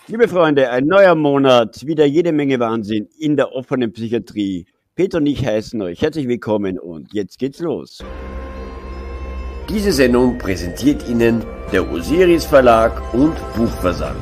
Liebe Freunde, ein neuer Monat, wieder jede Menge Wahnsinn in der offenen Psychiatrie. Peter und ich heißen euch herzlich willkommen und jetzt geht's los. Diese Sendung präsentiert Ihnen der Osiris Verlag und Buchversand.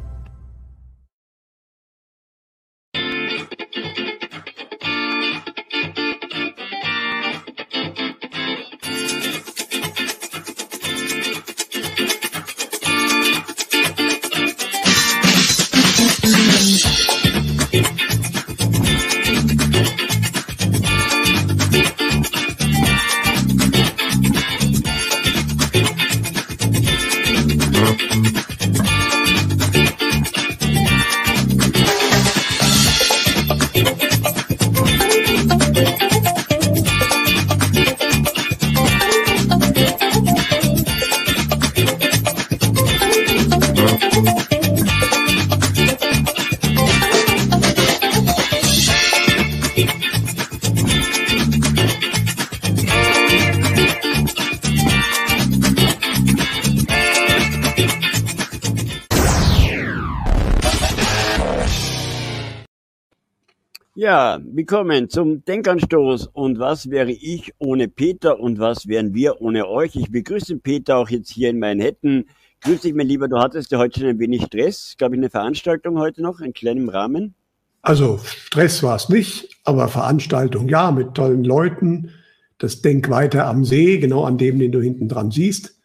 Ja, willkommen zum Denkanstoß. Und was wäre ich ohne Peter und was wären wir ohne euch? Ich begrüße Peter auch jetzt hier in Manhattan. Grüß dich, mein Lieber, du hattest ja heute schon ein wenig Stress. Glaube ich, eine Veranstaltung heute noch, in kleinem Rahmen. Also Stress war es nicht, aber Veranstaltung ja, mit tollen Leuten. Das Denk weiter am See, genau an dem, den du hinten dran siehst.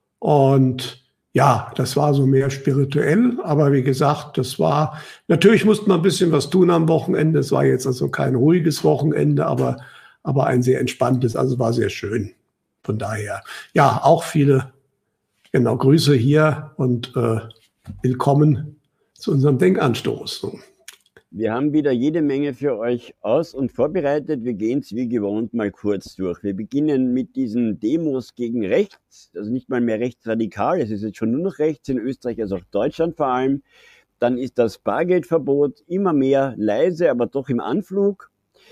Und ja, das war so mehr spirituell, aber wie gesagt, natürlich musste man ein bisschen was tun am Wochenende. Es war jetzt also kein ruhiges Wochenende, aber ein sehr entspanntes, also war sehr schön. Von daher, ja, auch viele, genau, Grüße hier und willkommen zu unserem Denkanstoß. Wir haben wieder jede Menge für euch aus- und vorbereitet. Wir gehen es wie gewohnt mal kurz durch. Wir beginnen mit diesen Demos gegen rechts, also nicht mal mehr rechtsradikal, es ist jetzt schon nur noch rechts in Österreich, also auch Deutschland vor allem. Dann ist das Bargeldverbot immer mehr leise, aber doch im Anflug.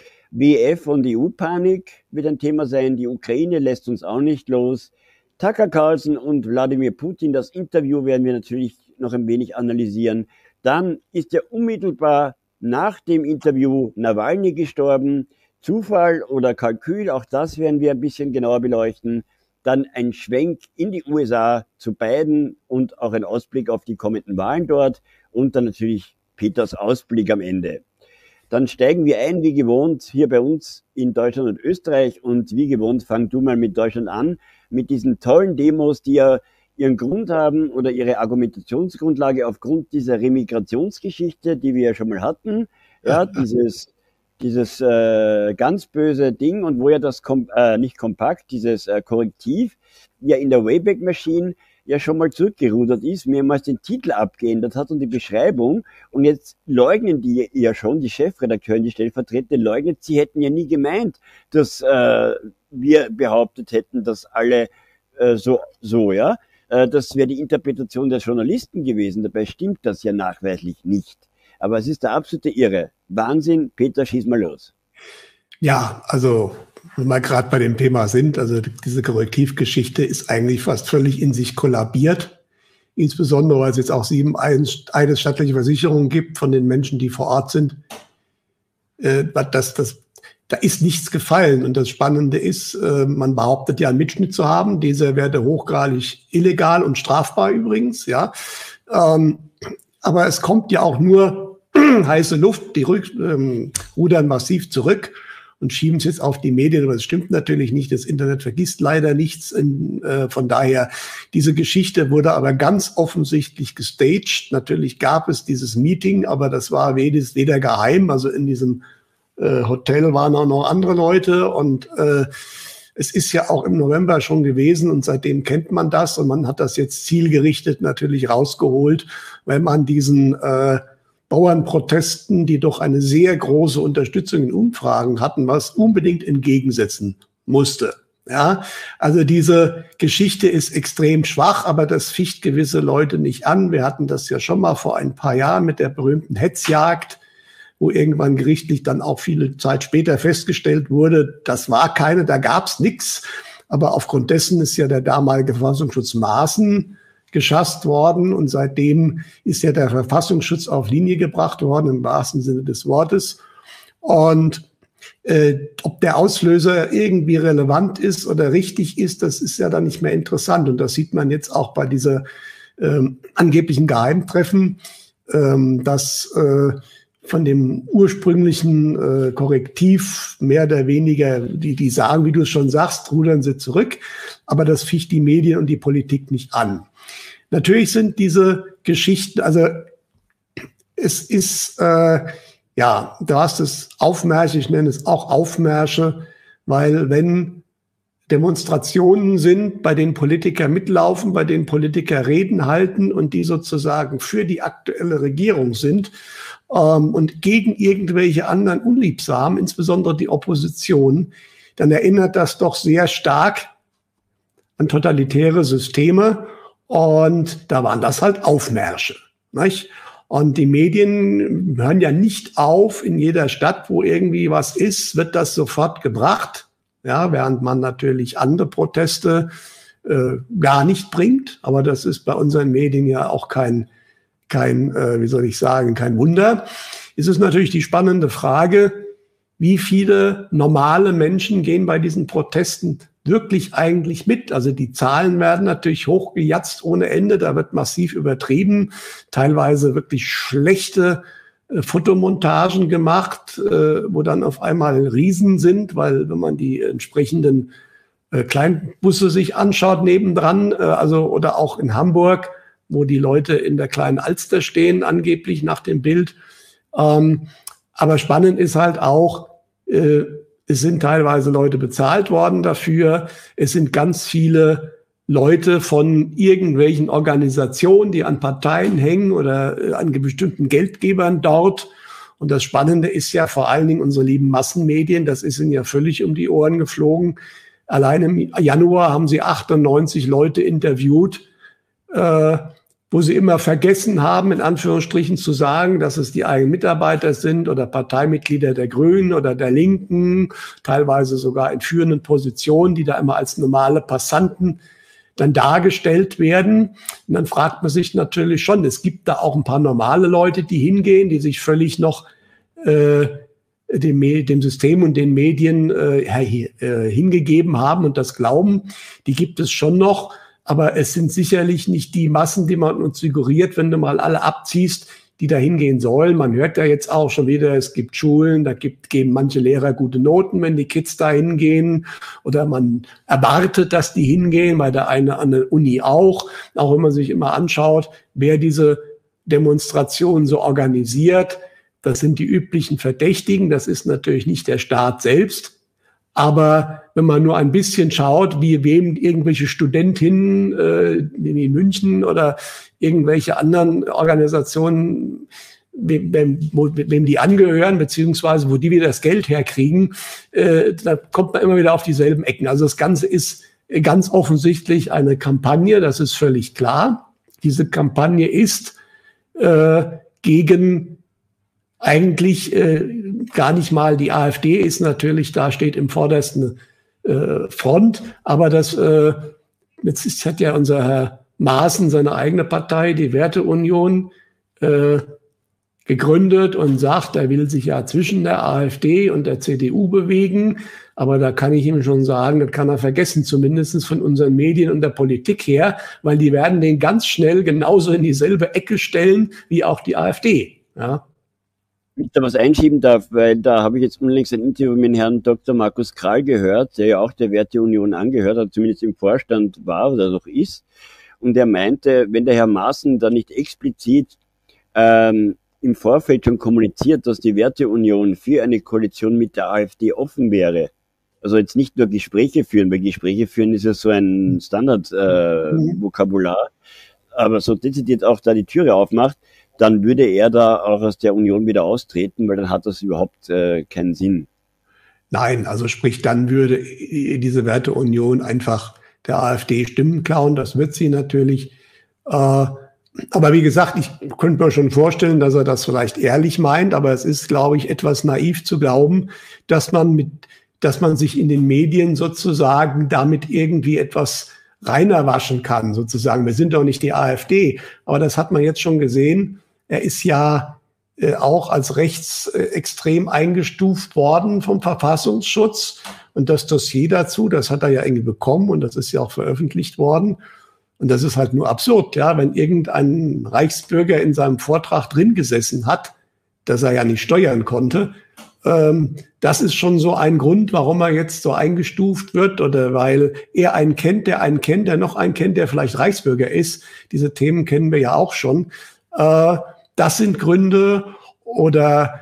WEF und EU-Panik wird ein Thema sein. Die Ukraine lässt uns auch nicht los. Tucker Carlson und Wladimir Putin, das Interview werden wir natürlich noch ein wenig analysieren. Dann ist ja unmittelbar nach dem Interview Nawalny gestorben. Zufall oder Kalkül, auch das werden wir ein bisschen genauer beleuchten. Dann ein Schwenk in die USA zu Biden und auch ein Ausblick auf die kommenden Wahlen dort. Und dann natürlich Peters Ausblick am Ende. Dann steigen wir ein, wie gewohnt, hier bei uns in Deutschland und Österreich. Und wie gewohnt, fang du mal mit Deutschland an, mit diesen tollen Demos, die ja ihren Grund haben oder ihre Argumentationsgrundlage aufgrund dieser Remigrationsgeschichte, die wir ja schon mal hatten. Ja, dieses ganz böse Ding und wo ja das, nicht kompakt, dieses Korrektiv ja in der Wayback Machine ja schon mal zurückgerudert ist, mehrmals den Titel abgeändert hat und die Beschreibung. Und jetzt leugnen die ja schon, die Chefredakteurin, die Stellvertreter leugnet, sie hätten ja nie gemeint, dass wir behauptet hätten, dass alle ja. Das wäre die Interpretation der Journalisten gewesen. Dabei stimmt das ja nachweislich nicht. Aber es ist der absolute Irre. Wahnsinn. Peter, schieß mal los. Ja, also wenn wir gerade bei dem Thema sind, also diese Korrektivgeschichte ist eigentlich fast völlig in sich kollabiert. Insbesondere, weil es jetzt auch 7 eidesstattliche Versicherungen gibt von den Menschen, die vor Ort sind. Da ist nichts gefallen. Und das Spannende ist, man behauptet ja, einen Mitschnitt zu haben. Dieser wäre hochgradig illegal und strafbar übrigens, ja. Aber es kommt ja auch nur heiße Luft. Die rudern massiv zurück und schieben es jetzt auf die Medien. Aber das stimmt natürlich nicht. Das Internet vergisst leider nichts. Von daher, diese Geschichte wurde aber ganz offensichtlich gestaged. Natürlich gab es dieses Meeting, aber das war weder geheim. Also in diesem Hotel waren auch noch andere Leute und es ist ja auch im November schon gewesen und seitdem kennt man das und man hat das jetzt zielgerichtet natürlich rausgeholt, weil man diesen Bauernprotesten, die doch eine sehr große Unterstützung in Umfragen hatten, was unbedingt entgegensetzen musste. Ja, also diese Geschichte ist extrem schwach, aber das ficht gewisse Leute nicht an. Wir hatten das ja schon mal vor ein paar Jahren mit der berühmten Hetzjagd, wo irgendwann gerichtlich dann auch viele Zeit später festgestellt wurde, das war keine, da gab's nichts. Aber aufgrund dessen ist ja der damalige Verfassungsschutz Maaßen geschasst worden und seitdem ist ja der Verfassungsschutz auf Linie gebracht worden, im wahrsten Sinne des Wortes. Und ob der Auslöser irgendwie relevant ist oder richtig ist, das ist ja dann nicht mehr interessant. Und das sieht man jetzt auch bei dieser angeblichen Geheimtreffen, dass von dem ursprünglichen Korrektiv mehr oder weniger, die sagen, wie du es schon sagst, rudern sie zurück, aber das ficht die Medien und die Politik nicht an. Natürlich sind diese Geschichten, also es ist, ja, du hast es Aufmärsche, ich nenne es auch Aufmärsche, weil wenn Demonstrationen sind, bei denen Politiker mitlaufen, bei denen Politiker Reden halten und die sozusagen für die aktuelle Regierung sind und gegen irgendwelche anderen Unliebsamen, insbesondere die Opposition, dann erinnert das doch sehr stark an totalitäre Systeme und da waren das halt Aufmärsche, nicht? Und die Medien hören ja nicht auf, in jeder Stadt, wo irgendwie was ist, wird das sofort gebracht. Ja, während man natürlich andere Proteste gar nicht bringt. Aber das ist bei unseren Medien ja auch kein wie soll ich sagen, kein Wunder. Es ist natürlich die spannende Frage, wie viele normale Menschen gehen bei diesen Protesten wirklich eigentlich mit? Also die Zahlen werden natürlich hochgejatzt ohne Ende, da wird massiv übertrieben, teilweise wirklich schlechte Fotomontagen gemacht, wo dann auf einmal Riesen sind, weil wenn man die entsprechenden Kleinbusse sich anschaut nebendran, also oder auch in Hamburg, wo die Leute in der kleinen Alster stehen, angeblich nach dem Bild. Aber spannend ist halt auch, es sind teilweise Leute bezahlt worden dafür. Es sind ganz viele Leute von irgendwelchen Organisationen, die an Parteien hängen oder an bestimmten Geldgebern dort. Und das Spannende ist ja vor allen Dingen unsere lieben Massenmedien. Das ist ihnen ja völlig um die Ohren geflogen. Allein im Januar haben sie 98 Leute interviewt, wo sie immer vergessen haben, in Anführungsstrichen zu sagen, dass es die eigenen Mitarbeiter sind oder Parteimitglieder der Grünen oder der Linken, teilweise sogar in führenden Positionen, die da immer als normale Passanten dann dargestellt werden. Und dann fragt man sich natürlich schon, es gibt da auch ein paar normale Leute, die hingehen, die sich völlig noch dem System und den Medien hingegeben haben und das glauben. Die gibt es schon noch. Aber es sind sicherlich nicht die Massen, die man uns suggeriert, wenn du mal alle abziehst, die da hingehen sollen. Man hört ja jetzt auch schon wieder, es gibt Schulen, da geben manche Lehrer gute Noten, wenn die Kids da hingehen. Oder man erwartet, dass die hingehen, bei der einen an der Uni auch. Auch wenn man sich immer anschaut, wer diese Demonstrationen so organisiert. Das sind die üblichen Verdächtigen. Das ist natürlich nicht der Staat selbst. Aber wenn man nur ein bisschen schaut, wie wem irgendwelche Studentinnen in München oder irgendwelche anderen Organisationen, wem die angehören, beziehungsweise wo die wieder das Geld herkriegen, da kommt man immer wieder auf dieselben Ecken. Also das Ganze ist ganz offensichtlich eine Kampagne, das ist völlig klar. Diese Kampagne ist gegen eigentlich gar nicht mal die AfD ist natürlich, da steht im vordersten Front, aber jetzt hat ja unser Herr Maaßen seine eigene Partei, die Werteunion, gegründet und sagt, er will sich ja zwischen der AfD und der CDU bewegen, aber da kann ich ihm schon sagen, das kann er vergessen, zumindest von unseren Medien und der Politik her, weil die werden den ganz schnell genauso in dieselbe Ecke stellen wie auch die AfD, ja. Wenn ich da was einschieben darf, weil da habe ich jetzt unlängst ein Interview mit Herrn Dr. Markus Krall gehört, der ja auch der Werteunion angehört hat, zumindest im Vorstand war oder noch ist. Und er meinte, wenn der Herr Maaßen da nicht explizit im Vorfeld schon kommuniziert, dass die Werteunion für eine Koalition mit der AfD offen wäre, also jetzt nicht nur Gespräche führen, weil Gespräche führen ist ja so ein Standard-Vokabular, aber so dezidiert auch da die Türe aufmacht, dann würde er da auch aus der Union wieder austreten, weil dann hat das überhaupt keinen Sinn. Nein, also sprich, dann würde diese Werteunion einfach der AfD Stimmen klauen, das wird sie natürlich. Aber wie gesagt, ich könnte mir schon vorstellen, dass er das vielleicht ehrlich meint, aber es ist, glaube ich, etwas naiv zu glauben, dass man sich in den Medien sozusagen damit irgendwie etwas reiner waschen kann, sozusagen. Wir sind doch nicht die AfD. Aber das hat man jetzt schon gesehen. Er ist ja auch als rechtsextrem eingestuft worden vom Verfassungsschutz. Und das Dossier dazu, das hat er ja irgendwie bekommen und das ist ja auch veröffentlicht worden. Und das ist halt nur absurd, ja, wenn irgendein Reichsbürger in seinem Vortrag drin gesessen hat, dass er ja nicht steuern konnte. Das ist schon so ein Grund, warum er jetzt so eingestuft wird oder weil er einen kennt, der noch einen kennt, der vielleicht Reichsbürger ist. Diese Themen kennen wir ja auch schon. Das sind Gründe oder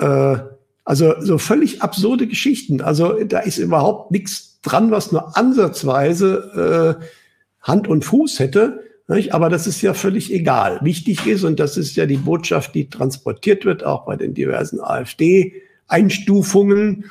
also so völlig absurde Geschichten. Also da ist überhaupt nichts dran, was nur ansatzweise Hand und Fuß hätte. Nicht? Aber das ist ja völlig egal. Wichtig ist, und das ist ja die Botschaft, die transportiert wird, auch bei den diversen AfD-Einstufungen,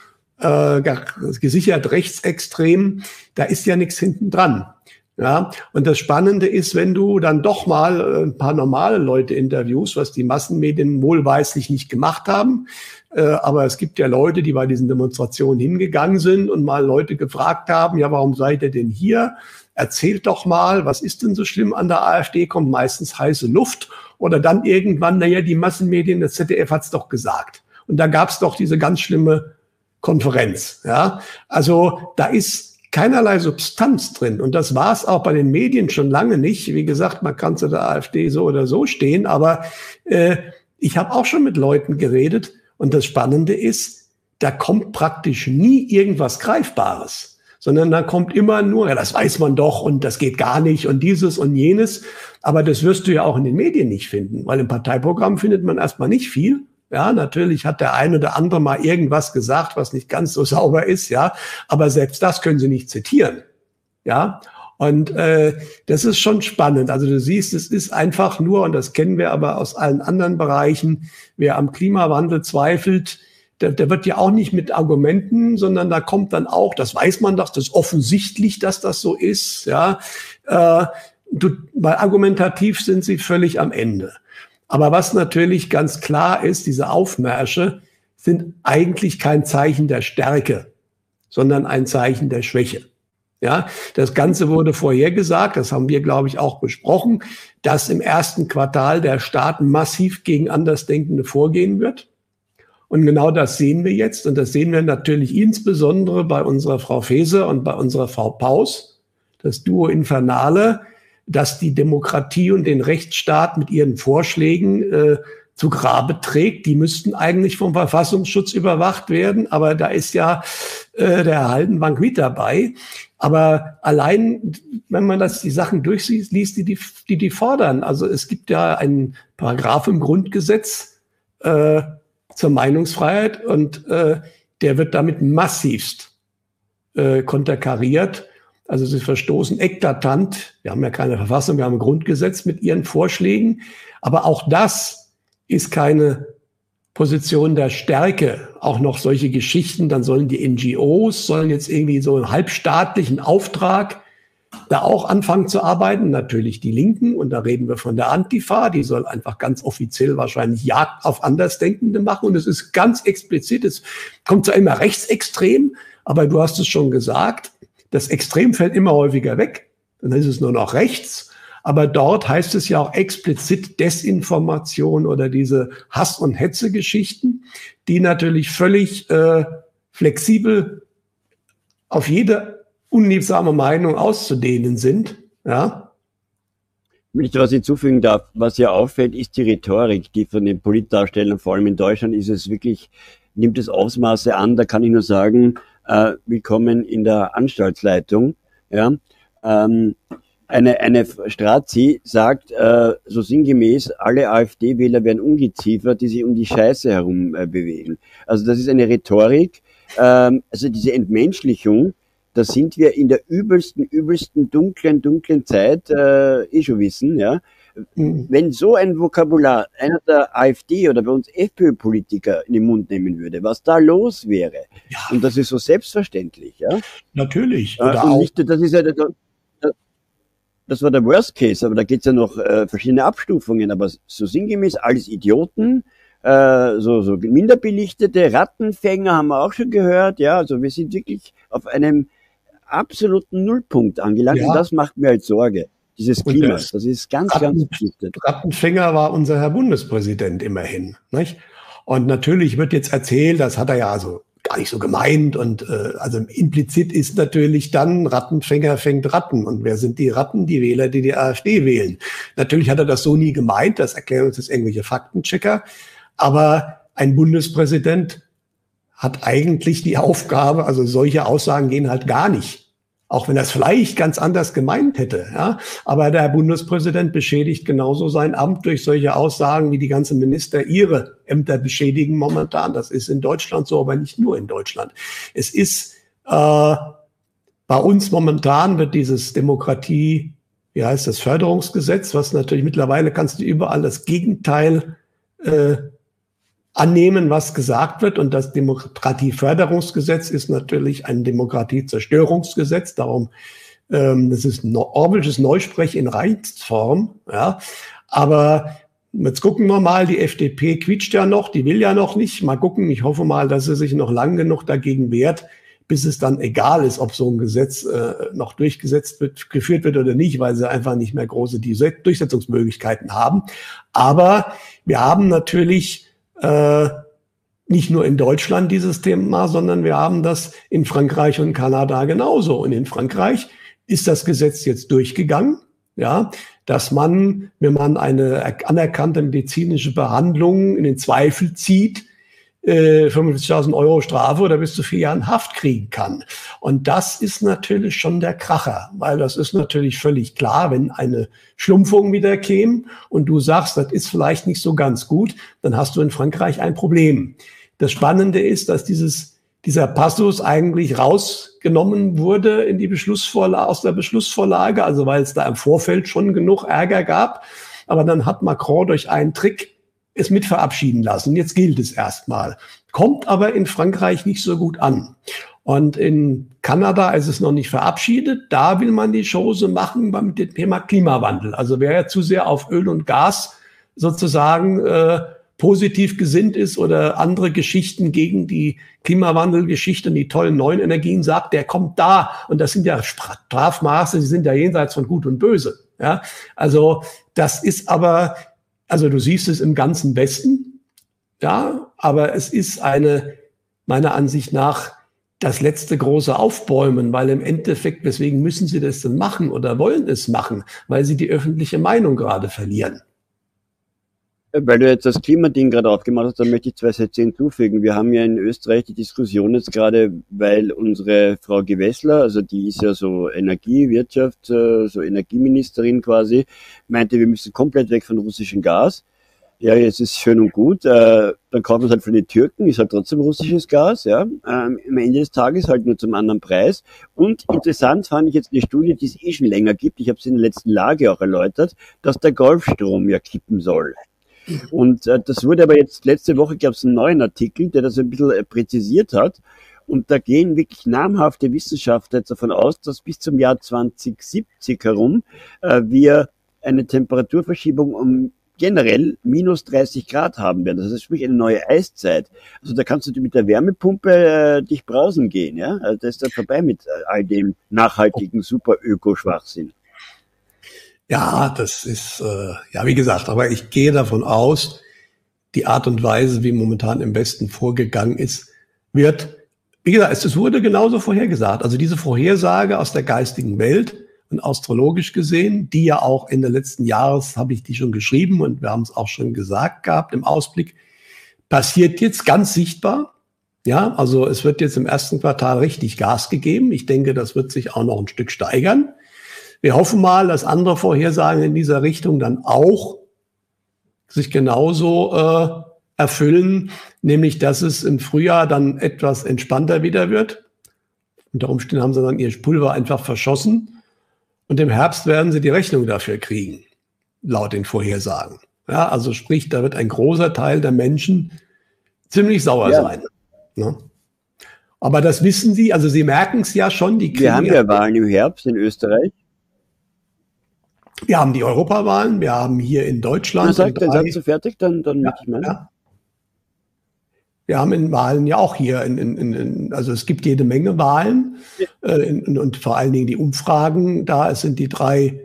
gesichert rechtsextrem, da ist ja nichts hinten dran. Ja, und das Spannende ist, wenn du dann doch mal ein paar normale Leute interviewst, was die Massenmedien wohlweislich nicht gemacht haben. Aber es gibt ja Leute, die bei diesen Demonstrationen hingegangen sind und mal Leute gefragt haben, ja, warum seid ihr denn hier? Erzählt doch mal, was ist denn so schlimm an der AfD? Kommt meistens heiße Luft oder dann irgendwann, naja, die Massenmedien, das ZDF hat's doch gesagt. Und da gab's doch diese ganz schlimme Konferenz. Ja, also da ist keinerlei Substanz drin. Und das war es auch bei den Medien schon lange nicht. Wie gesagt, man kann zu der AfD so oder so stehen. Aber ich habe auch schon mit Leuten geredet. Und das Spannende ist, da kommt praktisch nie irgendwas Greifbares. Sondern da kommt immer nur, ja, das weiß man doch und das geht gar nicht und dieses und jenes. Aber das wirst du ja auch in den Medien nicht finden. Weil im Parteiprogramm findet man erstmal nicht viel. Ja, natürlich hat der eine oder andere mal irgendwas gesagt, was nicht ganz so sauber ist, ja. Aber selbst das können sie nicht zitieren, ja. Und das ist schon spannend. Also du siehst, es ist einfach nur, und das kennen wir aber aus allen anderen Bereichen, wer am Klimawandel zweifelt, der wird ja auch nicht mit Argumenten, sondern da kommt dann auch, das weiß man doch, das ist offensichtlich, dass das so ist, ja. Weil argumentativ sind sie völlig am Ende. Aber was natürlich ganz klar ist, diese Aufmärsche sind eigentlich kein Zeichen der Stärke, sondern ein Zeichen der Schwäche. Ja, das Ganze wurde vorhergesagt, das haben wir, glaube ich, auch besprochen, dass im ersten Quartal der Staat massiv gegen Andersdenkende vorgehen wird. Und genau das sehen wir jetzt. Und das sehen wir natürlich insbesondere bei unserer Frau Faeser und bei unserer Frau Paus, das Duo Infernale, dass die Demokratie und den Rechtsstaat mit ihren Vorschlägen zu Grabe trägt. Die müssten eigentlich vom Verfassungsschutz überwacht werden, aber da ist ja der Herr Haldenwang mit dabei. Aber allein, wenn man die Sachen durchliest, die fordern. Also es gibt ja einen Paragraph im Grundgesetz zur Meinungsfreiheit und der wird damit massivst konterkariert. Also sie verstoßen eklatant. Wir haben ja keine Verfassung, wir haben ein Grundgesetz mit ihren Vorschlägen. Aber auch das ist keine Position der Stärke. Auch noch solche Geschichten, dann sollen die NGOs, sollen jetzt irgendwie so einen halbstaatlichen Auftrag da auch anfangen zu arbeiten. Natürlich die Linken, und da reden wir von der Antifa, die soll einfach ganz offiziell wahrscheinlich Jagd auf Andersdenkende machen. Und es ist ganz explizit, es kommt zwar immer rechtsextrem, aber du hast es schon gesagt, das Extrem fällt immer häufiger weg, dann ist es nur noch rechts. Aber dort heißt es ja auch explizit Desinformation oder diese Hass- und Hetze-Geschichten, die natürlich völlig flexibel auf jede unliebsame Meinung auszudehnen sind. Ja. Wenn ich da was hinzufügen darf, was ja auffällt, ist die Rhetorik, die von den Politdarstellern, vor allem in Deutschland, ist es wirklich, nimmt es Ausmaße an, da kann ich nur sagen, willkommen in der Anstaltsleitung. Ja. Eine Strazi sagt so sinngemäß, alle AfD-Wähler werden Ungeziefer, die sich um die Scheiße herum bewegen. Also das ist eine Rhetorik, also diese Entmenschlichung, da sind wir in der übelsten, dunklen Zeit, schon wissen, ja. Wenn so ein Vokabular einer der AfD oder bei uns FPÖ-Politiker in den Mund nehmen würde, was da los wäre. Ja. Und das ist so selbstverständlich, ja. Natürlich. Und nicht, das ist ja, das war der Worst Case, aber da geht's ja noch verschiedene Abstufungen, aber so sinngemäß alles Idioten, so minderbelichtete Rattenfänger haben wir auch schon gehört, ja, also wir sind wirklich auf einem absoluten Nullpunkt angelangt. Ja. Und das macht mir halt Sorge. Dieses Und Klima, das das ist ganz, ganz vergiftet. Rattenfänger war unser Herr Bundespräsident immerhin. Nicht? Und natürlich wird jetzt erzählt, das hat er ja also gar nicht so gemeint. Und also implizit ist natürlich dann, Rattenfänger fängt Ratten. Und wer sind die Ratten? Die Wähler, die die AfD wählen. Natürlich hat er das so nie gemeint, das erklären uns jetzt irgendwelche Faktenchecker. Aber ein Bundespräsident hat eigentlich die Aufgabe, also solche Aussagen gehen halt gar nicht. Auch wenn er es vielleicht ganz anders gemeint hätte. Ja? Aber der Bundespräsident beschädigt genauso sein Amt durch solche Aussagen, wie die ganzen Minister ihre Ämter beschädigen momentan. Das ist in Deutschland so, aber nicht nur in Deutschland. Es ist bei uns momentan wird dieses Demokratie, wie heißt das, Förderungsgesetz, was natürlich mittlerweile kannst du überall das Gegenteil annehmen, was gesagt wird. Und das Demokratieförderungsgesetz ist natürlich ein Demokratiezerstörungsgesetz. Darum, das ist Orwellsches Neusprech in Reinform. Ja. Aber jetzt gucken wir mal, die FDP quietscht ja noch, die will ja noch nicht. Mal gucken, ich hoffe mal, dass sie sich noch lang genug dagegen wehrt, bis es dann egal ist, ob so ein Gesetz noch durchgesetzt wird, geführt wird oder nicht, weil sie einfach nicht mehr große Durchsetzungsmöglichkeiten haben. Aber wir haben natürlich nicht nur in Deutschland dieses Thema, sondern wir haben das in Frankreich und Kanada genauso. Und in Frankreich ist das Gesetz jetzt durchgegangen, ja, dass man, wenn man eine anerkannte medizinische Behandlung in den Zweifel zieht, 45.000 Euro Strafe oder bis zu 4 Jahren Haft kriegen kann. Und das ist natürlich schon der Kracher, weil das ist natürlich völlig klar, wenn eine Schlumpfung wieder käme und du sagst, das ist vielleicht nicht so ganz gut, dann hast du in Frankreich ein Problem. Das Spannende ist, dass dieser Passus eigentlich rausgenommen wurde in die aus der Beschlussvorlage, also weil es da im Vorfeld schon genug Ärger gab. Aber dann hat Macron durch einen Trick es mit verabschieden lassen. Jetzt gilt es erstmal. Kommt aber in Frankreich nicht so gut an. Und in Kanada ist es noch nicht verabschiedet. Da will man die Chose machen mit dem Thema Klimawandel. Also wer ja zu sehr auf Öl und Gas sozusagen positiv gesinnt ist oder andere Geschichten gegen die Klimawandelgeschichte und die tollen neuen Energien sagt, der kommt da. Und das sind ja Strafmaße, die sind ja jenseits von Gut und Böse. Ja? Also das ist aber, also du siehst es im ganzen Westen, ja, aber es ist meiner Ansicht nach, das letzte große Aufbäumen, weil im Endeffekt, weswegen müssen sie das denn machen oder wollen es machen? Weil sie die öffentliche Meinung gerade verlieren. Weil du jetzt das Klimading gerade aufgemacht hast, da möchte ich 2 Sätze hinzufügen. Wir haben ja in Österreich die Diskussion jetzt gerade, weil unsere Frau Gewessler, also die ist ja so Energiewirtschaft, so Energieministerin quasi, meinte, wir müssen komplett weg von russischem Gas. Ja, jetzt ist schön und gut, dann kaufen wir es halt von den Türken, ist halt trotzdem russisches Gas, ja. Am Ende des Tages halt nur zum anderen Preis. Und interessant fand ich jetzt eine Studie, die es schon länger gibt, ich habe es in der letzten Lage auch erläutert, dass der Golfstrom ja kippen soll. Und das wurde aber jetzt, letzte Woche gab es einen neuen Artikel, der das ein bisschen präzisiert hat. Und da gehen wirklich namhafte Wissenschaftler jetzt davon aus, dass bis zum Jahr 2070 herum wir eine Temperaturverschiebung um generell minus 30 Grad haben werden. Das heißt, sprich eine neue Eiszeit. Also da kannst du mit der Wärmepumpe dich brausen gehen. Ja? Also das ist da vorbei mit all dem nachhaltigen Super-Öko-Schwachsinn. Ja, das ist, ja, wie gesagt, aber ich gehe davon aus, die Art und Weise, wie momentan im Westen vorgegangen ist, wird, wie gesagt, es wurde genauso vorhergesagt. Also diese Vorhersage aus der geistigen Welt und astrologisch gesehen, die ja auch Ende letzten Jahres, habe ich die schon geschrieben und wir haben es auch schon gesagt gehabt im Ausblick, passiert jetzt ganz sichtbar. Ja, also es wird jetzt im ersten Quartal richtig Gas gegeben. Ich denke, das wird sich auch noch ein Stück steigern. Wir hoffen mal, dass andere Vorhersagen in dieser Richtung dann auch sich genauso erfüllen, nämlich dass es im Frühjahr dann etwas entspannter wieder wird. Unter Umständen haben sie dann ihr Pulver einfach verschossen und im Herbst werden sie die Rechnung dafür kriegen, laut den Vorhersagen. Ja, also sprich, da wird ein großer Teil der Menschen ziemlich sauer sein. Ne? Aber das wissen sie, also sie merken es ja schon. Wir haben ja Wahlen im Herbst in Österreich. Wir haben die Europawahlen, wir haben hier in Deutschland. Dann sag so fertig, dann ja, ich mal. Ja. Wir haben in Wahlen ja auch hier, also es gibt jede Menge Wahlen und vor allen Dingen die Umfragen. Da sind die drei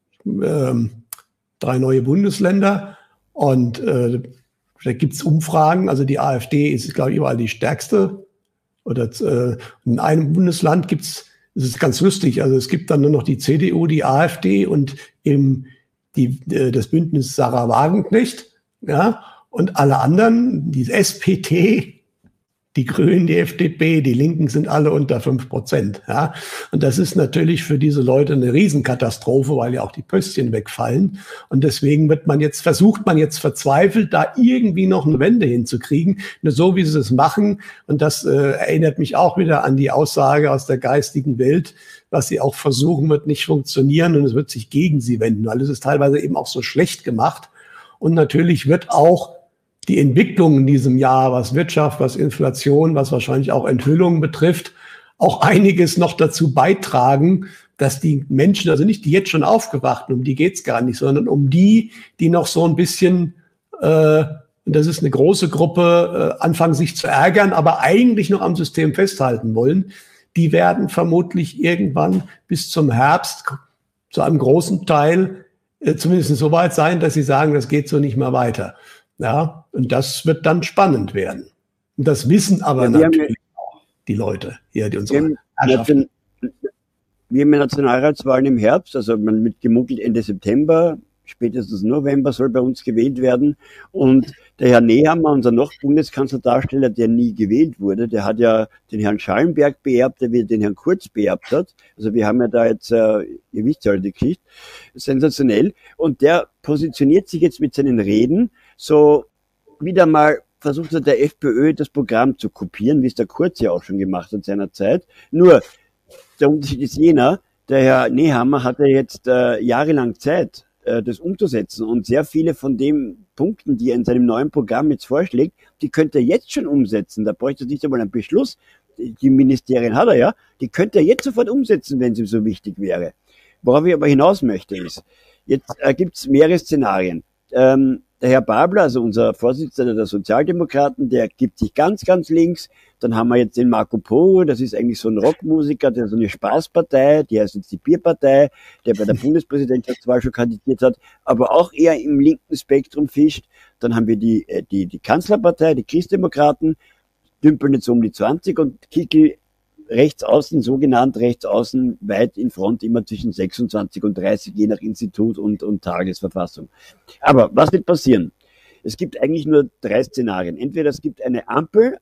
neue Bundesländer und da gibt es Umfragen. Also die AfD ist, glaube ich, überall die stärkste. Oder in einem Bundesland es ist ganz lustig. Also es gibt dann nur noch die CDU, die AfD und eben das Bündnis Sarah Wagenknecht, ja. Und alle anderen, die SPD, die Grünen, die FDP, die Linken sind alle unter 5%. Ja? Und das ist natürlich für diese Leute eine Riesenkatastrophe, weil ja auch die Pöstchen wegfallen. Und deswegen versucht man jetzt verzweifelt, da irgendwie noch eine Wende hinzukriegen. Nur so, wie sie es machen. Und das erinnert mich auch wieder an die Aussage aus der geistigen Welt, was sie auch versuchen, wird nicht funktionieren und es wird sich gegen sie wenden, weil es ist teilweise eben auch so schlecht gemacht. Und natürlich wird auch die Entwicklung in diesem Jahr, was Wirtschaft, was Inflation, was wahrscheinlich auch Enthüllungen betrifft, auch einiges noch dazu beitragen, dass die Menschen, also nicht die jetzt schon Aufgewachten, um die geht's gar nicht, sondern um die noch so ein bisschen, und das ist eine große Gruppe, anfangen sich zu ärgern, aber eigentlich noch am System festhalten wollen, die werden vermutlich irgendwann bis zum Herbst zu einem großen Teil zumindest so weit sein, dass sie sagen, das geht so nicht mehr weiter. Ja, und das wird dann spannend werden. Und das wissen aber natürlich auch die Leute hier, die unsere Herrschaften. Wir haben Nationalratswahlen im Herbst, also man mit gemunkelt Ende September, spätestens November soll bei uns gewählt werden. Und der Herr Nehammer, unser noch Bundeskanzlerdarsteller, der nie gewählt wurde, der hat ja den Herrn Schallenberg beerbt, der wieder den Herrn Kurz beerbt hat. Also wir haben ja da jetzt, ihr wisst ja die Geschichte, sensationell. Und der positioniert sich jetzt mit seinen Reden so wieder mal, versucht er der FPÖ das Programm zu kopieren, wie es der Kurz ja auch schon gemacht hat seinerzeit. Nur, der Unterschied ist jener, der Herr Nehammer hatte jetzt jahrelang Zeit, das umzusetzen. Und sehr viele von den Punkten, die er in seinem neuen Programm jetzt vorschlägt, die könnte er jetzt schon umsetzen. Da bräuchte er nicht einmal einen Beschluss. Die Ministerien hat er ja. Die könnte er jetzt sofort umsetzen, wenn es ihm so wichtig wäre. Worauf ich aber hinaus möchte ist, jetzt gibt es mehrere Szenarien. Der Herr Babler, also unser Vorsitzender der Sozialdemokraten, der gibt sich ganz, ganz links. Dann haben wir jetzt den Marco Polo, das ist eigentlich so ein Rockmusiker, der so eine Spaßpartei, die heißt jetzt die Bierpartei, der bei der Bundespräsidentschaftswahl schon kandidiert hat, aber auch eher im linken Spektrum fischt. Dann haben wir die Kanzlerpartei, die Christdemokraten, dümpeln jetzt um die 20 und Kickl rechts außen, sogenannt rechts außen, weit in Front, immer zwischen 26 und 30, je nach Institut und Tagesverfassung. Aber was wird passieren? Es gibt eigentlich nur 3 Szenarien. Entweder es gibt eine Ampel,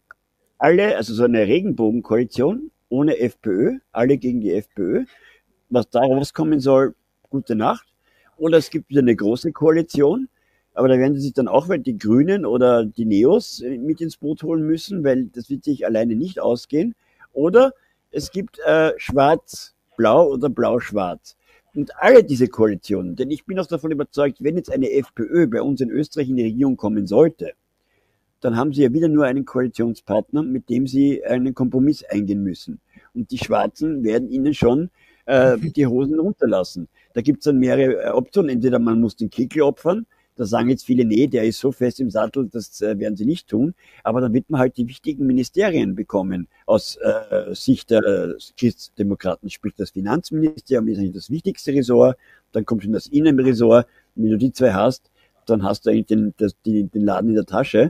also so eine Regenbogenkoalition, ohne FPÖ, alle gegen die FPÖ. Was da rauskommen soll, gute Nacht. Oder es gibt wieder eine große Koalition, aber da werden sie sich dann auch die Grünen oder die Neos mit ins Boot holen müssen, weil das wird sich alleine nicht ausgehen. Oder es gibt Schwarz-Blau oder Blau-Schwarz. Und alle diese Koalitionen, denn ich bin auch davon überzeugt, wenn jetzt eine FPÖ bei uns in Österreich in die Regierung kommen sollte, dann haben sie ja wieder nur einen Koalitionspartner, mit dem sie einen Kompromiss eingehen müssen. Und die Schwarzen werden ihnen schon die Hosen runterlassen. Da gibt es dann mehrere Optionen. Entweder man muss den Kickl opfern, da sagen jetzt viele, nee, der ist so fest im Sattel, das werden sie nicht tun. Aber dann wird man halt die wichtigen Ministerien bekommen. Aus Sicht der Christdemokraten, sprich das Finanzministerium ist eigentlich das wichtigste Ressort. Dann kommt schon das Innenressort. Wenn du die 2 hast, dann hast du eigentlich den Laden in der Tasche.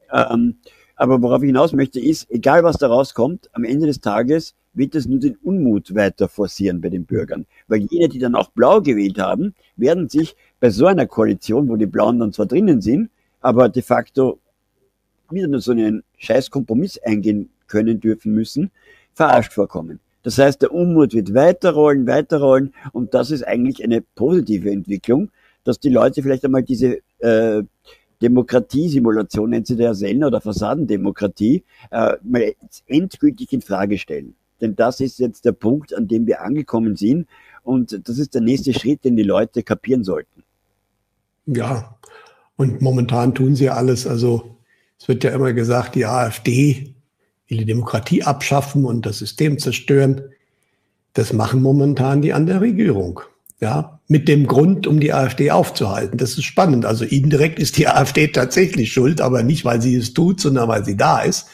Aber worauf ich hinaus möchte ist, egal was da rauskommt, am Ende des Tages wird es nur den Unmut weiter forcieren bei den Bürgern. Weil jene, die dann auch blau gewählt haben, werden sich bei so einer Koalition, wo die Blauen dann zwar drinnen sind, aber de facto wieder nur so einen scheiß Kompromiss eingehen können dürfen müssen, verarscht vorkommen. Das heißt, der Unmut wird weiterrollen und das ist eigentlich eine positive Entwicklung, dass die Leute vielleicht einmal diese Demokratiesimulation, nennt sie der Sellner, oder Fassadendemokratie, mal endgültig in Frage stellen. Denn das ist jetzt der Punkt, an dem wir angekommen sind. Und das ist der nächste Schritt, den die Leute kapieren sollten. Ja, und momentan tun sie alles. Also es wird ja immer gesagt, die AfD will die Demokratie abschaffen und das System zerstören. Das machen momentan die an der Regierung. Ja, mit dem Grund, um die AfD aufzuhalten. Das ist spannend. Also indirekt ist die AfD tatsächlich schuld, aber nicht, weil sie es tut, sondern weil sie da ist.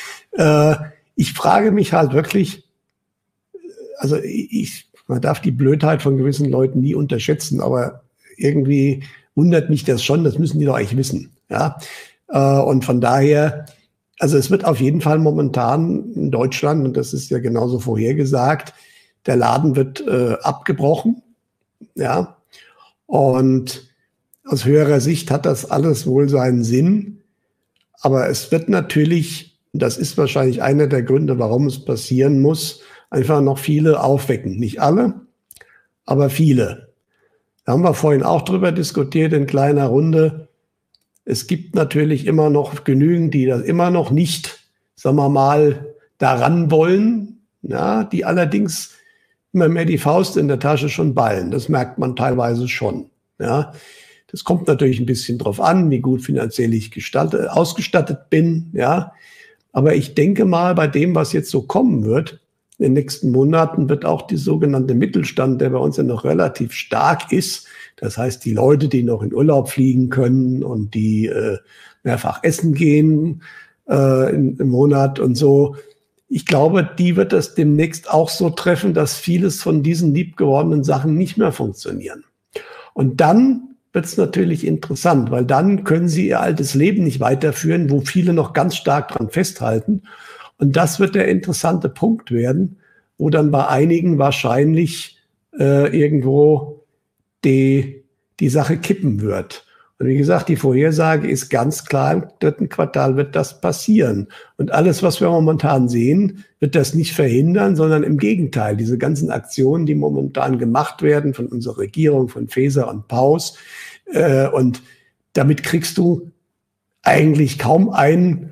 Ich frage mich halt wirklich, also man darf die Blödheit von gewissen Leuten nie unterschätzen, aber irgendwie wundert mich das schon, das müssen die doch eigentlich wissen. Ja? Und von daher, also es wird auf jeden Fall momentan in Deutschland, und das ist ja genauso vorhergesagt, der Laden wird abgebrochen. Ja, und aus höherer Sicht hat das alles wohl seinen Sinn. Aber es wird natürlich, das ist wahrscheinlich einer der Gründe, warum es passieren muss, einfach noch viele aufwecken. Nicht alle, aber viele. Da haben wir vorhin auch drüber diskutiert in kleiner Runde. Es gibt natürlich immer noch genügend, die das immer noch nicht, sagen wir mal, daran wollen, ja, die allerdings immer mehr die Faust in der Tasche schon ballen. Das merkt man teilweise schon. Ja, das kommt natürlich ein bisschen drauf an, wie gut finanziell ich ausgestattet bin. Ja, aber ich denke mal, bei dem, was jetzt so kommen wird, in den nächsten Monaten wird auch die sogenannte Mittelstand, der bei uns ja noch relativ stark ist, das heißt die Leute, die noch in Urlaub fliegen können und die mehrfach essen gehen im Monat und so, ich glaube, die wird das demnächst auch so treffen, dass vieles von diesen liebgewordenen Sachen nicht mehr funktionieren. Und dann wird es natürlich interessant, weil dann können sie ihr altes Leben nicht weiterführen, wo viele noch ganz stark dran festhalten. Und das wird der interessante Punkt werden, wo dann bei einigen wahrscheinlich irgendwo die Sache kippen wird. Und wie gesagt, die Vorhersage ist ganz klar, im 3. Quartal wird das passieren. Und alles, was wir momentan sehen, wird das nicht verhindern, sondern im Gegenteil. Diese ganzen Aktionen, die momentan gemacht werden von unserer Regierung, von Faeser und Paus, und damit kriegst du eigentlich kaum einen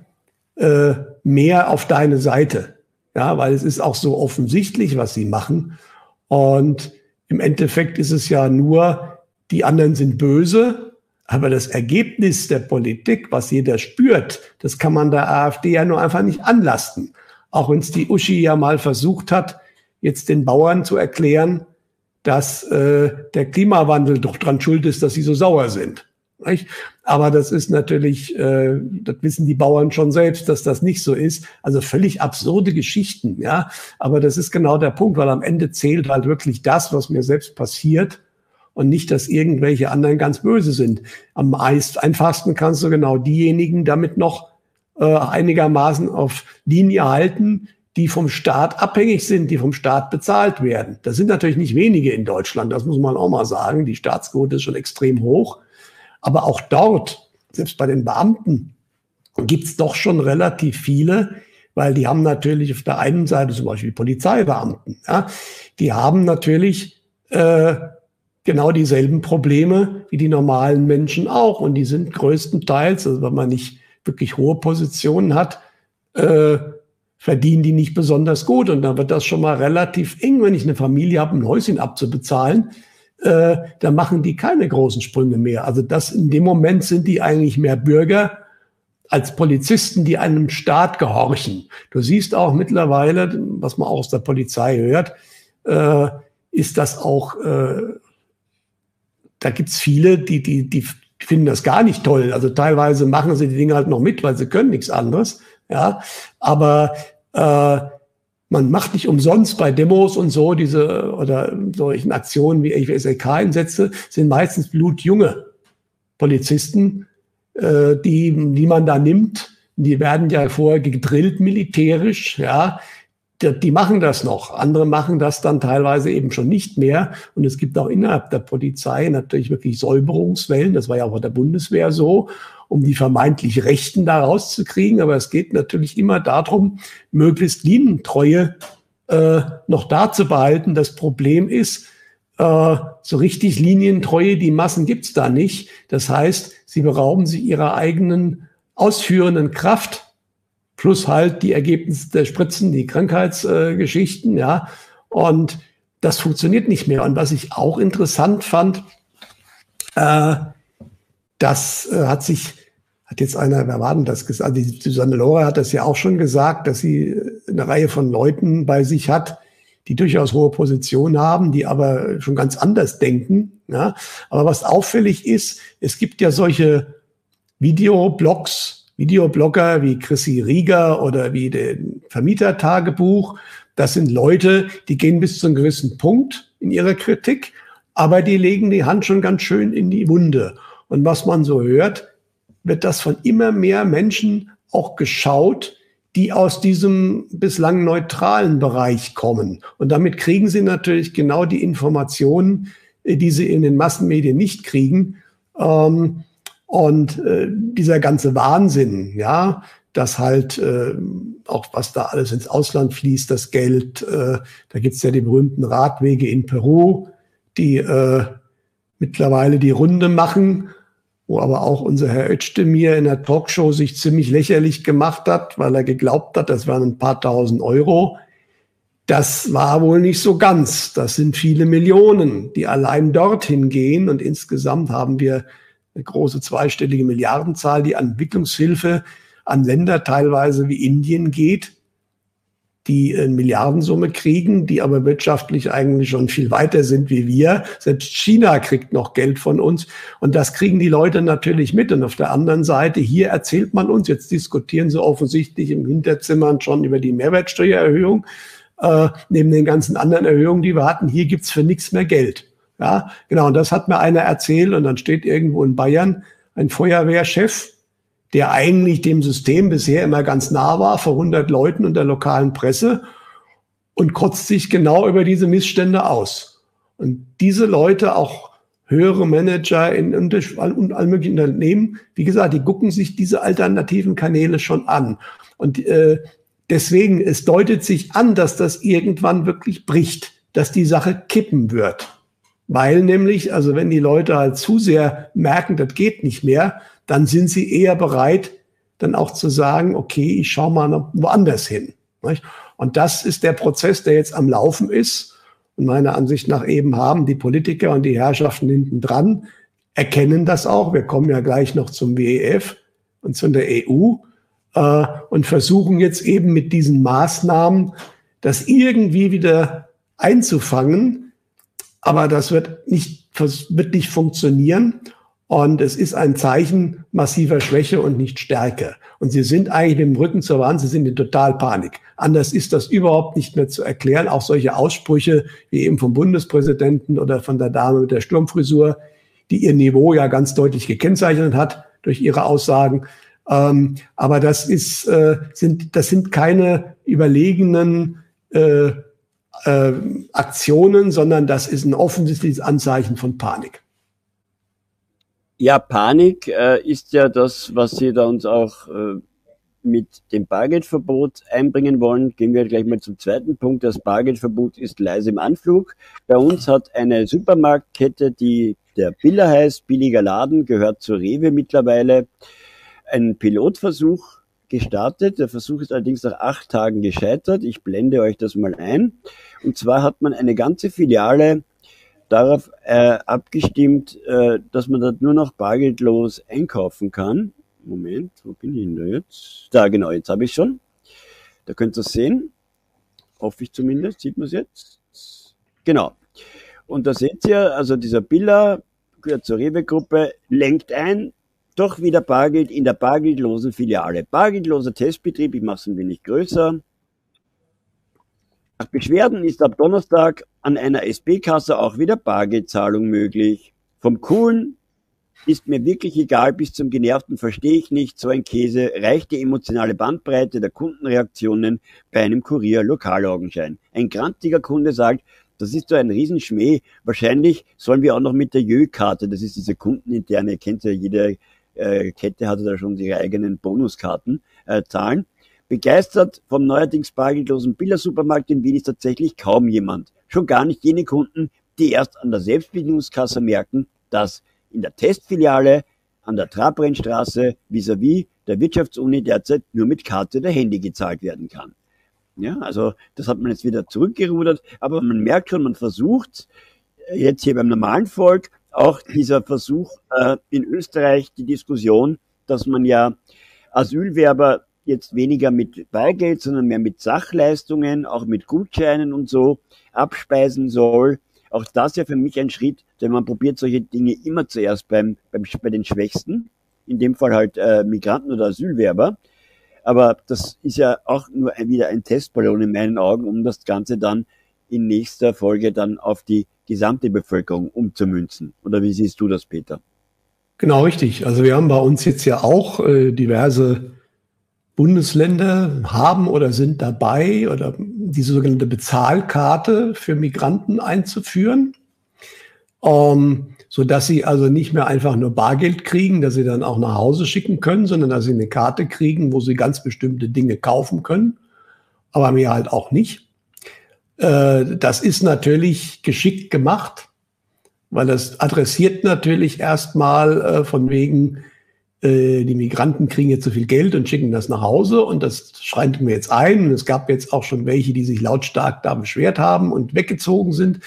mehr auf deine Seite. Ja, weil es ist auch so offensichtlich, was sie machen. Und im Endeffekt ist es ja nur, die anderen sind böse. Aber das Ergebnis der Politik, was jeder spürt, das kann man der AfD ja nur einfach nicht anlasten. Auch wenn es die Uschi ja mal versucht hat, jetzt den Bauern zu erklären, dass der Klimawandel doch dran schuld ist, dass sie so sauer sind. Nicht? Aber das ist natürlich, das wissen die Bauern schon selbst, dass das nicht so ist. Also völlig absurde Geschichten, ja. Aber das ist genau der Punkt, weil am Ende zählt halt wirklich das, was mir selbst passiert. Und nicht, dass irgendwelche anderen ganz böse sind. Am einfachsten kannst du genau diejenigen damit noch einigermaßen auf Linie halten, die vom Staat abhängig sind, die vom Staat bezahlt werden. Das sind natürlich nicht wenige in Deutschland, das muss man auch mal sagen. Die Staatsquote ist schon extrem hoch. Aber auch dort, selbst bei den Beamten, gibt es doch schon relativ viele, weil die haben natürlich auf der einen Seite zum Beispiel Polizeibeamten, ja, die haben natürlich genau dieselben Probleme wie die normalen Menschen auch. Und die sind größtenteils, also wenn man nicht wirklich hohe Positionen hat, verdienen die nicht besonders gut. Und dann wird das schon mal relativ eng, wenn ich eine Familie habe, ein Häuschen abzubezahlen, dann machen die keine großen Sprünge mehr. Also das in dem Moment sind die eigentlich mehr Bürger als Polizisten, die einem Staat gehorchen. Du siehst auch mittlerweile, was man auch aus der Polizei hört, ist das auch da gibt's viele, die finden das gar nicht toll. Also teilweise machen sie die Dinge halt noch mit, weil sie können nichts anderes. Ja, aber man macht nicht umsonst bei Demos und so diese oder solchen Aktionen wie SEK-Einsätze sind meistens blutjunge Polizisten, die man da nimmt. Die werden ja vorher gedrillt militärisch, ja. Die machen das noch. Andere machen das dann teilweise eben schon nicht mehr. Und es gibt auch innerhalb der Polizei natürlich wirklich Säuberungswellen. Das war ja auch bei der Bundeswehr so, um die vermeintlich Rechten da rauszukriegen. Aber es geht natürlich immer darum, möglichst Linientreue noch da zu behalten. Das Problem ist, so richtig Linientreue, die Massen gibt's da nicht. Das heißt, sie berauben sich ihrer eigenen ausführenden Kraft. Plus halt die Ergebnisse der Spritzen, die Krankheitsgeschichten, ja. Und das funktioniert nicht mehr. Und was ich auch interessant fand, das hat jetzt einer, wer war denn das gesagt? Die Susanne Lora hat das ja auch schon gesagt, dass sie eine Reihe von Leuten bei sich hat, die durchaus hohe Positionen haben, die aber schon ganz anders denken. Ja. Aber was auffällig ist, es gibt ja solche Videoblogger wie Chrissy Rieger oder wie den Vermietertagebuch. Das sind Leute, die gehen bis zu einem gewissen Punkt in ihrer Kritik, aber die legen die Hand schon ganz schön in die Wunde. Und was man so hört, wird das von immer mehr Menschen auch geschaut, die aus diesem bislang neutralen Bereich kommen. Und damit kriegen sie natürlich genau die Informationen, die sie in den Massenmedien nicht kriegen. Dieser ganze Wahnsinn, ja, dass halt auch was da alles ins Ausland fließt, das Geld, da gibt's ja die berühmten Radwege in Peru, die mittlerweile die Runde machen, wo aber auch unser Herr Özdemir in der Talkshow sich ziemlich lächerlich gemacht hat, weil er geglaubt hat, das waren ein paar tausend Euro. Das war wohl nicht so ganz. Das sind viele Millionen, die allein dorthin gehen. Und insgesamt haben wir eine große zweistellige Milliardenzahl, die an Entwicklungshilfe an Länder teilweise wie Indien geht, die eine Milliardensumme kriegen, die aber wirtschaftlich eigentlich schon viel weiter sind wie wir. Selbst China kriegt noch Geld von uns. Und das kriegen die Leute natürlich mit. Und auf der anderen Seite, hier erzählt man uns, jetzt diskutieren sie offensichtlich im Hinterzimmer schon über die Mehrwertsteuererhöhung, neben den ganzen anderen Erhöhungen, die wir hatten. Hier gibt's für nichts mehr Geld. Ja, genau. Und das hat mir einer erzählt. Und dann steht irgendwo in Bayern ein Feuerwehrchef, der eigentlich dem System bisher immer ganz nah war, vor 100 Leuten und der lokalen Presse, und kotzt sich genau über diese Missstände aus. Und diese Leute, auch höhere Manager in allen möglichen Unternehmen, wie gesagt, die gucken sich diese alternativen Kanäle schon an. Und deswegen, es deutet sich an, dass das irgendwann wirklich bricht, dass die Sache kippen wird. Weil nämlich, also wenn die Leute halt zu sehr merken, das geht nicht mehr, dann sind sie eher bereit, dann auch zu sagen, okay, ich schaue mal noch woanders hin. Und das ist der Prozess, der jetzt am Laufen ist. Und meiner Ansicht nach eben haben die Politiker und die Herrschaften hinten dran, erkennen das auch. Wir kommen ja gleich noch zum WEF und zu der EU und versuchen jetzt eben mit diesen Maßnahmen das irgendwie wieder einzufangen. Aber das wird nicht funktionieren. Und es ist ein Zeichen massiver Schwäche und nicht Stärke. Und sie sind eigentlich mit dem Rücken zur Wand, sie sind in Totalpanik. Anders ist das überhaupt nicht mehr zu erklären. Auch solche Aussprüche wie eben vom Bundespräsidenten oder von der Dame mit der Sturmfrisur, die ihr Niveau ja ganz deutlich gekennzeichnet hat durch ihre Aussagen. Aber das sind keine überlegenen Aktionen, sondern das ist ein offensichtliches Anzeichen von Panik. Ja, Panik ist ja das, was Sie da uns auch mit dem Bargeldverbot einbringen wollen. Gehen wir gleich mal zum zweiten Punkt. Das Bargeldverbot ist leise im Anflug. Bei uns hat eine Supermarktkette, die der Billa heißt, billiger Laden, gehört zur Rewe mittlerweile, einen Pilotversuch gestartet. Der Versuch ist allerdings nach 8 Tagen gescheitert. Ich blende euch das mal ein. Und zwar hat man eine ganze Filiale darauf abgestimmt, dass man dort nur noch bargeldlos einkaufen kann. Moment, wo bin ich denn da jetzt? Da, genau, jetzt habe ich schon. Da könnt ihr es sehen. Hoffe ich zumindest. Sieht man es jetzt? Genau. Und da seht ihr, also dieser Billa, gehört zur Rewe-Gruppe, lenkt ein, doch wieder Bargeld in der bargeldlosen Filiale. Bargeldloser Testbetrieb, ich mache es ein wenig größer. Nach Beschwerden ist ab Donnerstag an einer SB-Kasse auch wieder Bargeldzahlung möglich. Vom Coolen ist mir wirklich egal bis zum Genervten verstehe ich nicht. So ein Käse reicht die emotionale Bandbreite der Kundenreaktionen bei einem Kurier-Lokalaugenschein. Ein grantiger Kunde sagt, das ist so ein Riesenschmäh. Wahrscheinlich sollen wir auch noch mit der Jö-Karte, das ist diese kundeninterne, ihr kennt ja, jede Kette hatte da schon ihre eigenen Bonuskarten, zahlen. Begeistert vom neuerdings bargeldlosen Billa-Supermarkt in Wien ist tatsächlich kaum jemand. Schon gar nicht jene Kunden, die erst an der Selbstbedienungskasse merken, dass in der Testfiliale an der Trabrennstraße vis-à-vis der Wirtschaftsuni derzeit nur mit Karte oder Handy gezahlt werden kann. Ja, also das hat man jetzt wieder zurückgerudert, aber man merkt schon, man versucht jetzt hier beim normalen Volk auch dieser Versuch in Österreich, die Diskussion, dass man ja Asylwerber jetzt weniger mit Bargeld, sondern mehr mit Sachleistungen, auch mit Gutscheinen und so abspeisen soll. Auch das ja für mich ein Schritt, denn man probiert solche Dinge immer zuerst bei den Schwächsten, in dem Fall halt Migranten oder Asylwerber. Aber das ist ja auch nur wieder ein Testballon in meinen Augen, um das Ganze dann in nächster Folge dann auf die gesamte Bevölkerung umzumünzen. Oder wie siehst du das, Peter? Genau, richtig. Also wir haben bei uns jetzt ja auch diverse Bundesländer haben oder sind dabei, oder diese sogenannte Bezahlkarte für Migranten einzuführen, sodass sie also nicht mehr einfach nur Bargeld kriegen, das sie dann auch nach Hause schicken können, sondern dass sie eine Karte kriegen, wo sie ganz bestimmte Dinge kaufen können, aber mehr halt auch nicht. Das ist natürlich geschickt gemacht, weil das adressiert natürlich erstmal von wegen, die Migranten kriegen jetzt so viel Geld und schicken das nach Hause und das schränken wir jetzt ein. Und es gab jetzt auch schon welche, die sich lautstark da beschwert haben und weggezogen sind.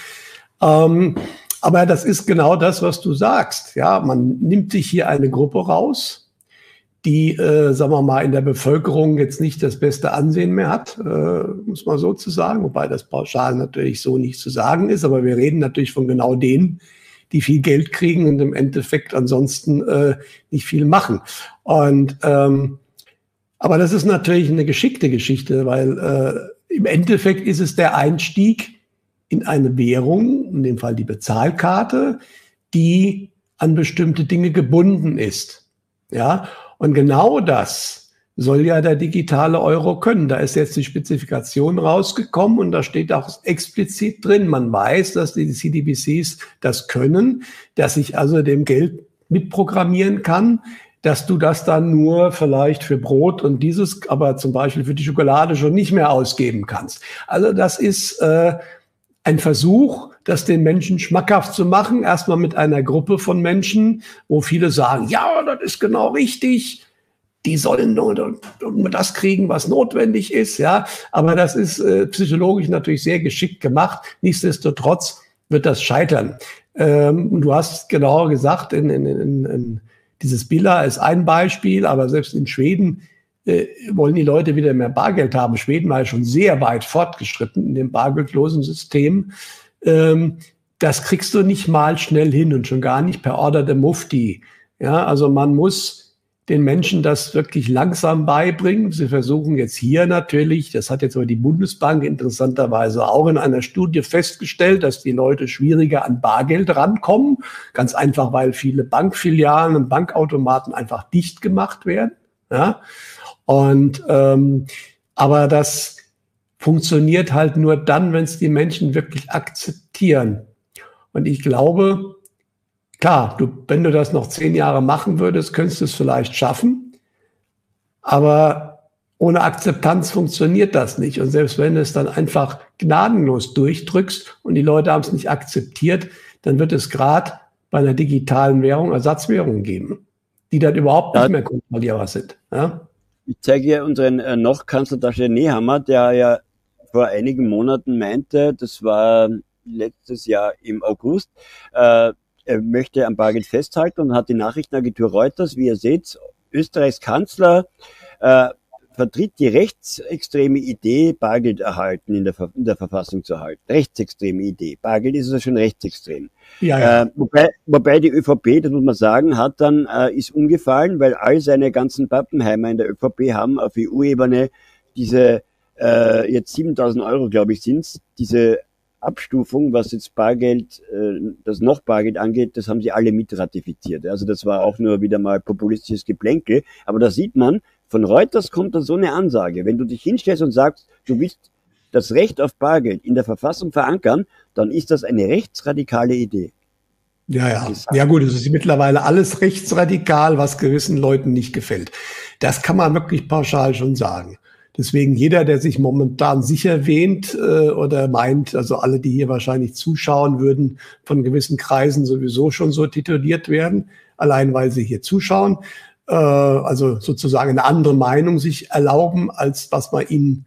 Aber das ist genau das, was du sagst. Ja, man nimmt sich hier eine Gruppe raus, die, sagen wir mal, in der Bevölkerung jetzt nicht das beste Ansehen mehr hat, muss man so zu sagen, wobei das pauschal natürlich so nicht zu sagen ist. Aber wir reden natürlich von genau denen, die viel Geld kriegen und im Endeffekt ansonsten nicht viel machen. Und aber das ist natürlich eine geschickte Geschichte, weil im Endeffekt ist es der Einstieg in eine Währung, in dem Fall die Bezahlkarte, die an bestimmte Dinge gebunden ist. Ja, und genau das soll ja der digitale Euro können. Da ist jetzt die Spezifikation rausgekommen und da steht auch explizit drin, man weiß, dass die CBDCs das können, dass ich also dem Geld mitprogrammieren kann, dass du das dann nur vielleicht für Brot und dieses, aber zum Beispiel für die Schokolade schon nicht mehr ausgeben kannst. Also das ist ein Versuch, das den Menschen schmackhaft zu machen, erstmal mit einer Gruppe von Menschen, wo viele sagen, ja, das ist genau richtig, die sollen nur das kriegen, was notwendig ist, ja. Aber das ist psychologisch natürlich sehr geschickt gemacht. Nichtsdestotrotz wird das scheitern. Du hast genau gesagt, dieses Billa ist ein Beispiel, aber selbst in Schweden wollen die Leute wieder mehr Bargeld haben. Schweden war ja schon sehr weit fortgeschritten in dem bargeldlosen System. Das kriegst du nicht mal schnell hin und schon gar nicht per Order der Mufti. Ja, also man muss den Menschen das wirklich langsam beibringen. Sie versuchen jetzt hier natürlich, das hat jetzt aber die Bundesbank interessanterweise auch in einer Studie festgestellt, dass die Leute schwieriger an Bargeld rankommen. Ganz einfach, weil viele Bankfilialen und Bankautomaten einfach dicht gemacht werden. Ja? Und aber das funktioniert halt nur dann, wenn es die Menschen wirklich akzeptieren. Und ich glaube, klar, wenn du das noch 10 Jahre machen würdest, könntest du es vielleicht schaffen. Aber ohne Akzeptanz funktioniert das nicht. Und selbst wenn du es dann einfach gnadenlos durchdrückst und die Leute haben es nicht akzeptiert, dann wird es gerade bei einer digitalen Währung Ersatzwährungen geben, die dann überhaupt nicht mehr kontrollierbar sind. Ja? Ich zeige hier unseren Noch-Kanzler Dacier Nehammer, der ja vor einigen Monaten meinte, das war letztes Jahr im August, er möchte am Bargeld festhalten und hat die Nachrichtenagentur Reuters, wie ihr seht, Österreichs Kanzler vertritt die rechtsextreme Idee, Bargeld erhalten in der Verfassung zu erhalten. Rechtsextreme Idee. Bargeld ist also schon rechtsextrem. Ja. Wobei die ÖVP, das muss man sagen, ist umgefallen, weil all seine ganzen Pappenheimer in der ÖVP haben auf EU-Ebene diese jetzt 7.000 Euro, glaube ich, sind's, diese Abstufung, was jetzt Bargeld, das noch Bargeld angeht, das haben sie alle mit ratifiziert. Also das war auch nur wieder mal populistisches Geplänkel. Aber da sieht man, von Reuters kommt da so eine Ansage. Wenn du dich hinstellst und sagst, du willst das Recht auf Bargeld in der Verfassung verankern, dann ist das eine rechtsradikale Idee. Ja gut, es ist mittlerweile alles rechtsradikal, was gewissen Leuten nicht gefällt. Das kann man wirklich pauschal schon sagen. Deswegen jeder, der sich momentan sicher wähnt oder meint, also alle, die hier wahrscheinlich zuschauen, würden von gewissen Kreisen sowieso schon so tituliert werden, allein weil sie hier zuschauen, also sozusagen eine andere Meinung sich erlauben, als was man ihnen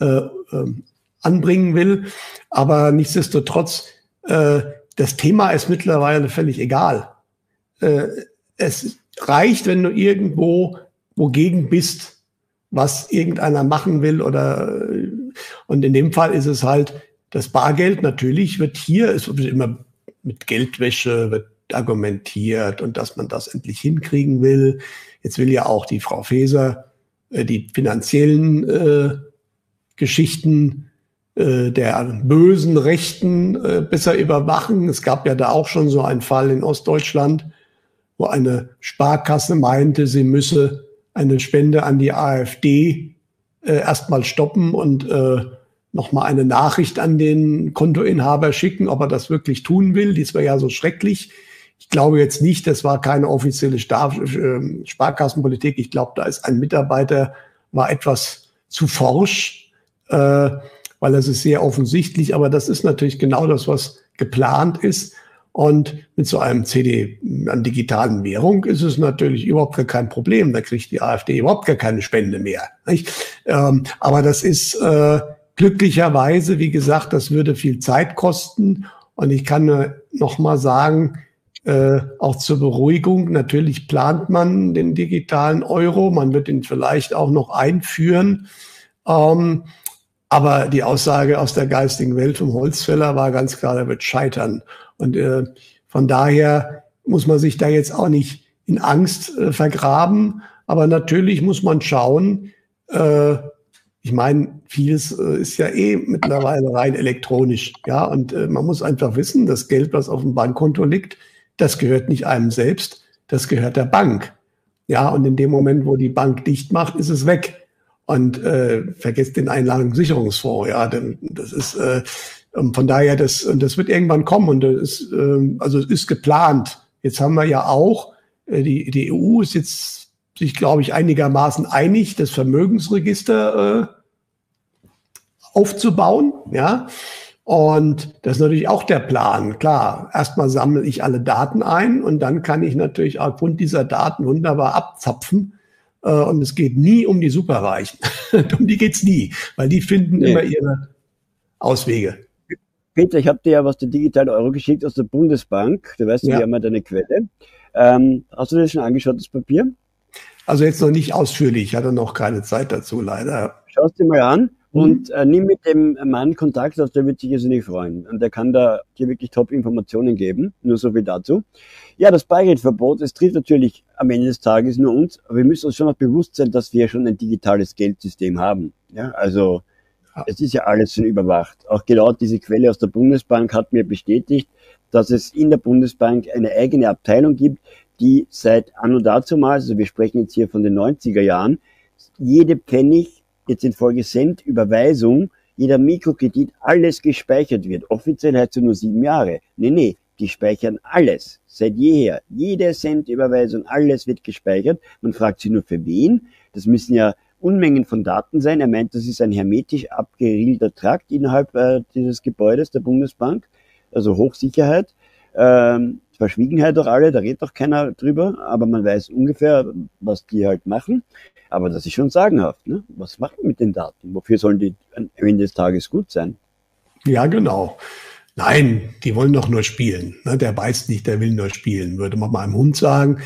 anbringen will. Aber nichtsdestotrotz, das Thema ist mittlerweile völlig egal. Es reicht, wenn du irgendwo wogegen bist, was irgendeiner machen will und in dem Fall ist es halt das Bargeld. Natürlich es wird immer mit Geldwäsche wird argumentiert und dass man das endlich hinkriegen will. Jetzt will ja auch die Frau Faeser die finanziellen Geschichten der bösen Rechten besser überwachen. Es gab ja da auch schon so einen Fall in Ostdeutschland, wo eine Sparkasse meinte, sie müsse eine Spende an die AfD erstmal stoppen und nochmal eine Nachricht an den Kontoinhaber schicken, ob er das wirklich tun will. Dies war ja so schrecklich. Ich glaube jetzt nicht, das war keine offizielle Sparkassenpolitik. Ich glaube, da ist ein Mitarbeiter, war etwas zu forsch, weil das ist sehr offensichtlich. Aber das ist natürlich genau das, was geplant ist. Und mit so einem CD an digitalen Währung ist es natürlich überhaupt gar kein Problem. Da kriegt die AfD überhaupt gar keine Spende mehr. Nicht? Aber das ist glücklicherweise, wie gesagt, das würde viel Zeit kosten. Und ich kann nur noch mal sagen, auch zur Beruhigung, natürlich plant man den digitalen Euro. Man wird ihn vielleicht auch noch einführen. Aber die Aussage aus der geistigen Welt vom Holzfäller war ganz klar, er wird scheitern. Und von daher muss man sich da jetzt auch nicht in Angst vergraben. Aber natürlich muss man schauen, ich meine, vieles ist ja mittlerweile rein elektronisch. Ja, und man muss einfach wissen, das Geld, was auf dem Bankkonto liegt, das gehört nicht einem selbst, das gehört der Bank. Ja, und in dem Moment, wo die Bank dicht macht, ist es weg. Und vergesst den Einlagensicherungsfonds. Ja, denn das ist von daher, das wird irgendwann kommen. Und das ist, also es ist geplant. Jetzt haben wir ja auch, die EU ist jetzt sich, glaube ich, einigermaßen einig, das Vermögensregister aufzubauen. Ja. Und das ist natürlich auch der Plan. Klar, erstmal sammle ich alle Daten ein und dann kann ich natürlich aufgrund dieser Daten wunderbar abzapfen. Und es geht nie um die Superreichen. Um die geht's nie, weil die finden immer ihre Auswege. Peter, ich habe dir ja was der digitale Euro geschickt aus der Bundesbank. Du weißt, wir haben ja deine Quelle. Hast du das schon angeschaut, das Papier? Also jetzt noch nicht ausführlich. Ich hatte noch keine Zeit dazu, leider. Schau es dir mal an. Und nimm mit dem Mann Kontakt auf, der wird sich irrsinnig freuen. Und der kann da dir wirklich Top-Informationen geben. Nur so viel dazu. Ja, das Bargeldverbot, es trifft natürlich am Ende des Tages nur uns, aber wir müssen uns schon noch bewusst sein, dass wir schon ein digitales Geldsystem haben. Ja, also es ist ja alles schon überwacht. Auch genau diese Quelle aus der Bundesbank hat mir bestätigt, dass es in der Bundesbank eine eigene Abteilung gibt, die seit anno dazumals, also wir sprechen jetzt hier von den 90er Jahren, jede Pfennig, jetzt in Folge Cent Überweisung, jeder Mikrokredit, alles gespeichert wird. Offiziell heißt es nur 7 Jahre. Nee, die speichern alles. Seit jeher. Jede Cent-Überweisung, alles wird gespeichert. Man fragt sich nur für wen. Das müssen ja Unmengen von Daten sein. Er meint, das ist ein hermetisch abgeriegelter Trakt innerhalb dieses Gebäudes der Bundesbank. Also Hochsicherheit. Verschwiegenheit auch alle, da redet doch keiner drüber, aber man weiß ungefähr, was die halt machen. Aber das ist schon sagenhaft, ne? Was macht man mit den Daten? Wofür sollen die am Ende des Tages gut sein? Ja, genau. Nein, die wollen doch nur spielen. Ne? Der beißt nicht, der will nur spielen, würde man mal einem Hund sagen.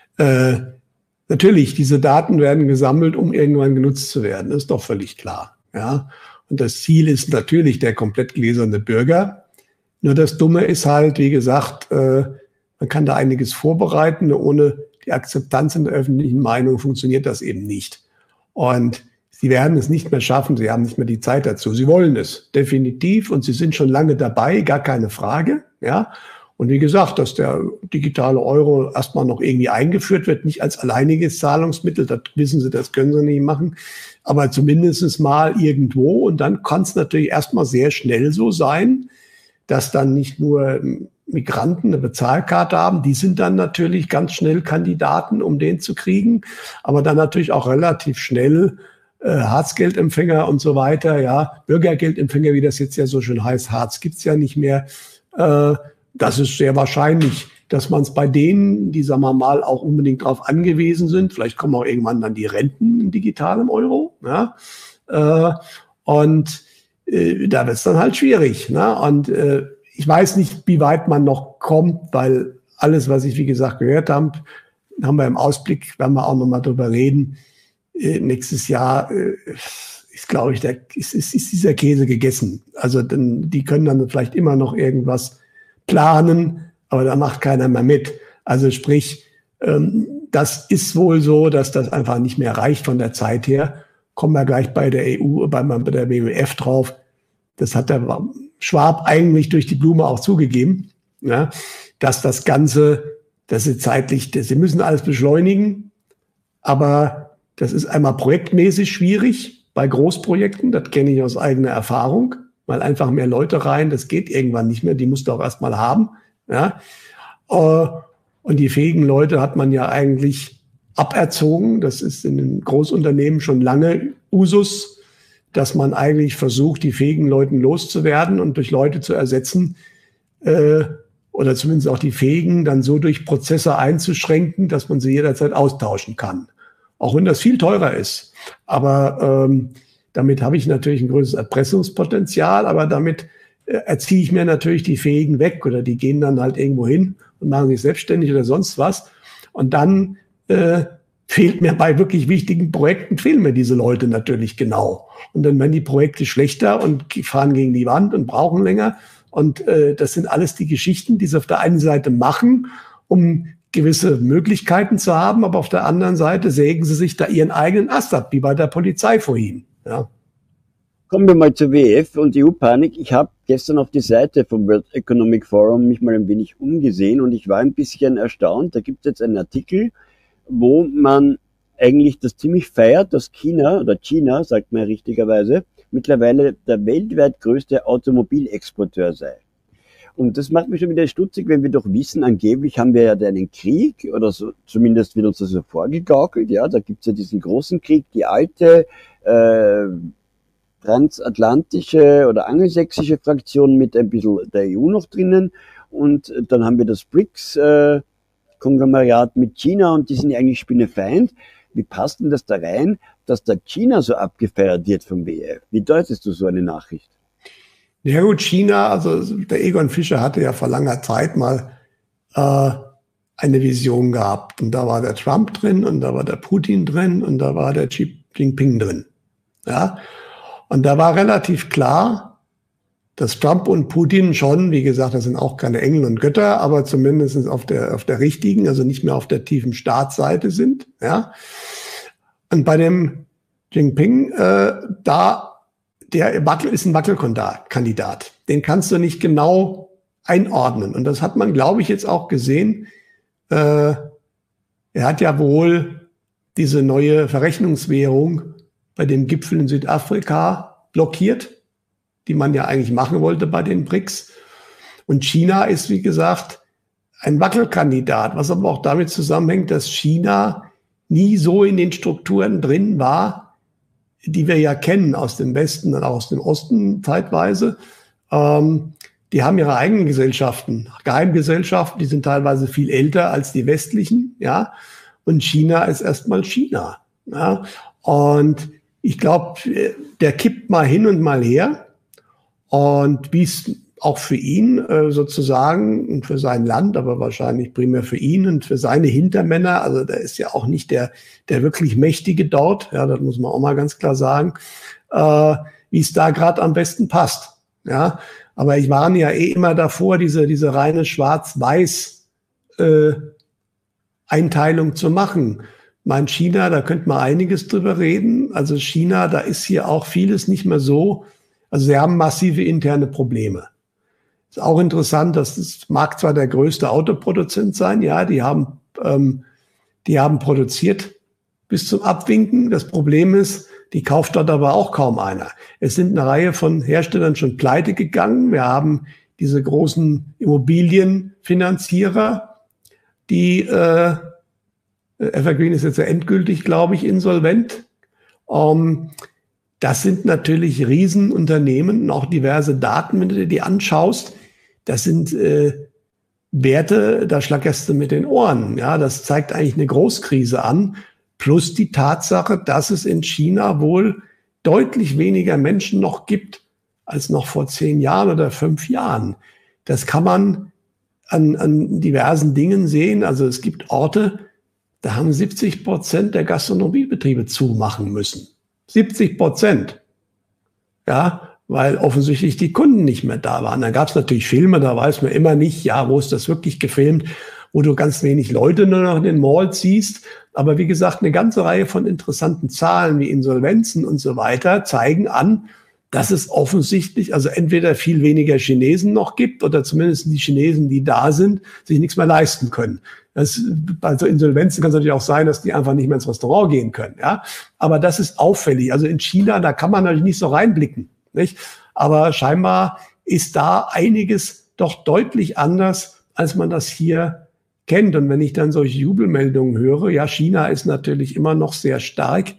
Natürlich, diese Daten werden gesammelt, um irgendwann genutzt zu werden. Das ist doch völlig klar. Ja? Und das Ziel ist natürlich der komplett gläserne Bürger. Nur das Dumme ist halt, wie gesagt, man kann da einiges vorbereiten. Ohne die Akzeptanz in der öffentlichen Meinung funktioniert das eben nicht. Und sie werden es nicht mehr schaffen. Sie haben nicht mehr die Zeit dazu. Sie wollen es definitiv und sie sind schon lange dabei, gar keine Frage. Ja. Und wie gesagt, dass der digitale Euro erstmal noch irgendwie eingeführt wird, nicht als alleiniges Zahlungsmittel, das wissen sie, das können sie nicht machen, aber zumindest mal irgendwo. Und dann kann es natürlich erstmal sehr schnell so sein, dass dann nicht nur Migranten eine Bezahlkarte haben, die sind dann natürlich ganz schnell Kandidaten, um den zu kriegen, aber dann natürlich auch relativ schnell Harzgeldempfänger und so weiter, ja, Bürgergeldempfänger, wie das jetzt ja so schön heißt, Harz gibt's ja nicht mehr. Das ist sehr wahrscheinlich, dass man es bei denen, die, sagen wir mal, auch unbedingt darauf angewiesen sind, vielleicht kommen auch irgendwann dann die Renten in digitalem Euro, ja, und da wird es dann halt schwierig. Ne? Und ich weiß nicht, wie weit man noch kommt, weil alles, was ich, wie gesagt, gehört habe, haben wir im Ausblick, werden wir auch nochmal drüber reden. nächstes Jahr ist, glaube ich, ist dieser Käse gegessen. Also die können dann vielleicht immer noch irgendwas planen, aber da macht keiner mehr mit. Also sprich, das ist wohl so, dass das einfach nicht mehr reicht von der Zeit her. Kommen wir gleich bei der EU, bei der WWF drauf. Das hat der Schwab eigentlich durch die Blume auch zugegeben, ja, dass das Ganze, dass sie müssen alles beschleunigen, aber das ist einmal projektmäßig schwierig bei Großprojekten, das kenne ich aus eigener Erfahrung, weil einfach mehr Leute rein, das geht irgendwann nicht mehr, die musst du auch erstmal haben. Ja. Und die fähigen Leute hat man ja eigentlich aberzogen. Das ist in den Großunternehmen schon lange Usus, dass man eigentlich versucht, die fähigen Leuten loszuwerden und durch Leute zu ersetzen, oder zumindest auch die Fähigen dann so durch Prozesse einzuschränken, dass man sie jederzeit austauschen kann. Auch wenn das viel teurer ist. Aber damit habe ich natürlich ein größeres Erpressungspotenzial, aber damit erziehe ich mir natürlich die Fähigen weg oder die gehen dann halt irgendwo hin und machen sich selbstständig oder sonst was. Und dann fehlt mir bei wirklich wichtigen Projekten, fehlen mir diese Leute natürlich genau. Und dann werden die Projekte schlechter und fahren gegen die Wand und brauchen länger. Und das sind alles die Geschichten, die sie auf der einen Seite machen, um gewisse Möglichkeiten zu haben, aber auf der anderen Seite sägen sie sich da ihren eigenen Ast ab, wie bei der Polizei vorhin. Ja. Kommen wir mal zur WEF und EU-Panik. Ich habe gestern auf die Seite vom World Economic Forum mich mal ein wenig umgesehen und ich war ein bisschen erstaunt. Da gibt es jetzt einen Artikel, wo man eigentlich das ziemlich feiert, dass China, sagt man ja richtigerweise, mittlerweile der weltweit größte Automobilexporteur sei. Und das macht mich schon wieder stutzig, wenn wir doch wissen, angeblich haben wir ja einen Krieg, oder so, zumindest wird uns das so vorgegaukelt, ja, da gibt's ja diesen großen Krieg, die alte transatlantische oder angelsächsische Fraktion mit ein bisschen der EU noch drinnen und dann haben wir das BRICS-Konglomerat mit China und die sind ja eigentlich spinnefeind. Wie passt denn das da rein, dass da China so abgefeiert wird vom WEF? Wie deutest du so eine Nachricht? Ja gut, China, also der Egon Fischer hatte ja vor langer Zeit mal eine Vision gehabt. Und da war der Trump drin und da war der Putin drin und da war der Xi Jinping drin. Ja? Und da war relativ klar, dass Trump und Putin schon, wie gesagt, das sind auch keine Engel und Götter, aber zumindest auf der richtigen, also nicht mehr auf der tiefen Staatsseite sind. Ja? Und bei dem Jinping, der ist ein Wackelkandidat. Den kannst du nicht genau einordnen. Und das hat man, glaube ich, jetzt auch gesehen. Er hat ja wohl diese neue Verrechnungswährung bei dem Gipfel in Südafrika blockiert, die man ja eigentlich machen wollte bei den BRICS. Und China ist, wie gesagt, ein Wackelkandidat, was aber auch damit zusammenhängt, dass China nie so in den Strukturen drin war, die wir ja kennen aus dem Westen und auch aus dem Osten zeitweise. Die haben ihre eigenen Gesellschaften, Geheimgesellschaften, die sind teilweise viel älter als die westlichen, ja. Und China ist erstmal China, ja. Und ich glaube, der kippt mal hin und mal her. Und wie es auch für ihn sozusagen und für sein Land, aber wahrscheinlich primär für ihn und für seine Hintermänner, also der ist ja auch nicht der wirklich Mächtige dort, ja, das muss man auch mal ganz klar sagen, wie es da gerade am besten passt. Ja, aber ich warne ja immer davor, diese reine Schwarz-Weiß Einteilung zu machen. Mein China, da könnte man einiges drüber reden. Also China, da ist hier auch vieles nicht mehr so. Also sie haben massive interne Probleme. Ist auch interessant, dass das mag zwar der größte Autoproduzent sein, ja, die haben produziert bis zum Abwinken. Das Problem ist, die kauft dort aber auch kaum einer. Es sind eine Reihe von Herstellern schon pleite gegangen. Wir haben diese großen Immobilienfinanzierer, die Evergreen ist jetzt ja endgültig, glaube ich, insolvent. Das sind natürlich Riesenunternehmen und auch diverse Daten, wenn du dir die anschaust. Das sind Werte, da schlackerst du mit den Ohren. Ja, das zeigt eigentlich eine Großkrise an. Plus die Tatsache, dass es in China wohl deutlich weniger Menschen noch gibt als noch vor 10 Jahren oder 5 Jahren. Das kann man an diversen Dingen sehen. Also es gibt Orte, da haben 70% der Gastronomiebetriebe zumachen müssen. 70%. Ja, weil offensichtlich die Kunden nicht mehr da waren. Dann gab es natürlich Filme, da weiß man immer nicht, ja, wo ist das wirklich gefilmt, wo du ganz wenig Leute nur noch in den Malls siehst. Aber wie gesagt, eine ganze Reihe von interessanten Zahlen wie Insolvenzen und so weiter zeigen an, dass es offensichtlich also entweder viel weniger Chinesen noch gibt oder zumindest die Chinesen, die da sind, sich nichts mehr leisten können. Bei so Insolvenzen kann es natürlich auch sein, dass die einfach nicht mehr ins Restaurant gehen können. Ja? Aber das ist auffällig. Also in China, da kann man natürlich nicht so reinblicken. Nicht? Aber scheinbar ist da einiges doch deutlich anders, als man das hier kennt. Und wenn ich dann solche Jubelmeldungen höre, ja, China ist natürlich immer noch sehr stark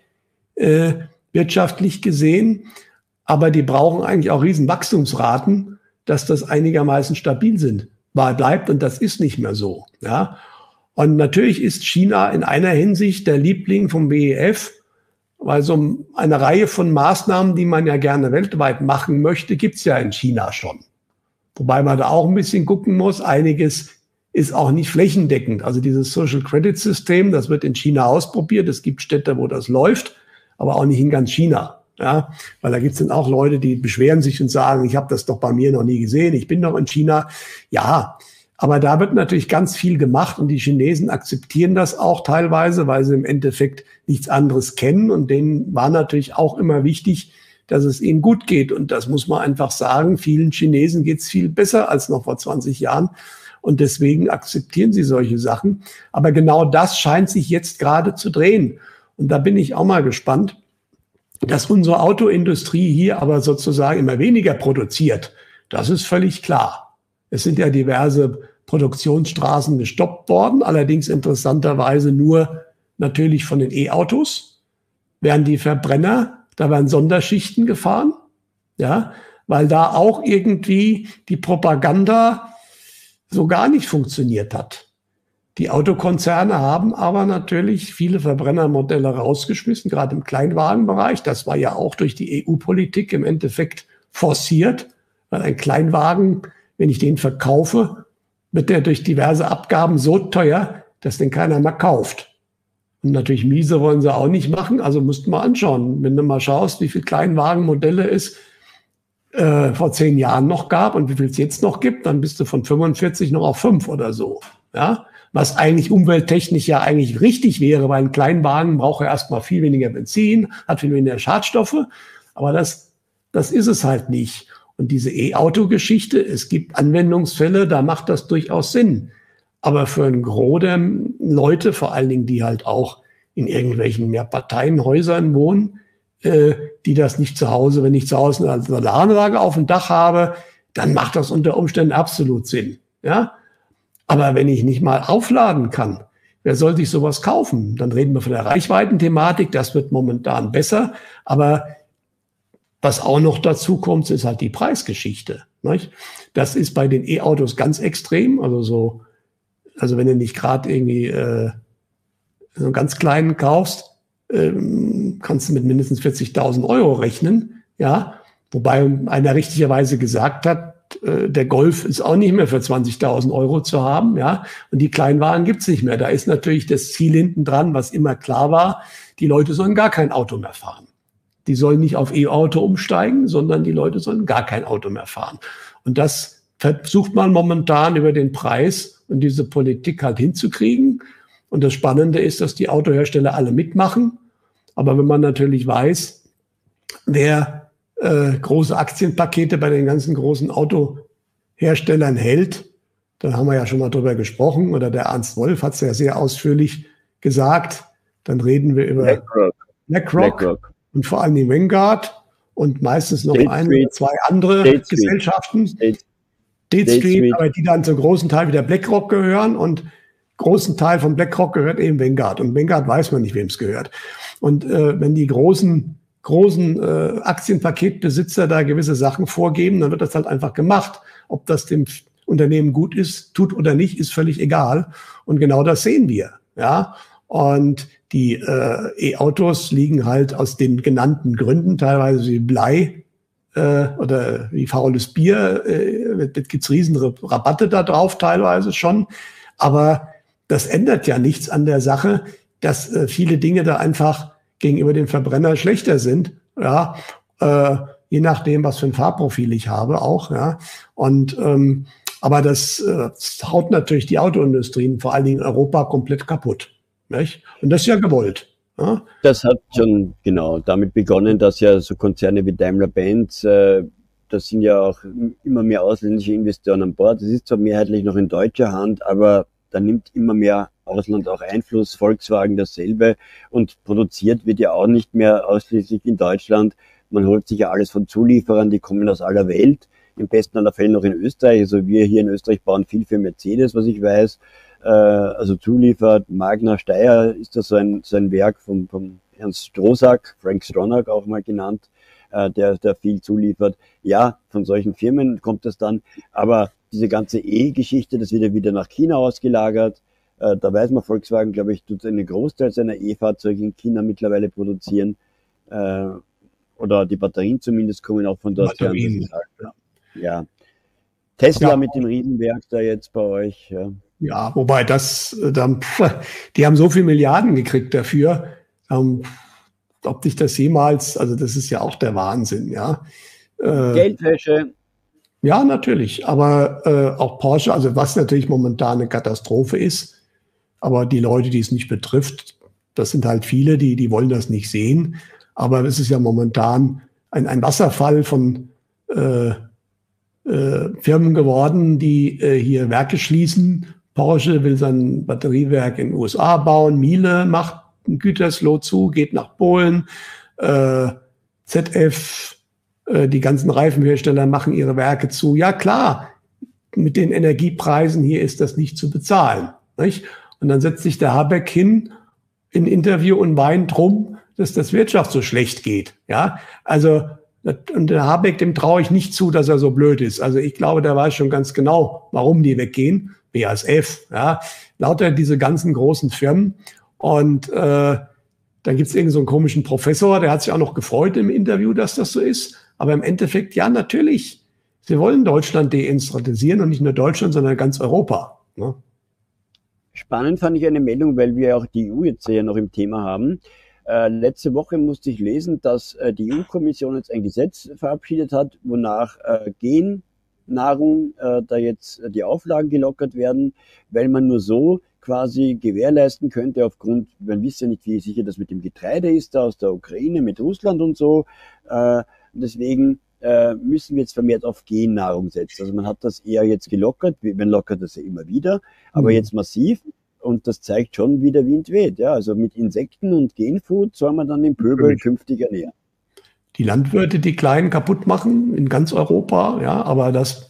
wirtschaftlich gesehen, aber die brauchen eigentlich auch riesen Wachstumsraten, dass das einigermaßen stabil bleibt. Und das ist nicht mehr so. Ja? Und natürlich ist China in einer Hinsicht der Liebling vom WEF, weil so eine Reihe von Maßnahmen, die man ja gerne weltweit machen möchte, gibt es ja in China schon. Wobei man da auch ein bisschen gucken muss. Einiges ist auch nicht flächendeckend. Also dieses Social Credit System, das wird in China ausprobiert. Es gibt Städte, wo das läuft, aber auch nicht in ganz China. Ja, weil da gibt es dann auch Leute, die beschweren sich und sagen, ich habe das doch bei mir noch nie gesehen, ich bin doch in China. Ja, aber da wird natürlich ganz viel gemacht und die Chinesen akzeptieren das auch teilweise, weil sie im Endeffekt nichts anderes kennen. Und denen war natürlich auch immer wichtig, dass es ihnen gut geht. Und das muss man einfach sagen, vielen Chinesen geht es viel besser als noch vor 20 Jahren. Und deswegen akzeptieren sie solche Sachen. Aber genau das scheint sich jetzt gerade zu drehen. Und da bin ich auch mal gespannt, dass unsere Autoindustrie hier aber sozusagen immer weniger produziert. Das ist völlig klar. Es sind ja diverse Produktionsstraßen gestoppt worden, allerdings interessanterweise nur natürlich von den E-Autos, während die Verbrenner, da werden Sonderschichten gefahren, ja, weil da auch irgendwie die Propaganda so gar nicht funktioniert hat. Die Autokonzerne haben aber natürlich viele Verbrennermodelle rausgeschmissen, gerade im Kleinwagenbereich. Das war ja auch durch die EU-Politik im Endeffekt forciert, weil ein Kleinwagen, wenn ich den verkaufe, wird der durch diverse Abgaben so teuer, dass den keiner mehr kauft. Und natürlich miese wollen sie auch nicht machen, also musst du mal anschauen. Wenn du mal schaust, wie viele Kleinwagenmodelle es vor 10 Jahren noch gab und wie viel es jetzt noch gibt, dann bist du von 45 noch auf 5 oder so. Ja? Was eigentlich umwelttechnisch ja eigentlich richtig wäre, weil ein Kleinwagen braucht ja erstmal viel weniger Benzin, hat viel weniger Schadstoffe, aber das ist es halt nicht. Und diese E-Auto-Geschichte, es gibt Anwendungsfälle, da macht das durchaus Sinn. Aber für einen Gros der Leute, vor allen Dingen, die halt auch in irgendwelchen Mehrparteienhäusern wohnen, die das nicht zu Hause, wenn ich zu Hause eine Solaranlage auf dem Dach habe, dann macht das unter Umständen absolut Sinn. Ja? Aber wenn ich nicht mal aufladen kann, wer soll sich sowas kaufen? Dann reden wir von der Reichweitenthematik, das wird momentan besser. Aber was auch noch dazu kommt, ist halt die Preisgeschichte. Nicht? Das ist bei den E-Autos ganz extrem. Also wenn du nicht gerade irgendwie so einen ganz kleinen kaufst, kannst du mit mindestens 40.000 Euro rechnen. Ja? Wobei einer richtigerweise gesagt hat, der Golf ist auch nicht mehr für 20.000 Euro zu haben, ja. Und die Kleinwagen gibt's nicht mehr. Da ist natürlich das Ziel hinten dran, was immer klar war, die Leute sollen gar kein Auto mehr fahren. Die sollen nicht auf E-Auto umsteigen, sondern die Leute sollen gar kein Auto mehr fahren. Und das versucht man momentan über den Preis und diese Politik halt hinzukriegen. Und das Spannende ist, dass die Autohersteller alle mitmachen. Aber wenn man natürlich weiß, wer große Aktienpakete bei den ganzen großen Autoherstellern hält, dann haben wir ja schon mal drüber gesprochen, oder der Ernst Wolf hat es ja sehr ausführlich gesagt, dann reden wir über BlackRock und vor allem die Vanguard und meistens noch ein oder zwei andere Gesellschaften, State Street, aber die dann zum großen Teil wieder BlackRock gehören, und großen Teil von BlackRock gehört eben Vanguard, und Vanguard weiß man nicht, wem es gehört. Und wenn die großen Aktienpaketbesitzer da gewisse Sachen vorgeben, dann wird das halt einfach gemacht. Ob das dem Unternehmen gut ist, tut oder nicht, ist völlig egal. Und genau das sehen wir. Ja, und die E-Autos liegen halt aus den genannten Gründen, teilweise wie Blei oder wie faules Bier, gibt's riesen Rabatte da drauf teilweise schon. Aber das ändert ja nichts an der Sache, dass viele Dinge da einfach gegenüber dem Verbrenner schlechter sind, ja, je nachdem, was für ein Fahrprofil ich habe auch, ja. Und aber das haut natürlich die Autoindustrien, vor allen Dingen in Europa, komplett kaputt. Nicht? Und das ist ja gewollt. Ja? Das hat schon genau damit begonnen, dass ja so Konzerne wie Daimler-Benz, das sind ja auch immer mehr ausländische Investoren an Bord. Das ist zwar mehrheitlich noch in deutscher Hand, aber da nimmt immer mehr Ausland auch Einfluss. Volkswagen dasselbe, und produziert wird ja auch nicht mehr ausschließlich in Deutschland. Man holt sich ja alles von Zulieferern, die kommen aus aller Welt. Im besten aller Fälle noch in Österreich. Also wir hier in Österreich bauen viel für Mercedes, was ich weiß. Also zuliefert. Magna Steyr ist da so ein Werk vom Ernst Strosack, Frank Stronach auch mal genannt, der viel zuliefert. Ja, von solchen Firmen kommt das dann. Aber diese ganze E-Geschichte, das wird ja wieder nach China ausgelagert. Da weiß man, Volkswagen, glaube ich, tut einen Großteil seiner E-Fahrzeuge in China mittlerweile produzieren. Oder die Batterien zumindest kommen auch von dort. Ja. Tesla ja, mit dem Riesenwerk da jetzt bei euch. Ja, ja, wobei die haben so viele Milliarden gekriegt dafür. Ob dich das jemals, also das ist ja auch der Wahnsinn, ja. Geldwäsche. Ja, natürlich. Aber auch Porsche, also was natürlich momentan eine Katastrophe ist, aber die Leute, die es nicht betrifft, das sind halt viele, die wollen das nicht sehen. Aber es ist ja momentan ein Wasserfall von Firmen geworden, die hier Werke schließen. Porsche will sein Batteriewerk in den USA bauen. Miele macht ein Gütersloh zu, geht nach Polen. ZF, die ganzen Reifenhersteller machen ihre Werke zu. Ja klar, mit den Energiepreisen hier ist das nicht zu bezahlen. Nicht? Und dann setzt sich der Habeck hin in ein Interview und weint drum, dass das Wirtschaft so schlecht geht. Ja, also und der Habeck, dem traue ich nicht zu, dass er so blöd ist. Also ich glaube, der weiß schon ganz genau, warum die weggehen. BASF, ja, lauter diese ganzen großen Firmen. Und dann gibt es irgend so einen komischen Professor, der hat sich auch noch gefreut im Interview, dass das so ist. Aber im Endeffekt, ja, natürlich. Sie wollen Deutschland deindustrialisieren und nicht nur Deutschland, sondern ganz Europa. Ne? Spannend fand ich eine Meldung, weil wir auch die EU jetzt ja noch im Thema haben. Letzte Woche musste ich lesen, dass die EU-Kommission jetzt ein Gesetz verabschiedet hat, wonach Gennahrung da jetzt die Auflagen gelockert werden, weil man nur so quasi gewährleisten könnte aufgrund, man wissen ja nicht, wie sicher das mit dem Getreide ist, da aus der Ukraine, mit Russland und so. Deswegen müssen wir jetzt vermehrt auf Gennahrung setzen. Also man hat das eher jetzt gelockert, man lockert das ja immer wieder, aber jetzt massiv. Und das zeigt schon, wie der Wind weht. Ja, also mit Insekten und Genfood soll man dann den Pöbel künftig ernähren. Die Landwirte, die Kleinen kaputt machen in ganz Europa, ja, aber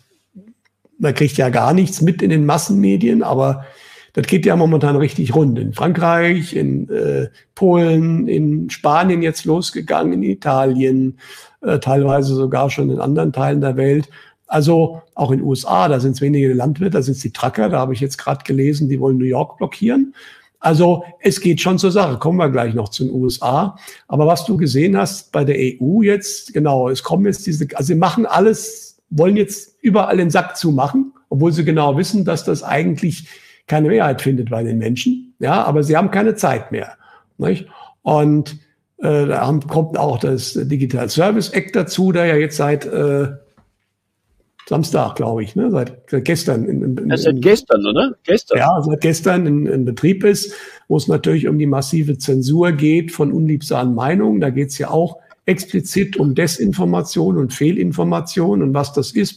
man kriegt ja gar nichts mit in den Massenmedien, aber das geht ja momentan richtig rund. In Frankreich, in Polen, in Spanien jetzt losgegangen, in Italien, teilweise sogar schon in anderen Teilen der Welt. Also auch in den USA, da sind es wenige Landwirte, da sind es die Trucker, da habe ich jetzt gerade gelesen, die wollen New York blockieren. Also es geht schon zur Sache, kommen wir gleich noch zu den USA. Aber was du gesehen hast bei der EU jetzt, genau, es kommen jetzt also sie machen alles, wollen jetzt überall den Sack zumachen, obwohl sie genau wissen, dass das eigentlich keine Mehrheit findet bei den Menschen. Ja, aber sie haben keine Zeit mehr. Nicht? Und da kommt auch das Digital Service Act dazu, der ja jetzt seit Samstag, glaube ich, ne? Seit gestern. Seit gestern, oder? Gestern. Ja, seit gestern in Betrieb ist, wo es natürlich um die massive Zensur geht von unliebsamen Meinungen. Da geht es ja auch explizit um Desinformation und Fehlinformation. Und was das ist,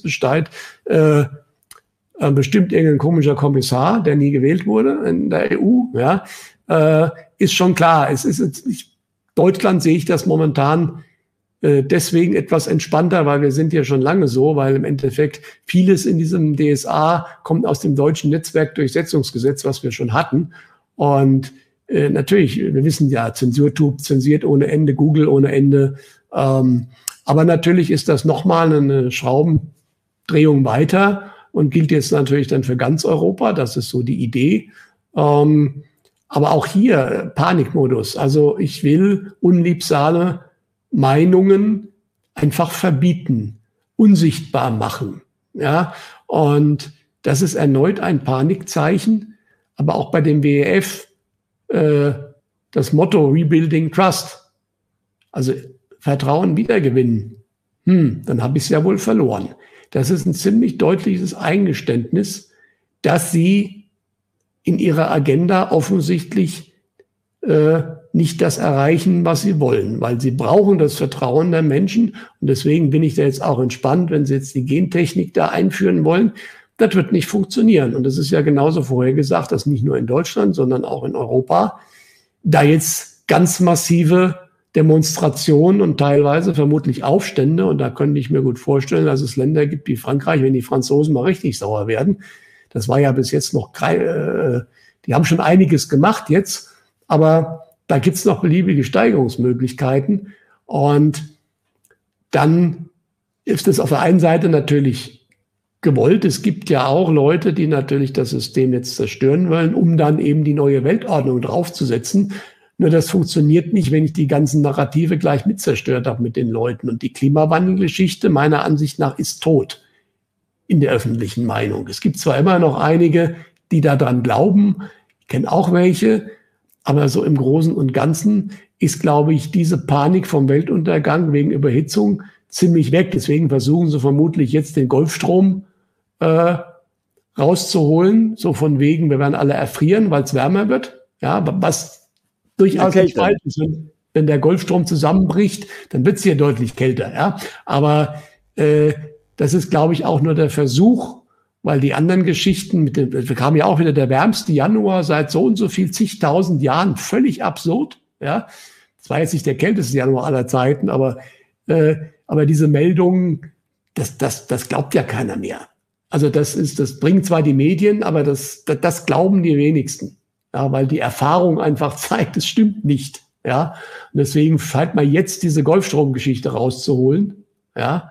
bestimmt irgendein komischer Kommissar, der nie gewählt wurde in der EU. Ja, ist schon klar. Deutschland sehe ich das momentan deswegen etwas entspannter, weil wir sind ja schon lange so, weil im Endeffekt vieles in diesem DSA kommt aus dem deutschen Netzwerkdurchsetzungsgesetz, was wir schon hatten. Und natürlich, wir wissen ja, ZensurTube zensiert ohne Ende, Google ohne Ende. Aber natürlich ist das nochmal eine Schraubendrehung weiter und gilt jetzt natürlich dann für ganz Europa. Das ist so die Idee. Aber auch hier Panikmodus. Also ich will unliebsame Meinungen einfach verbieten, unsichtbar machen. Ja, und das ist erneut ein Panikzeichen. aber auch bei dem WEF das Motto Rebuilding Trust, also Vertrauen wiedergewinnen, dann habe ich es ja wohl verloren. Das ist ein ziemlich deutliches Eingeständnis, dass sie in ihrer Agenda offensichtlich nicht das erreichen, was sie wollen, weil sie brauchen das Vertrauen der Menschen. Und deswegen bin ich da jetzt auch entspannt, wenn sie jetzt die Gentechnik da einführen wollen. Das wird nicht funktionieren. Und das ist ja genauso vorher gesagt, dass nicht nur in Deutschland, sondern auch in Europa da jetzt ganz massive Demonstrationen und teilweise vermutlich Aufstände, und da könnte ich mir gut vorstellen, dass es Länder gibt wie Frankreich, wenn die Franzosen mal richtig sauer werden. Das war ja bis jetzt noch, die haben schon einiges gemacht jetzt, aber da gibt es noch beliebige Steigerungsmöglichkeiten. Und dann ist es auf der einen Seite natürlich gewollt. Es gibt ja auch Leute, die natürlich das System jetzt zerstören wollen, um dann eben die neue Weltordnung draufzusetzen. Nur das funktioniert nicht, wenn ich die ganzen Narrative gleich mit zerstört habe mit den Leuten. Und die Klimawandelgeschichte meiner Ansicht nach ist tot in der öffentlichen Meinung. Es gibt zwar immer noch einige, die daran glauben, ich kenne auch welche, aber so im Großen und Ganzen ist, glaube ich, diese Panik vom Weltuntergang wegen Überhitzung ziemlich weg. Deswegen versuchen sie vermutlich jetzt den Golfstrom rauszuholen, so von wegen, wir werden alle erfrieren, weil es wärmer wird. Ja, was durchaus nicht falsch ist. Wenn der Golfstrom zusammenbricht, dann wird es hier deutlich kälter. Ja, aber das ist, glaube ich, auch nur der Versuch, weil die anderen Geschichten, wir kamen ja auch wieder der wärmste Januar seit so und so viel zigtausend Jahren, völlig absurd. Ja, das war jetzt nicht der kälteste Januar aller Zeiten, aber diese Meldungen, das glaubt ja keiner mehr. Also das bringt zwar die Medien, aber das glauben die wenigsten. Ja, weil die Erfahrung einfach zeigt, es stimmt nicht. Ja, und deswegen scheint man jetzt diese Golfstromgeschichte rauszuholen. Ja,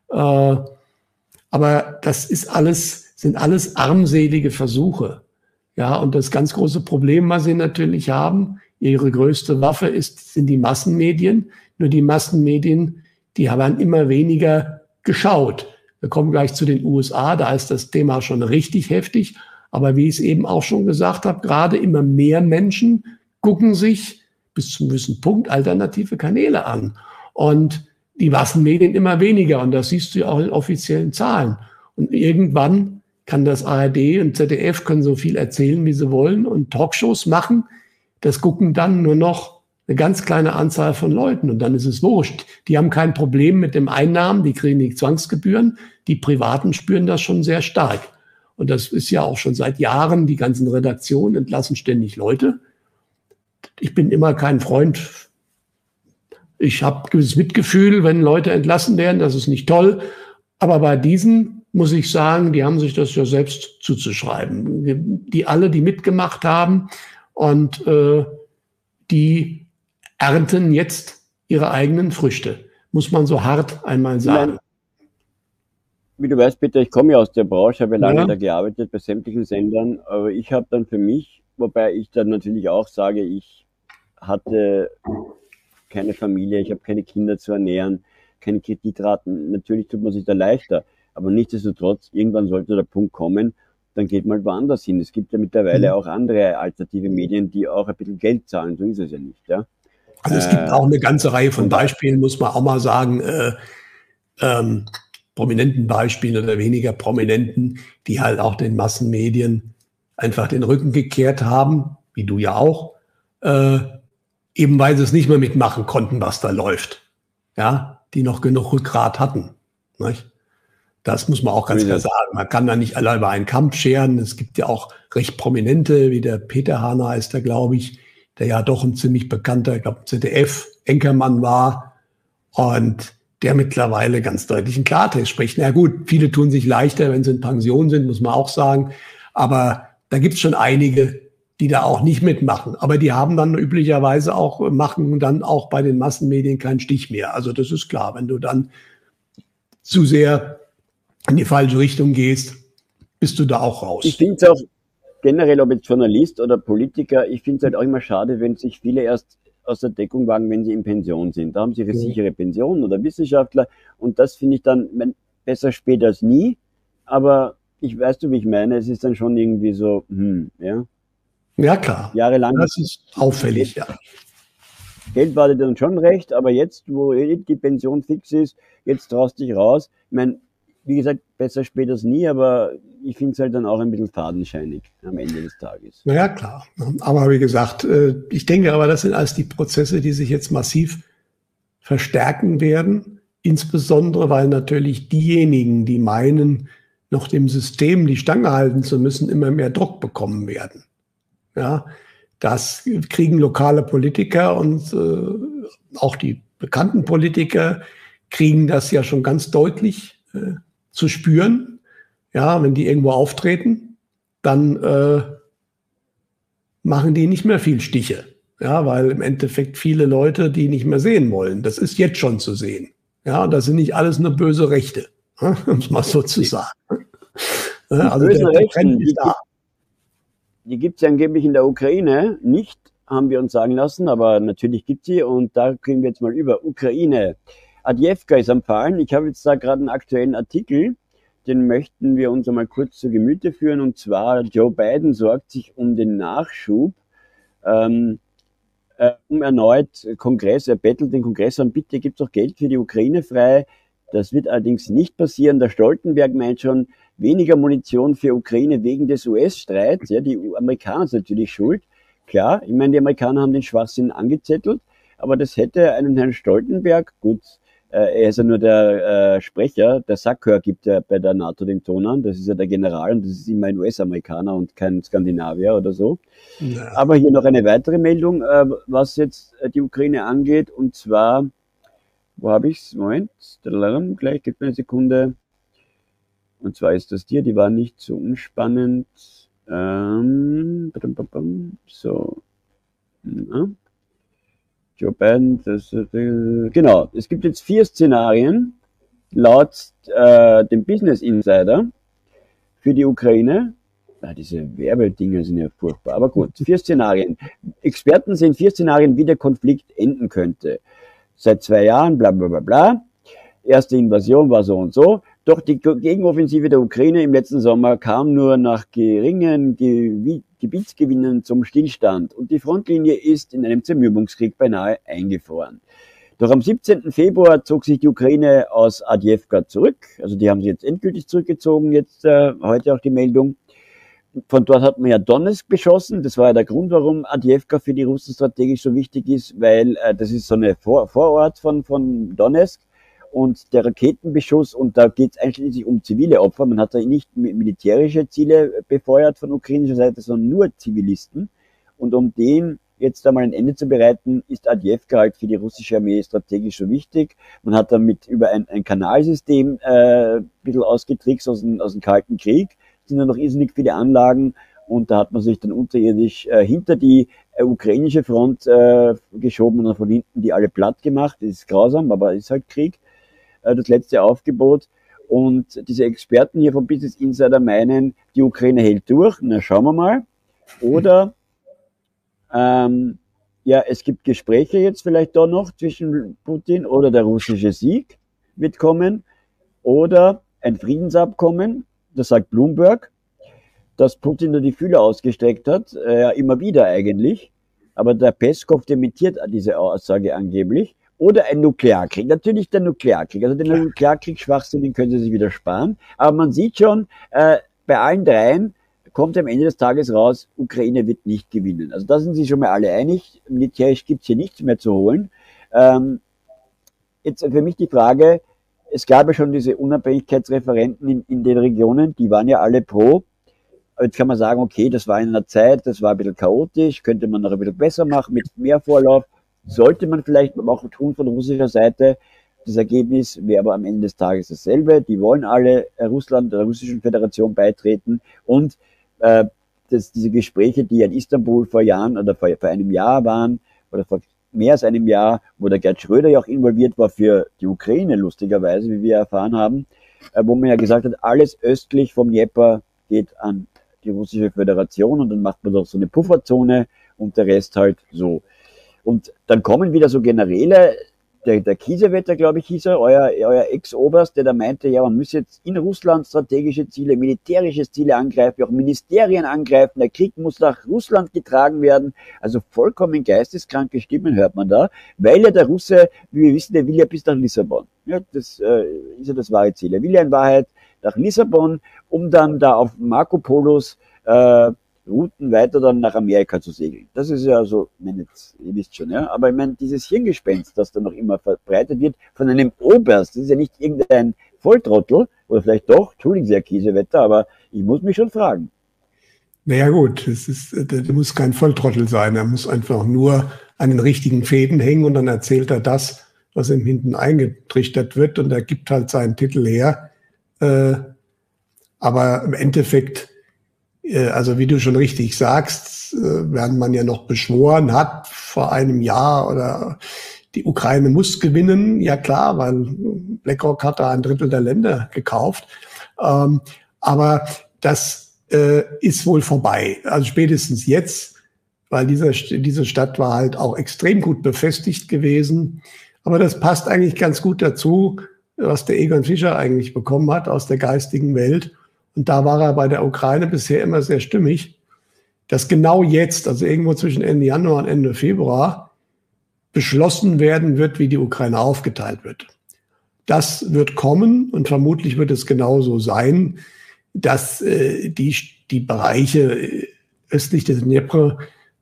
aber das sind alles armselige Versuche. Ja, und das ganz große Problem, was sie natürlich haben, ihre größte Waffe sind die Massenmedien. Nur die Massenmedien, die haben immer weniger geschaut. Wir kommen gleich zu den USA, da ist das Thema schon richtig heftig. Aber wie ich es eben auch schon gesagt habe, gerade immer mehr Menschen gucken sich bis zu einem gewissen Punkt alternative Kanäle an. Und die Massenmedien immer weniger. Und das siehst du ja auch in offiziellen Zahlen. Und irgendwann kann das ARD und ZDF können so viel erzählen, wie sie wollen und Talkshows machen. Das gucken dann nur noch eine ganz kleine Anzahl von Leuten. Und dann ist es wurscht. Die haben kein Problem mit den Einnahmen, die kriegen die Zwangsgebühren. Die Privaten spüren das schon sehr stark. Und das ist ja auch schon seit Jahren, die ganzen Redaktionen entlassen ständig Leute. Ich bin immer kein Freund. Ich habe ein gewisses Mitgefühl, wenn Leute entlassen werden, das ist nicht toll. Aber bei diesen muss ich sagen, die haben sich das ja selbst zuzuschreiben. Die mitgemacht haben und die ernten jetzt ihre eigenen Früchte. Muss man so hart einmal sagen. Wie du weißt, Peter, ich komme ja aus der Branche, habe lange da gearbeitet bei sämtlichen Sendern, aber ich habe dann für mich, wobei ich dann natürlich auch sage, ich hatte keine Familie, ich habe keine Kinder zu ernähren, keine Kreditraten, natürlich tut man sich da leichter, aber nichtsdestotrotz, irgendwann sollte der Punkt kommen, dann geht man woanders hin. Es gibt ja mittlerweile auch andere alternative Medien, die auch ein bisschen Geld zahlen, so ist es ja nicht, ja. Also es gibt auch eine ganze Reihe von Beispielen, muss man auch mal sagen, prominenten Beispielen oder weniger prominenten, die halt auch den Massenmedien einfach den Rücken gekehrt haben, wie du ja auch, eben weil sie es nicht mehr mitmachen konnten, was da läuft. Ja, die noch genug Rückgrat hatten. Nicht? Das muss man auch ganz klar sagen. Man kann da nicht alle über einen Kamm scheren. Es gibt ja auch recht prominente, wie der Peter Hahner heißt der, glaube ich, der ja doch ein ziemlich bekannter, ich glaube, ZDF-Enkermann war und der mittlerweile ganz deutlich in Klartext spricht. Na gut, viele tun sich leichter, wenn sie in Pension sind, muss man auch sagen. Aber da gibt es schon einige, die da auch nicht mitmachen. Aber die haben dann üblicherweise auch, machen dann auch bei den Massenmedien keinen Stich mehr. Also das ist klar, wenn du dann zu sehr in die falsche Richtung gehst, bist du da auch raus. Ich finde es auch generell, ob jetzt Journalist oder Politiker, ich finde es halt auch immer schade, wenn sich viele erst aus der Deckung wagen, wenn sie in Pension sind. Da haben sie ihre sichere Pension oder Wissenschaftler und das finde ich dann besser spät als nie, aber weißt du, wie ich meine, es ist dann schon irgendwie so, ja. Ja, klar. Jahrelang. Das ist auffällig, ja. Geld war dir dann schon recht, aber jetzt, wo die Pension fix ist, jetzt traust dich raus. Ich meine, wie gesagt, besser spät als nie, aber ich finde es halt dann auch ein bisschen fadenscheinig am Ende des Tages. Naja, klar. Aber wie gesagt, ich denke aber, das sind alles die Prozesse, die sich jetzt massiv verstärken werden. Insbesondere, weil natürlich diejenigen, die meinen, noch dem System die Stange halten zu müssen, immer mehr Druck bekommen werden. Ja, das kriegen lokale Politiker und auch die bekannten Politiker kriegen das ja schon ganz deutlich zu spüren. Ja, wenn die irgendwo auftreten, dann machen die nicht mehr viel Stiche. Ja, weil im Endeffekt viele Leute die nicht mehr sehen wollen. Das ist jetzt schon zu sehen. Ja, und das sind nicht alles nur böse Rechte, um es mal so zu sagen. Also der Trend ist da. Die gibt es ja angeblich in der Ukraine nicht, haben wir uns sagen lassen, aber natürlich gibt sie und da kriegen wir jetzt mal über. Ukraine. Adjewka ist am Fallen. Ich habe jetzt da gerade einen aktuellen Artikel, den möchten wir uns einmal kurz zu Gemüte führen und zwar Joe Biden sorgt sich um den Nachschub, um erneut Kongress, er bettelt den Kongress an, bitte gibt doch Geld für die Ukraine frei. Das wird allerdings nicht passieren. Der Stoltenberg meint schon, weniger Munition für Ukraine wegen des US-Streits. Ja, die Amerikaner sind natürlich schuld. Klar, ich meine, die Amerikaner haben den Schwachsinn angezettelt, aber das hätte einen Herrn Stoltenberg, gut, er ist ja nur der Sprecher, der Sackör gibt ja bei der NATO den Ton an, das ist ja der General und das ist immer ein US-Amerikaner und kein Skandinavier oder so. Ja. Aber hier noch eine weitere Meldung, was jetzt die Ukraine angeht, und zwar, wo habe ich's? Moment, gleich, gib mir eine Sekunde. Und zwar ist das die war nicht so unspannend. So. Ja. Joe Biden, genau. Es gibt jetzt 4 Szenarien laut dem Business Insider für die Ukraine. Diese Werbedinger sind ja furchtbar. Aber gut, 4 Szenarien. Experten sehen 4 Szenarien, wie der Konflikt enden könnte. Seit 2 Jahren, bla bla bla bla. Erste Invasion war so und so. Doch die Gegenoffensive der Ukraine im letzten Sommer kam nur nach geringen Gebietsgewinnen zum Stillstand und die Frontlinie ist in einem Zermürbungskrieg beinahe eingefroren. Doch am 17. Februar zog sich die Ukraine aus Adjewka zurück. Also die haben sich jetzt endgültig zurückgezogen, jetzt heute auch die Meldung. Von dort hat man ja Donetsk beschossen. Das war ja der Grund, warum Adjewka für die Russen strategisch so wichtig ist, weil das ist so eine Vorort von Donetsk. Und der Raketenbeschuss, und da geht es einschließlich um zivile Opfer, man hat da nicht militärische Ziele befeuert von ukrainischer Seite, sondern nur Zivilisten. Und um dem jetzt einmal ein Ende zu bereiten, ist Adjewka halt für die russische Armee strategisch so wichtig. Man hat damit über ein Kanalsystem ein bisschen ausgetrickst aus dem Kalten Krieg, sind da noch irrsinnig viele Anlagen und da hat man sich dann unterirdisch hinter die ukrainische Front geschoben und dann von hinten die alle platt gemacht. Das ist grausam, aber ist halt Krieg. Das letzte Aufgebot. Und diese Experten hier vom Business Insider meinen, die Ukraine hält durch. Na, schauen wir mal. Oder ja, es gibt Gespräche jetzt vielleicht da noch zwischen Putin oder der russische Sieg wird kommen. Oder ein Friedensabkommen, das sagt Bloomberg, dass Putin da die Fühler ausgestreckt hat, immer wieder eigentlich. Aber der Peskov dementiert diese Aussage angeblich. Oder ein Nuklearkrieg. Natürlich der Nuklearkrieg. Also den Nuklearkrieg-Schwachsinn, den können Sie sich wieder sparen. Aber man sieht schon, bei allen dreien kommt am Ende des Tages raus, Ukraine wird nicht gewinnen. Also da sind sich schon mal alle einig. Militärisch gibt's hier nichts mehr zu holen. Jetzt für mich die Frage, es gab ja schon diese Unabhängigkeitsreferenten in den Regionen, die waren ja alle pro. Jetzt kann man sagen, okay, das war in einer Zeit, das war ein bisschen chaotisch, könnte man noch ein bisschen besser machen, mit mehr Vorlauf. Sollte man vielleicht auch tun von russischer Seite. Das Ergebnis wäre aber am Ende des Tages dasselbe. Die wollen alle Russland, der Russischen Föderation beitreten. Und diese Gespräche, die in Istanbul vor Jahren oder vor einem Jahr waren, oder vor mehr als einem Jahr, wo der Gerd Schröder ja auch involviert war für die Ukraine, lustigerweise, wie wir erfahren haben, wo man ja gesagt hat, alles östlich vom Dnepr geht an die Russische Föderation und dann macht man doch so eine Pufferzone und der Rest halt so. Und dann kommen wieder so Generäle der Kiesewetter, glaube ich, hieß er, euer Ex-Oberst, der da meinte, ja, man müsse jetzt in Russland strategische Ziele, militärische Ziele angreifen, auch Ministerien angreifen, der Krieg muss nach Russland getragen werden. Also vollkommen geisteskranke Stimmen hört man da, weil ja der Russe, wie wir wissen, der will ja bis nach Lissabon. Ja, das ist ja das wahre Ziel. Er will ja in Wahrheit nach Lissabon, um dann da auf Marco Polos Routen weiter dann nach Amerika zu segeln. Das ist ja so, ich meine, jetzt, ihr wisst schon, ja, aber ich meine, dieses Hirngespenst, das da noch immer verbreitet wird von einem Oberst, das ist ja nicht irgendein Volltrottel, oder vielleicht doch, entschuldigen Sie, Herr Kiesewetter, aber ich muss mich schon fragen. Naja gut, der muss kein Volltrottel sein, er muss einfach nur an den richtigen Fäden hängen und dann erzählt er das, was ihm hinten eingetrichtert wird und er gibt halt seinen Titel her. Aber im Endeffekt, also wie du schon richtig sagst, während man ja noch beschworen hat vor einem Jahr oder die Ukraine muss gewinnen, ja klar, weil BlackRock hat da 1/3 der Länder gekauft. Aber das ist wohl vorbei. Also spätestens jetzt, weil diese Stadt war halt auch extrem gut befestigt gewesen. Aber das passt eigentlich ganz gut dazu, was der Egon Fischer eigentlich bekommen hat aus der geistigen Welt. Und da war er bei der Ukraine bisher immer sehr stimmig, dass genau jetzt, also irgendwo zwischen Ende Januar und Ende Februar, beschlossen werden wird, wie die Ukraine aufgeteilt wird. Das wird kommen und vermutlich wird es genauso sein, dass die Bereiche östlich des Dnepr,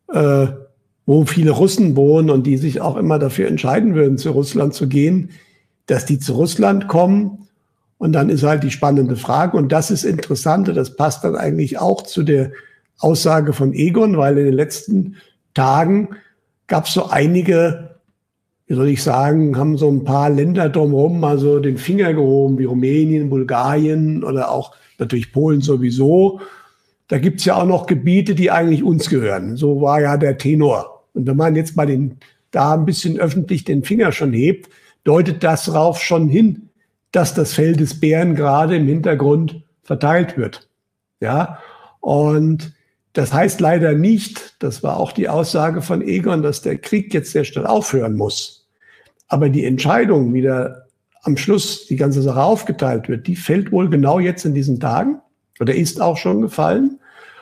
wo viele Russen wohnen und die sich auch immer dafür entscheiden würden, zu Russland zu gehen, dass die zu Russland kommen. Und dann ist halt die spannende Frage, und das ist Interessante, das passt dann eigentlich auch zu der Aussage von Egon, weil in den letzten Tagen gab es so einige, wie soll ich sagen, haben so ein paar Länder drumherum mal so den Finger gehoben, wie Rumänien, Bulgarien oder auch natürlich Polen sowieso. Da gibt es ja auch noch Gebiete, die eigentlich uns gehören. So war ja der Tenor. Und wenn man jetzt mal da ein bisschen öffentlich den Finger schon hebt, deutet das darauf schon hin, dass das Fell des Bären gerade im Hintergrund verteilt wird. Ja, und das heißt leider nicht, das war auch die Aussage von Egon, dass der Krieg jetzt sehr schnell aufhören muss. Aber die Entscheidung, wie da am Schluss die ganze Sache aufgeteilt wird, die fällt wohl genau jetzt in diesen Tagen oder ist auch schon gefallen.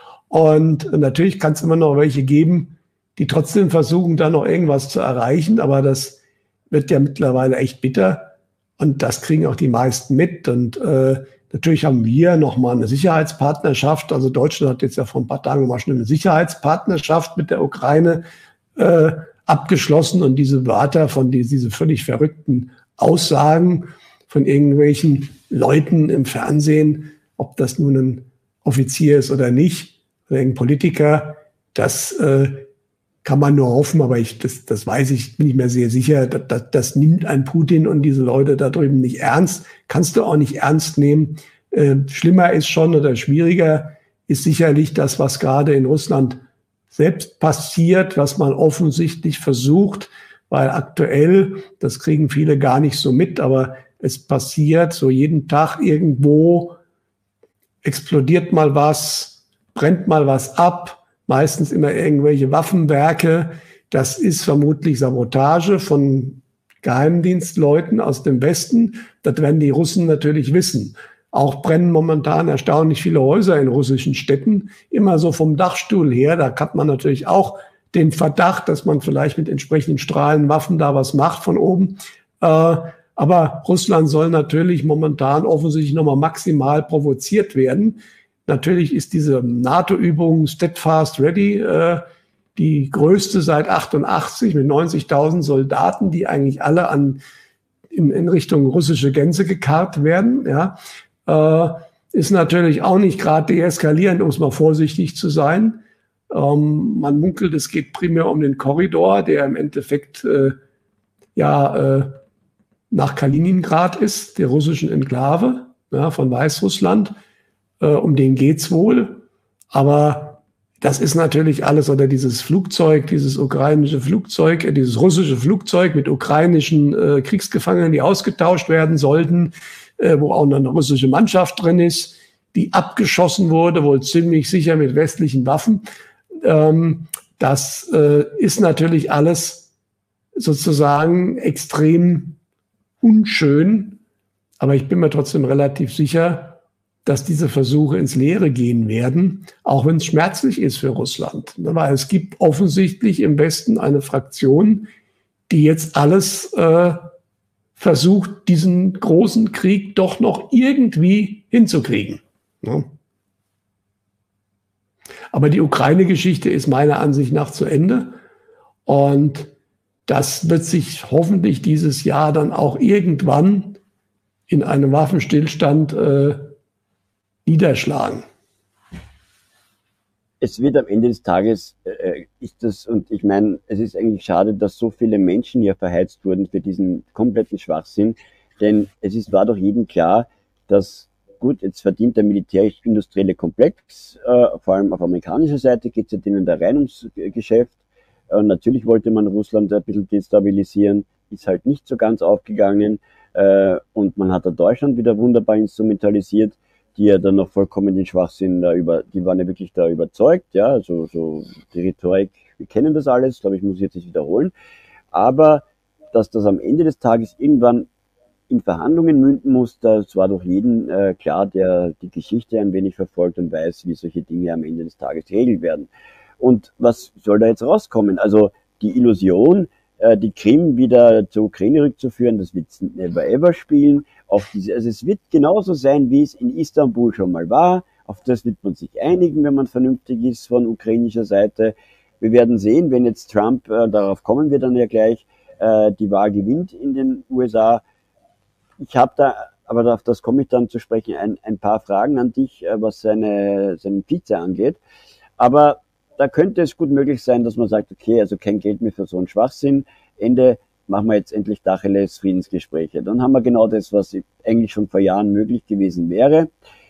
Und natürlich kann es immer noch welche geben, die trotzdem versuchen, da noch irgendwas zu erreichen. Aber das wird ja mittlerweile echt bitter. Und das kriegen auch die meisten mit. Und natürlich haben wir nochmal eine Sicherheitspartnerschaft. Also Deutschland hat jetzt ja vor ein paar Tagen mal schon eine Sicherheitspartnerschaft mit der Ukraine abgeschlossen. Und diese Wörter diese völlig verrückten Aussagen von irgendwelchen Leuten im Fernsehen, ob das nun ein Offizier ist oder nicht, oder ein Politiker, das kann man nur hoffen, aber das weiß ich, bin ich mir sehr sicher, das nimmt ein Putin und diese Leute da drüben nicht ernst. Kannst du auch nicht ernst nehmen. Schlimmer ist schon oder schwieriger ist sicherlich das, was gerade in Russland selbst passiert, was man offensichtlich versucht, weil aktuell, das kriegen viele gar nicht so mit, aber es passiert so jeden Tag irgendwo, explodiert mal was, brennt mal was ab, meistens immer irgendwelche Waffenwerke. Das ist vermutlich Sabotage von Geheimdienstleuten aus dem Westen. Das werden die Russen natürlich wissen. Auch brennen momentan erstaunlich viele Häuser in russischen Städten, immer so vom Dachstuhl her. Da hat man natürlich auch den Verdacht, dass man vielleicht mit entsprechenden Strahlenwaffen da was macht von oben. Aber Russland soll natürlich momentan offensichtlich nochmal maximal provoziert werden. Natürlich ist diese NATO-Übung Steadfast Ready die größte seit 88 mit 90.000 Soldaten, die eigentlich alle in Richtung russische Grenze gekarrt werden. Ja, ist natürlich auch nicht gerade deeskalierend, um es mal vorsichtig zu sein. Man munkelt, es geht primär um den Korridor, der im Endeffekt nach Kaliningrad ist, der russischen Enklave von Weißrussland. Um den geht's wohl. Aber das ist natürlich alles, oder dieses Flugzeug, dieses ukrainische Flugzeug, dieses russische Flugzeug mit ukrainischen Kriegsgefangenen, die ausgetauscht werden sollten, wo auch noch eine russische Mannschaft drin ist, die abgeschossen wurde, wohl ziemlich sicher mit westlichen Waffen. Das ist natürlich alles sozusagen extrem unschön. Aber ich bin mir trotzdem relativ sicher, dass diese Versuche ins Leere gehen werden, auch wenn es schmerzlich ist für Russland. Weil es gibt offensichtlich im Westen eine Fraktion, die jetzt alles versucht, diesen großen Krieg doch noch irgendwie hinzukriegen. Ja. Aber die Ukraine-Geschichte ist meiner Ansicht nach zu Ende. Und das wird sich hoffentlich dieses Jahr dann auch irgendwann in einem Waffenstillstand niederschlagen. Es wird am Ende des Tages, und ich meine, es ist eigentlich schade, dass so viele Menschen hier verheizt wurden für diesen kompletten Schwachsinn, denn war doch jedem klar, dass, gut, jetzt verdient der militärisch-industrielle Komplex, vor allem auf amerikanischer Seite geht es ja denen da rein ums Geschäft. Natürlich wollte man Russland ein bisschen destabilisieren, ist halt nicht so ganz aufgegangen, und man hat da Deutschland wieder wunderbar instrumentalisiert, die ja dann noch vollkommen den Schwachsinn die waren ja wirklich da überzeugt, ja, also so die Rhetorik, wir kennen das alles, glaube ich, muss ich jetzt nicht wiederholen, aber dass das am Ende des Tages irgendwann in Verhandlungen münden muss, das war doch jedem klar, der die Geschichte ein wenig verfolgt und weiß, wie solche Dinge am Ende des Tages geregelt werden. Und was soll da jetzt rauskommen? Also die Illusion, die Krim wieder zur Ukraine rückzuführen, das wird never ever spielen. Also es wird genauso sein, wie es in Istanbul schon mal war. Auf das wird man sich einigen, wenn man vernünftig ist von ukrainischer Seite. Wir werden sehen, wenn jetzt Trump, darauf kommen wir dann ja gleich, die Wahl gewinnt in den USA. Ich habe da, aber auf das komme ich dann zu sprechen, ein paar Fragen an dich, was seinen Vize angeht. Aber da könnte es gut möglich sein, dass man sagt, okay, also kein Geld mehr für so einen Schwachsinn. Ende, machen wir jetzt endlich Tacheles Friedensgespräche. Dann haben wir genau das, was eigentlich schon vor Jahren möglich gewesen wäre.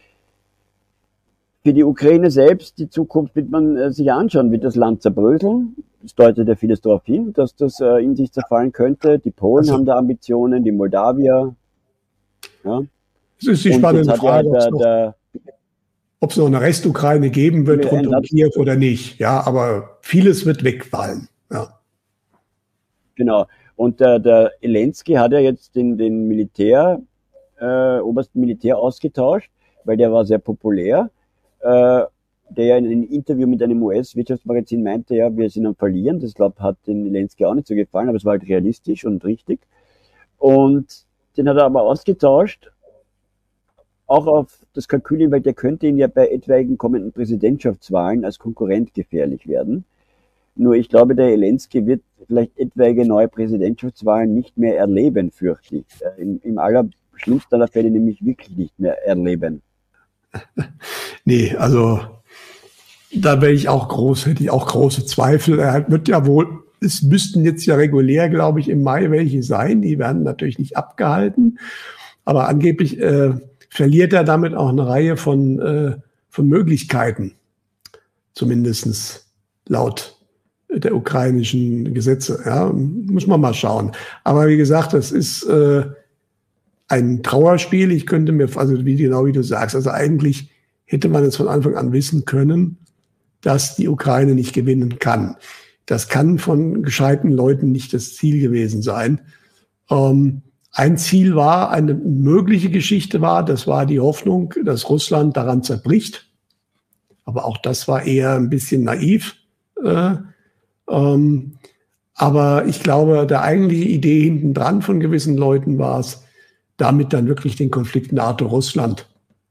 Für die Ukraine selbst, die Zukunft wird man sich anschauen, wird das Land zerbröseln. Es deutet ja vieles darauf hin, dass das in sich zerfallen könnte. Die Polen haben da Ambitionen, die Moldawier. Ja. Das ist die spannende Frage, ob es noch eine Restukraine geben wird rund um Kiew oder nicht. Ja, aber vieles wird wegfallen. Ja. Genau. Und der Zelensky hat ja jetzt den obersten Militär ausgetauscht, weil der war sehr populär. Der ja in einem Interview mit einem US-Wirtschaftsmagazin meinte, ja, wir sind am Verlieren. Das, hat den Zelensky auch nicht so gefallen, aber es war halt realistisch und richtig. Und den hat er aber ausgetauscht, auch auf das Kalkül hin, weil der könnte ihn ja bei etwaigen kommenden Präsidentschaftswahlen als Konkurrent gefährlich werden. Nur ich glaube, der Zelensky wird vielleicht etwaige neue Präsidentschaftswahlen nicht mehr erleben, fürchte ich. Im allerschlimmsten aller Fälle nämlich wirklich nicht mehr erleben. Nee, also da hätte ich auch große Zweifel. Er wird ja wohl, es müssten jetzt ja regulär, glaube ich, im Mai welche sein. Die werden natürlich nicht abgehalten. Aber angeblich verliert er damit auch eine Reihe von Möglichkeiten, zumindest laut der ukrainischen Gesetze. Ja, muss man mal schauen. Aber wie gesagt, das ist ein Trauerspiel. Ich könnte mir, also genau wie du sagst, also eigentlich hätte man es von Anfang an wissen können, dass die Ukraine nicht gewinnen kann. Das kann von gescheiten Leuten nicht das Ziel gewesen sein. Ein Ziel war, eine mögliche Geschichte war, das war die Hoffnung, dass Russland daran zerbricht. Aber auch das war eher ein bisschen naiv. Aber ich glaube, der eigentliche Idee hinten dran von gewissen Leuten war es, damit dann wirklich den Konflikt NATO-Russland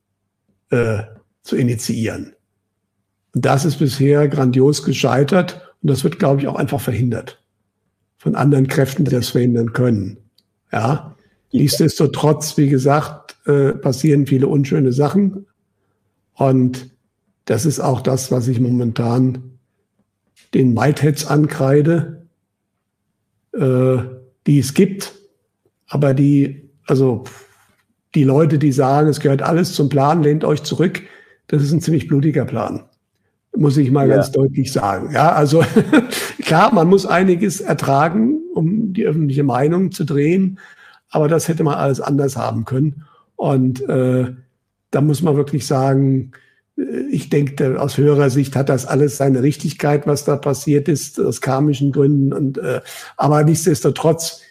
zu initiieren. Und das ist bisher grandios gescheitert. Und das wird, glaube ich, auch einfach verhindert von anderen Kräften, die das verhindern können. Ja, nichtsdestotrotz, wie gesagt, passieren viele unschöne Sachen. Und das ist auch das, was ich momentan den Whiteheads ankreide, die es gibt. Aber die Leute, die sagen, es gehört alles zum Plan, lehnt euch zurück, das ist ein ziemlich blutiger Plan. Muss ich mal ganz deutlich sagen. Ja, also klar, man muss einiges ertragen, um die öffentliche Meinung zu drehen, aber das hätte man alles anders haben können. Und da muss man wirklich sagen, Ich denke, aus höherer Sicht hat das alles seine Richtigkeit, was da passiert ist, aus karmischen Gründen. Aber nichtsdestotrotz,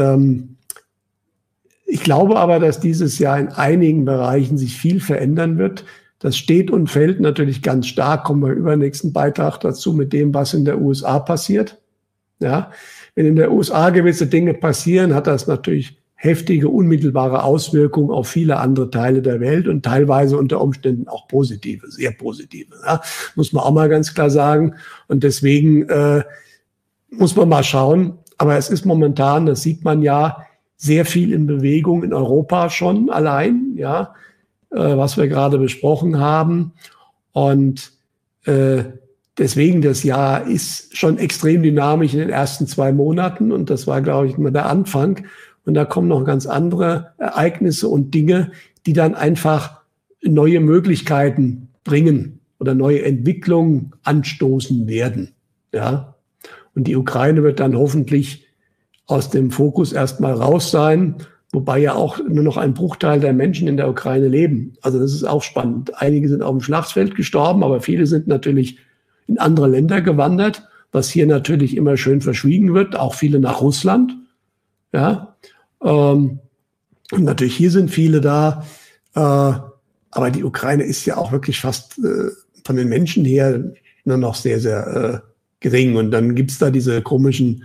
ich glaube aber, dass dieses Jahr in einigen Bereichen sich viel verändern wird. Das steht und fällt natürlich ganz stark, kommen wir im übernächsten Beitrag dazu, mit dem, was in der USA passiert. Ja, wenn in der USA gewisse Dinge passieren, hat das natürlich heftige, unmittelbare Auswirkungen auf viele andere Teile der Welt und teilweise unter Umständen auch positive, sehr positive. Ja, muss man auch mal ganz klar sagen. Und deswegen muss man mal schauen. Aber es ist momentan, das sieht man ja, sehr viel in Bewegung in Europa schon allein, ja, was wir gerade besprochen haben. Und deswegen, das Jahr ist schon extrem dynamisch in den ersten 2 Monaten. Und das war, glaube ich, immer der Anfang. Und da kommen noch ganz andere Ereignisse und Dinge, die dann einfach neue Möglichkeiten bringen oder neue Entwicklungen anstoßen werden. Ja. Und die Ukraine wird dann hoffentlich aus dem Fokus erstmal raus sein, wobei ja auch nur noch ein Bruchteil der Menschen in der Ukraine leben. Also das ist auch spannend. Einige sind auf dem Schlachtfeld gestorben, aber viele sind natürlich in andere Länder gewandert, was hier natürlich immer schön verschwiegen wird, auch viele nach Russland. Ja, und natürlich hier sind viele da, aber die Ukraine ist ja auch wirklich fast von den Menschen her nur noch sehr, sehr gering. Und dann gibt's da diese komischen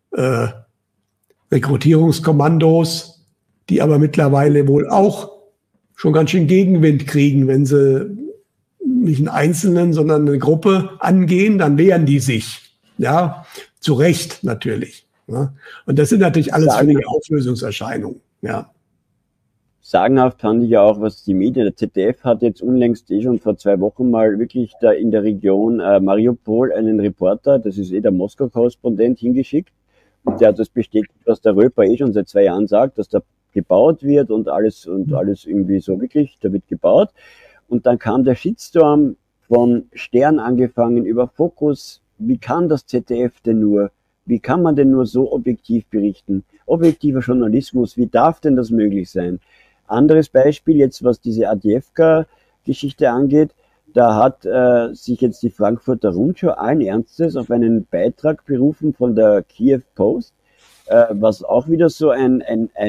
Rekrutierungskommandos, die aber mittlerweile wohl auch schon ganz schön Gegenwind kriegen, wenn sie nicht einen Einzelnen, sondern eine Gruppe angehen, dann wehren die sich. Ja, zu Recht natürlich. Ja. Und das sind natürlich alles völlige Auflösungserscheinungen. Ja. Sagenhaft fand ich ja auch, was die Medien, der ZDF hat jetzt unlängst schon vor 2 Wochen mal wirklich da in der Region Mariupol einen Reporter, das ist der Moskau-Korrespondent, hingeschickt. Und der hat das bestätigt, was der Röper schon seit 2 Jahren sagt, dass da gebaut wird und alles irgendwie so wirklich, da wird gebaut. Und dann kam der Shitstorm von Stern angefangen über Fokus. Wie kann das ZDF denn nur? Wie kann man denn nur so objektiv berichten? Objektiver Journalismus, wie darf denn das möglich sein? Anderes Beispiel jetzt, was diese Avdiivka-Geschichte angeht, da hat sich jetzt die Frankfurter Rundschau allen Ernstes auf einen Beitrag berufen von der Kiew Post, was auch wieder so ein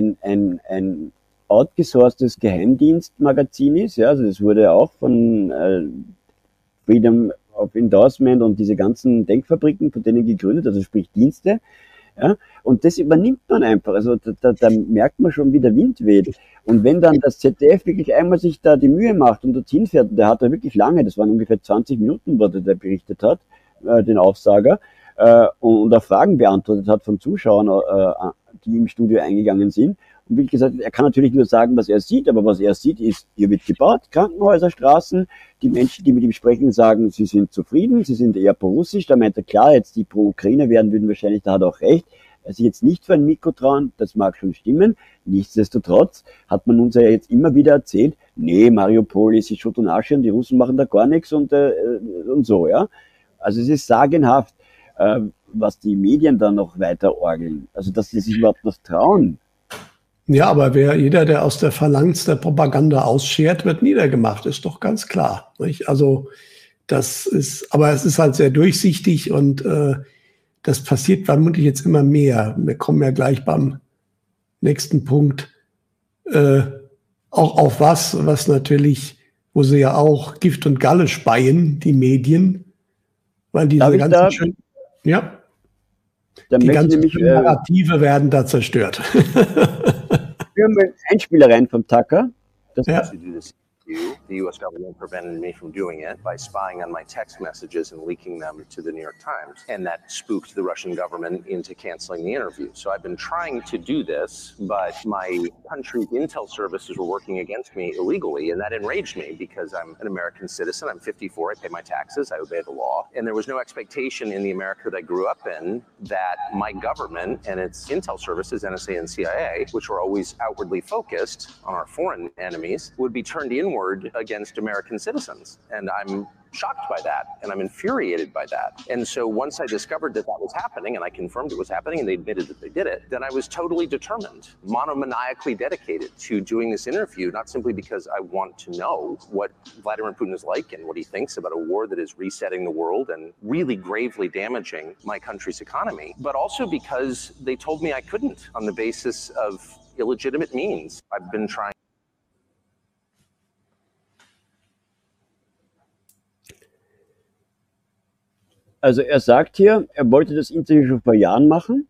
outgesourcetes Geheimdienstmagazin ist. Ja, also das wurde auch von Freedom of Endorsement und diese ganzen Denkfabriken von denen gegründet, also sprich Dienste. Ja, und das übernimmt man einfach. Also da merkt man schon, wie der Wind weht. Und wenn dann das ZDF wirklich einmal sich da die Mühe macht und dorthin fährt, der hat da wirklich lange, das waren ungefähr 20 Minuten, was der berichtet hat, den Aufsager, und auch Fragen beantwortet hat von Zuschauern, die im Studio eingegangen sind. Und wie gesagt, er kann natürlich nur sagen, was er sieht, aber was er sieht ist, hier wird gebaut, Krankenhäuser, Straßen, die Menschen, die mit ihm sprechen, sagen, sie sind zufrieden, sie sind eher pro-russisch. Da meint er, klar, jetzt die pro-Ukraine werden würden wahrscheinlich, da hat er auch recht, sich jetzt nicht für ein Mikro trauen, das mag schon stimmen. Nichtsdestotrotz hat man uns ja jetzt immer wieder erzählt, nee, Mariupol ist Schutt und Asche und die Russen machen da gar nichts und so, ja. Also es ist sagenhaft, was die Medien da noch weiter orgeln. Also dass sie sich überhaupt was trauen. Ja, aber jeder, der aus der Phalanx der Propaganda ausschert, wird niedergemacht, ist doch ganz klar. Nicht? Also aber es ist halt sehr durchsichtig und das passiert vermutlich jetzt immer mehr. Wir kommen ja gleich beim nächsten Punkt auch auf was natürlich, wo sie ja auch Gift und Galle speien, die Medien, weil diese ganzen schönen, ja, die ganzen Narrative werden da zerstört. Wir haben einen Einspieler rein vom Tucker. Das ja. The U.S. government prevented me from doing it by spying on my text messages and leaking them to the New York Times. And that spooked the Russian government into canceling the interview. So I've been trying to do this, but my country's intel services were working against me illegally. And that enraged me because I'm an American citizen. I'm 54. I pay my taxes. I obey the law. And there was no expectation in the America that I grew up in that my government and its intel services, NSA and CIA, which were always outwardly focused on our foreign enemies, would be turned inward against American citizens. And I'm shocked by that, and I'm infuriated by that. And so once I discovered that that was happening, and I confirmed it was happening, and they admitted that they did it, then I was totally determined, monomaniacally dedicated to doing this interview, not simply because I want to know what Vladimir Putin is like and what he thinks about a war that is resetting the world and really gravely damaging my country's economy, but also because they told me I couldn't on the basis of illegitimate means. I've been trying. Also er sagt hier, er wollte das Interview schon vor Jahren machen,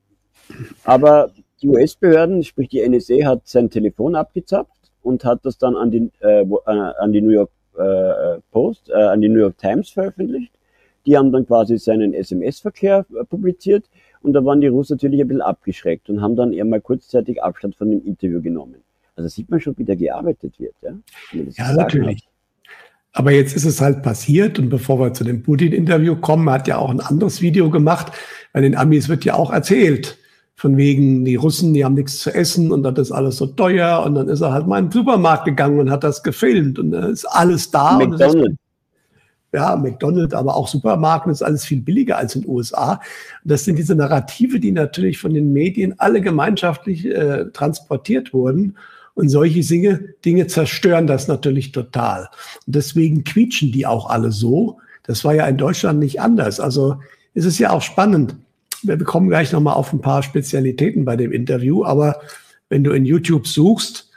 aber die US-Behörden, sprich die NSA, hat sein Telefon abgezapft und hat das dann an die New York Post, an die New York Times veröffentlicht. Die haben dann quasi seinen SMS-Verkehr publiziert und da waren die Russen natürlich ein bisschen abgeschreckt und haben dann eher mal kurzzeitig Abstand von dem Interview genommen. Also sieht man schon, wie da gearbeitet wird. Ja, ja natürlich. Aber jetzt ist es halt passiert und bevor wir zu dem Putin-Interview kommen, hat ja auch ein anderes Video gemacht, bei den Amis wird ja auch erzählt, von wegen die Russen, die haben nichts zu essen und das ist alles so teuer und dann ist er halt mal in den Supermarkt gegangen und hat das gefilmt und da ist alles da. McDonald's. Ja, McDonald's, aber auch Supermarken ist alles viel billiger als in den USA. Und das sind diese Narrative, die natürlich von den Medien alle gemeinschaftlich transportiert wurden. Und solche Dinge zerstören das natürlich total. Und deswegen quietschen die auch alle so. Das war ja in Deutschland nicht anders. Also ist es ja auch spannend. Wir bekommen gleich nochmal auf ein paar Spezialitäten bei dem Interview. Aber wenn du in YouTube suchst,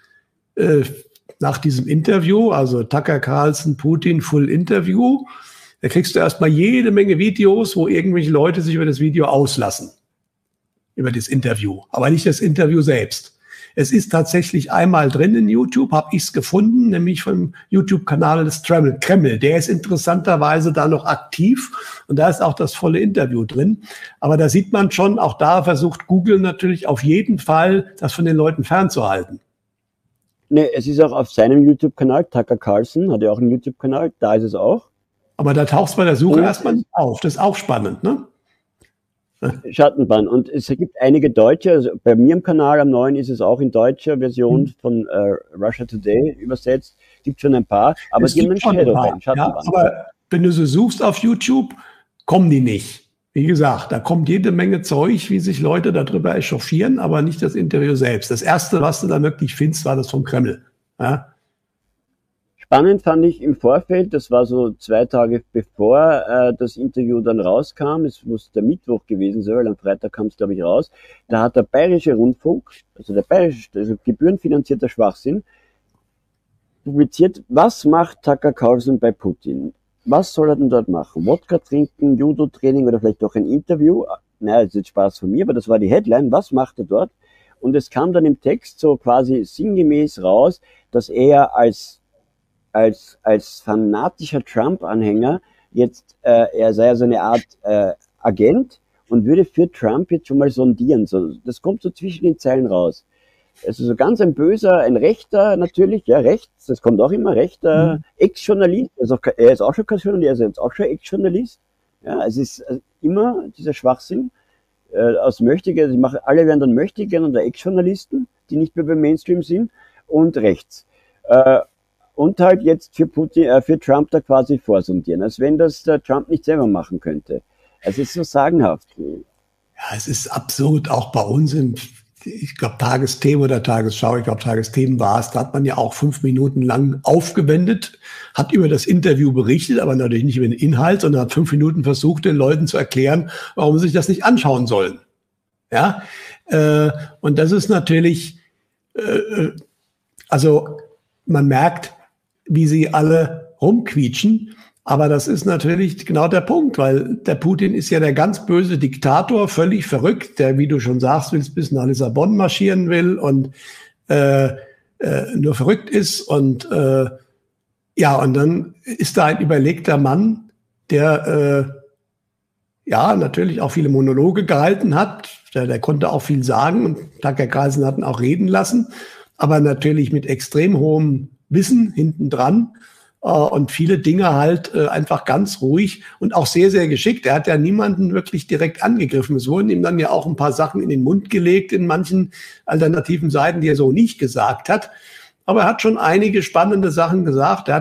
nach diesem Interview, also Tucker Carlson, Putin, Full Interview, da kriegst du erstmal jede Menge Videos, wo irgendwelche Leute sich über das Video auslassen. Über das Interview. Aber nicht das Interview selbst. Es ist tatsächlich einmal drin in YouTube, habe ich es gefunden, nämlich vom YouTube-Kanal des Kreml. Der ist interessanterweise da noch aktiv und da ist auch das volle Interview drin. Aber da sieht man schon, auch da versucht Google natürlich auf jeden Fall, das von den Leuten fernzuhalten. Ne, es ist auch auf seinem YouTube-Kanal, Tucker Carlson hat ja auch einen YouTube-Kanal, da ist es auch. Aber da taucht es bei der Suche erstmal nicht auf. Das ist auch spannend, ne? Schattenbann. Und es gibt einige Deutsche, also bei mir im Kanal am neuen ist es auch in deutscher Version von Russia Today übersetzt. Gibt schon ein paar, aber die haben einen Schattenbann. Ja, aber wenn du so suchst auf YouTube, kommen die nicht. Wie gesagt, da kommt jede Menge Zeug, wie sich Leute darüber echauffieren, aber nicht das Interview selbst. Das Erste, was du da wirklich findest, war das vom Kreml. Ja? Spannend fand ich im Vorfeld, das war so 2 Tage bevor das Interview dann rauskam, es muss der Mittwoch gewesen sein, weil am Freitag kam es, glaube ich, raus, da hat der Bayerische Rundfunk, also der bayerische, also gebührenfinanzierter Schwachsinn, publiziert, was macht Tucker Carlson bei Putin? Was soll er denn dort machen? Wodka trinken, Judo-Training oder vielleicht auch ein Interview? Naja, das ist jetzt Spaß von mir, aber das war die Headline, was macht er dort? Und es kam dann im Text so quasi sinngemäß raus, dass er als fanatischer Trump-Anhänger jetzt, er sei ja so eine Art Agent und würde für Trump jetzt schon mal sondieren. So, das kommt so zwischen den Zeilen raus. Also so ganz ein böser, ein Rechter natürlich, ja rechts, das kommt auch immer, rechter Ex-Journalist, er ist auch schon kein Journalist, er ist jetzt auch schon Ex-Journalist. Ja, es ist immer dieser Schwachsinn aus Möchtegern, also alle werden dann Möchtegern oder Ex-Journalisten, die nicht mehr beim Mainstream sind und rechts. Und halt jetzt für Trump da quasi vorsondieren, als wenn das der Trump nicht selber machen könnte. Es ist so sagenhaft. Ja, es ist absurd, auch bei uns ich glaube, Tagesthemen oder Tagesschau, ich glaube, Tagesthemen war es, da hat man ja auch 5 Minuten lang aufgewendet, hat über das Interview berichtet, aber natürlich nicht über den Inhalt, sondern hat 5 Minuten versucht, den Leuten zu erklären, warum sie sich das nicht anschauen sollen. Ja, und das ist natürlich, also man merkt, wie sie alle rumquietschen. Aber das ist natürlich genau der Punkt, weil der Putin ist ja der ganz böse Diktator, völlig verrückt, der, wie du schon sagst, bis nach Lissabon marschieren will und nur verrückt ist. Und ja, und dann ist da ein überlegter Mann, der ja natürlich auch viele Monologe gehalten hat. Der konnte auch viel sagen und Tucker Carlson hat ihn auch reden lassen, aber natürlich mit extrem hohem Wissen hintendran. Und viele Dinge halt einfach ganz ruhig und auch sehr, sehr geschickt. Er hat ja niemanden wirklich direkt angegriffen. Es wurden ihm dann ja auch ein paar Sachen in den Mund gelegt in manchen alternativen Seiten, die er so nicht gesagt hat. Aber er hat schon einige spannende Sachen gesagt. Er hat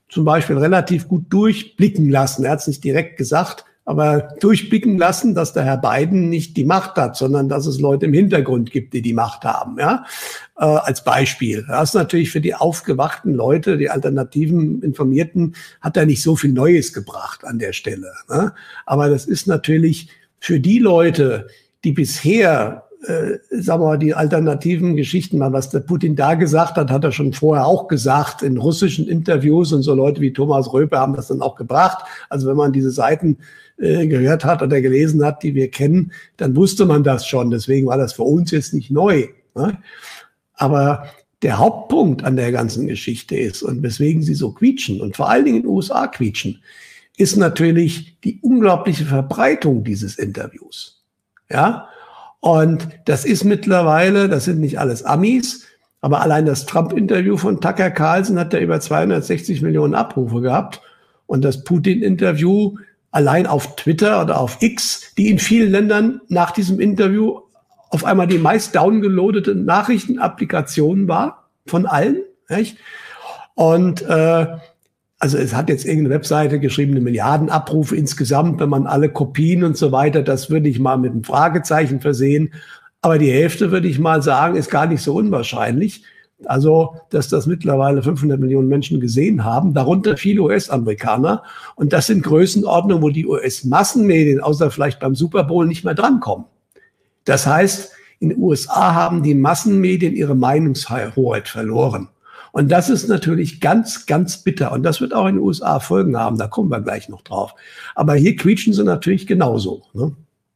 zum Beispiel relativ gut durchblicken lassen. Er hat es nicht direkt gesagt, aber durchblicken lassen, dass der Herr Biden nicht die Macht hat, sondern dass es Leute im Hintergrund gibt, die die Macht haben, ja, als Beispiel. Das ist natürlich für die aufgewachten Leute, die alternativen Informierten, hat er nicht so viel Neues gebracht an der Stelle, ne? Aber das ist natürlich für die Leute, die bisher sagen wir mal, die alternativen Geschichten, mal was der Putin da gesagt hat, hat er schon vorher auch gesagt in russischen Interviews, und so Leute wie Thomas Röpe haben das dann auch gebracht. Also wenn man diese Seiten gehört hat oder gelesen hat, die wir kennen, dann wusste man das schon. Deswegen war das für uns jetzt nicht neu, ne? Aber der Hauptpunkt an der ganzen Geschichte ist, und weswegen sie so quietschen und vor allen Dingen in den USA quietschen, ist natürlich die unglaubliche Verbreitung dieses Interviews. Ja, und das ist mittlerweile, das sind nicht alles Amis, aber allein das Trump-Interview von Tucker Carlson hat ja über 260 Millionen Abrufe gehabt. Und das Putin-Interview allein auf Twitter oder auf X, die in vielen Ländern nach diesem Interview auf einmal die meist downgeloadete Nachrichtenapplikation war von allen. Nicht? Und also es hat jetzt irgendeine Webseite geschrieben, 1 Milliarden Abrufe insgesamt, wenn man alle Kopien und so weiter, das würde ich mal mit einem Fragezeichen versehen. Aber die Hälfte, würde ich mal sagen, ist gar nicht so unwahrscheinlich. Also, dass das mittlerweile 500 Millionen Menschen gesehen haben, darunter viele US-Amerikaner. Und das sind Größenordnungen, wo die US-Massenmedien, außer vielleicht beim Super Bowl, nicht mehr drankommen. Das heißt, in den USA haben die Massenmedien ihre Meinungshoheit verloren. Und das ist natürlich ganz, ganz bitter. Und das wird auch in den USA Folgen haben. Da kommen wir gleich noch drauf. Aber hier quietschen sie natürlich genauso, ne?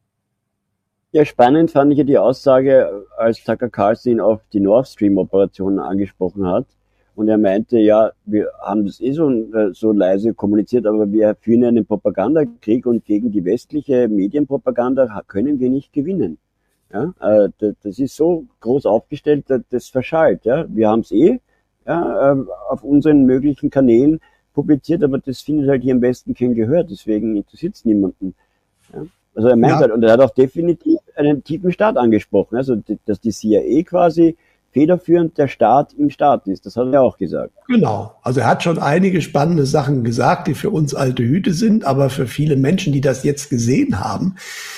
Ja, spannend fand ich ja die Aussage, als Tucker Carlson auf die Nord Stream-Operationen angesprochen hat. Und er meinte, ja, wir haben das so leise kommuniziert, aber wir führen einen Propagandakrieg und gegen die westliche Medienpropaganda können wir nicht gewinnen. Ja, das ist so groß aufgestellt, das verschallt. Ja, wir haben es auf unseren möglichen Kanälen publiziert, aber das findet halt hier im Westen kein Gehör, deswegen interessiert es niemanden. Ja? Also er meint halt, und er hat auch definitiv einen tiefen Staat angesprochen, also dass die CIA quasi federführend der Staat im Staat ist, das hat er auch gesagt. Genau, also er hat schon einige spannende Sachen gesagt, die für uns alte Hüte sind, aber für viele Menschen, die das jetzt gesehen haben,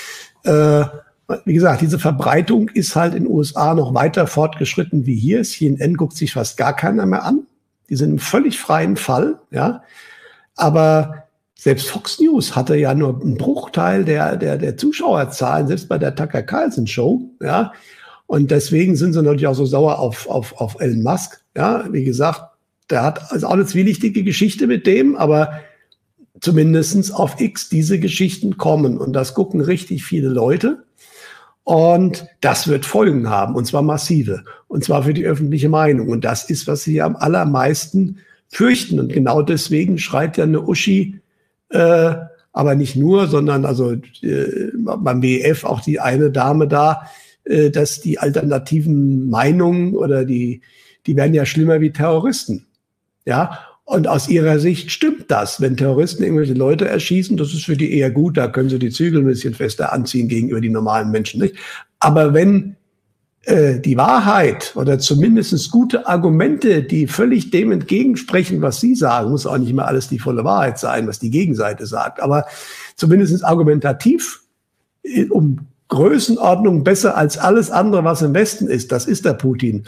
wie gesagt, diese Verbreitung ist halt in den USA noch weiter fortgeschritten wie hier. CNN guckt sich fast gar keiner mehr an. Die sind im völlig freien Fall, ja. Aber selbst Fox News hatte ja nur einen Bruchteil der Zuschauerzahlen, selbst bei der Tucker Carlson Show, ja. Und deswegen sind sie natürlich auch so sauer auf Elon Musk, ja. Wie gesagt, der hat also auch eine zwielichtige Geschichte mit dem, aber zumindestens auf X diese Geschichten kommen. Und das gucken richtig viele Leute. Und das wird Folgen haben, und zwar massive, und zwar für die öffentliche Meinung. Und das ist, was sie am allermeisten fürchten. Und genau deswegen schreit ja eine Uschi, aber nicht nur, sondern also beim WEF auch die eine Dame da, dass die alternativen Meinungen oder die werden ja schlimmer wie Terroristen. Ja, und aus ihrer Sicht stimmt das. Wenn Terroristen irgendwelche Leute erschießen, das ist für die eher gut, da können sie die Zügel ein bisschen fester anziehen gegenüber die normalen Menschen, nicht? Aber wenn die Wahrheit oder zumindest gute Argumente, die völlig dem entgegensprechen, was sie sagen, muss auch nicht immer alles die volle Wahrheit sein, was die Gegenseite sagt, aber zumindest argumentativ um Größenordnung besser als alles andere, was im Westen ist, das ist der Putin.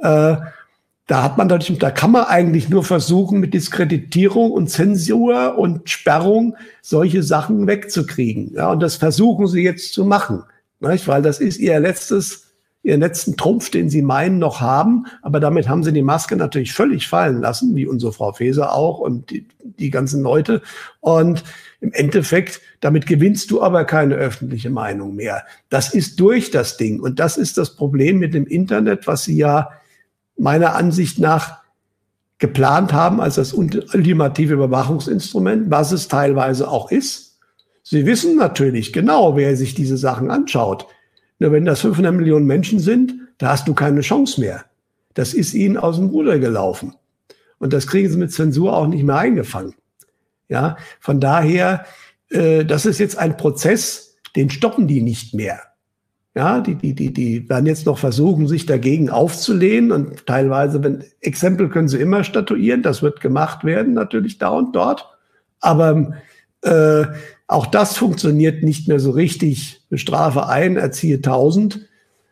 Da kann man eigentlich nur versuchen, mit Diskreditierung und Zensur und Sperrung solche Sachen wegzukriegen. Ja, und das versuchen sie jetzt zu machen, nicht? Weil das ist ihren letzten Trumpf, den sie meinen noch haben. Aber damit haben sie die Maske natürlich völlig fallen lassen, wie unsere Frau Faeser auch und die ganzen Leute. Und im Endeffekt, damit gewinnst du aber keine öffentliche Meinung mehr. Das ist durch das Ding. Und das ist das Problem mit dem Internet, was sie ja meiner Ansicht nach geplant haben als das ultimative Überwachungsinstrument, was es teilweise auch ist. Sie wissen natürlich genau, wer sich diese Sachen anschaut. Nur wenn das 500 Millionen Menschen sind, da hast du keine Chance mehr. Das ist ihnen aus dem Ruder gelaufen. Und das kriegen sie mit Zensur auch nicht mehr eingefangen. Ja, von daher, das ist jetzt ein Prozess, den stoppen die nicht mehr. Ja, die werden jetzt noch versuchen, sich dagegen aufzulehnen und teilweise, Exempel können sie immer statuieren, das wird gemacht werden, natürlich da und dort. Aber auch das funktioniert nicht mehr so richtig. Bestrafe einen, erziehe 1000.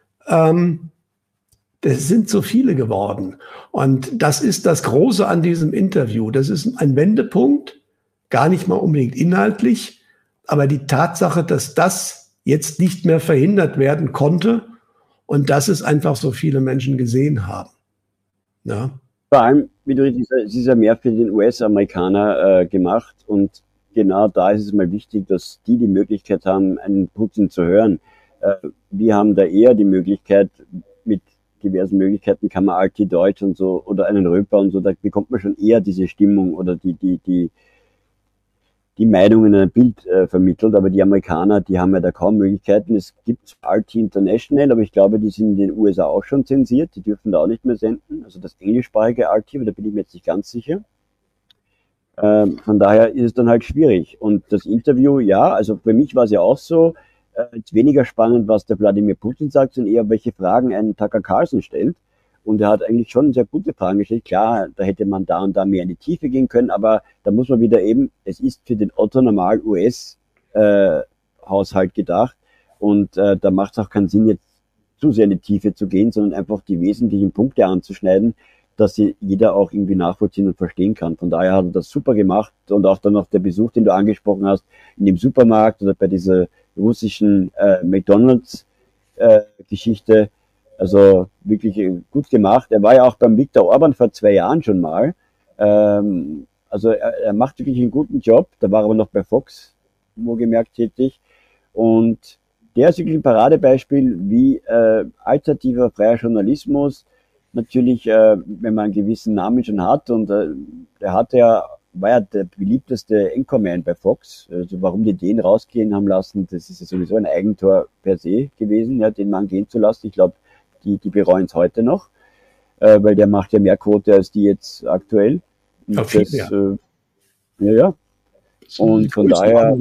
Das sind so viele geworden. Und das ist das Große an diesem Interview. Das ist ein Wendepunkt, gar nicht mal unbedingt inhaltlich, aber die Tatsache, dass das jetzt nicht mehr verhindert werden konnte und dass es einfach so viele Menschen gesehen haben. Ja. Vor allem, wie du richtig sagst, es ist ja mehr für den US-Amerikaner gemacht und genau da ist es mal wichtig, dass die Möglichkeit haben, einen Putin zu hören. Wir haben da eher die Möglichkeit, mit diversen Möglichkeiten kann man Alti Deutsch und so oder einen Röper und so, da bekommt man schon eher diese Stimmung oder die Meinungen in ein Bild vermittelt, aber die Amerikaner, die haben ja da kaum Möglichkeiten. Es gibt Alti International, aber ich glaube, die sind in den USA auch schon zensiert, die dürfen da auch nicht mehr senden, also das englischsprachige Alti, aber da bin ich mir jetzt nicht ganz sicher. Von daher ist es dann halt schwierig. Und das Interview, ja, also für mich war es ja auch so, weniger spannend, was der Wladimir Putin sagt, sondern eher, welche Fragen ein Tucker Carlson stellt. Und er hat eigentlich schon sehr gute Fragen gestellt. Klar, da hätte man da und da mehr in die Tiefe gehen können, aber da muss man wieder eben, es ist für den Otto-Normal-US-Haushalt gedacht. Und da macht es auch keinen Sinn, jetzt zu sehr in die Tiefe zu gehen, sondern einfach die wesentlichen Punkte anzuschneiden, dass sie jeder auch irgendwie nachvollziehen und verstehen kann. Von daher hat er das super gemacht. Und auch dann noch der Besuch, den du angesprochen hast, in dem Supermarkt oder bei dieser russischen McDonalds-Geschichte. Also wirklich gut gemacht. Er war ja auch beim Viktor Orban vor 2 Jahren schon mal. Also er macht wirklich einen guten Job. Da war er aber noch bei Fox, wohlgemerkt, tätig. Und der ist wirklich ein Paradebeispiel, wie alternativer freier Journalismus natürlich, wenn man einen gewissen Namen schon hat. Und war ja der beliebteste Anchorman bei Fox. Also warum die den rausgehen haben lassen, das ist ja sowieso ein Eigentor per se gewesen, ja, den Mann gehen zu lassen. Ich glaube, die bereuen es heute noch, weil der macht ja mehr Quote als die jetzt aktuell. Und Auf jeden Fall. Ja. Und von daher,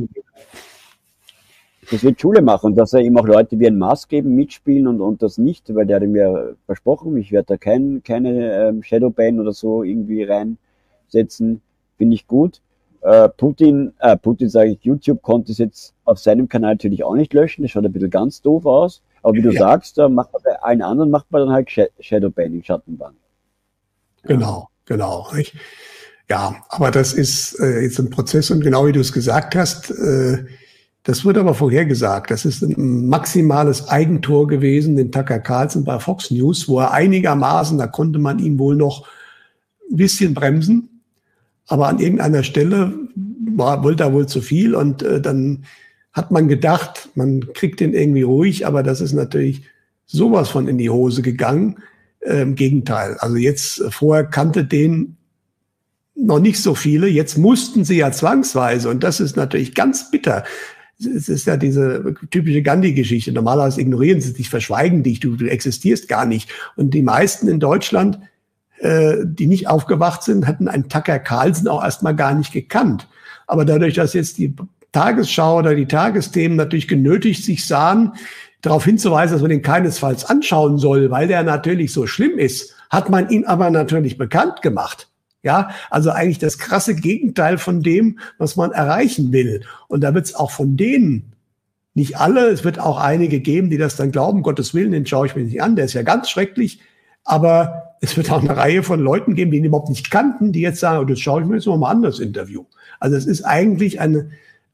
das wird Schule machen und dass er eben auch Leute wie ein Musk eben mitspielen und das nicht, weil der hat mir versprochen, ich werde da keine Shadowban oder so irgendwie reinsetzen, finde ich gut. Putin sage ich, YouTube konnte es jetzt auf seinem Kanal natürlich auch nicht löschen, das schaut ein bisschen ganz doof aus. Aber wie du sagst, da macht man bei allen anderen macht man dann halt Shadowbanning, Schattenbann. Genau. Ja, aber das ist jetzt ein Prozess und genau wie du es gesagt hast, das wird aber vorhergesagt. Das ist ein maximales Eigentor gewesen, den Tucker Carlson bei Fox News, wo er einigermaßen, da konnte man ihn wohl noch ein bisschen bremsen, aber an irgendeiner Stelle wollte er wohl zu viel und dann hat man gedacht, man kriegt den irgendwie ruhig, aber das ist natürlich sowas von in die Hose gegangen. Im Gegenteil. Also jetzt, vorher kannte den noch nicht so viele, jetzt mussten sie ja zwangsweise und das ist natürlich ganz bitter. Es ist ja diese typische Gandhi-Geschichte. Normalerweise ignorieren sie dich, verschweigen dich, du existierst gar nicht. Und die meisten in Deutschland, die nicht aufgewacht sind, hatten einen Tucker Carlson auch erstmal gar nicht gekannt. Aber dadurch, dass jetzt die Tagesschau oder die Tagesthemen natürlich genötigt sich sahen, darauf hinzuweisen, dass man den keinesfalls anschauen soll, weil der natürlich so schlimm ist, hat man ihn aber natürlich bekannt gemacht. Ja, also eigentlich das krasse Gegenteil von dem, was man erreichen will. Und da wird es auch von denen, nicht alle, es wird auch einige geben, die das dann glauben, Gottes Willen, den schaue ich mir nicht an, der ist ja ganz schrecklich. Aber es wird auch eine Reihe von Leuten geben, die ihn überhaupt nicht kannten, die jetzt sagen, oh, das schaue ich mir jetzt noch mal an, das Interview. Also es ist eigentlich eine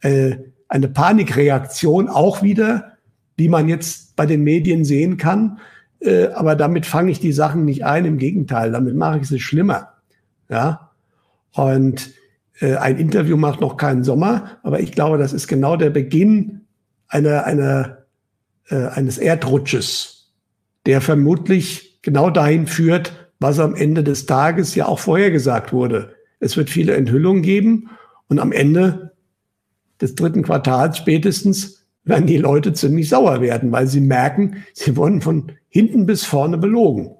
Panikreaktion auch wieder, die man jetzt bei den Medien sehen kann. Aber damit fange ich die Sachen nicht ein, im Gegenteil, damit mache ich sie schlimmer. Ja, und ein Interview macht noch keinen Sommer, aber ich glaube, das ist genau der Beginn eines Erdrutsches, der vermutlich genau dahin führt, was am Ende des Tages ja auch vorhergesagt wurde. Es wird viele Enthüllungen geben und am Ende des 3. Quartals spätestens werden die Leute ziemlich sauer werden, weil sie merken, sie wurden von hinten bis vorne belogen.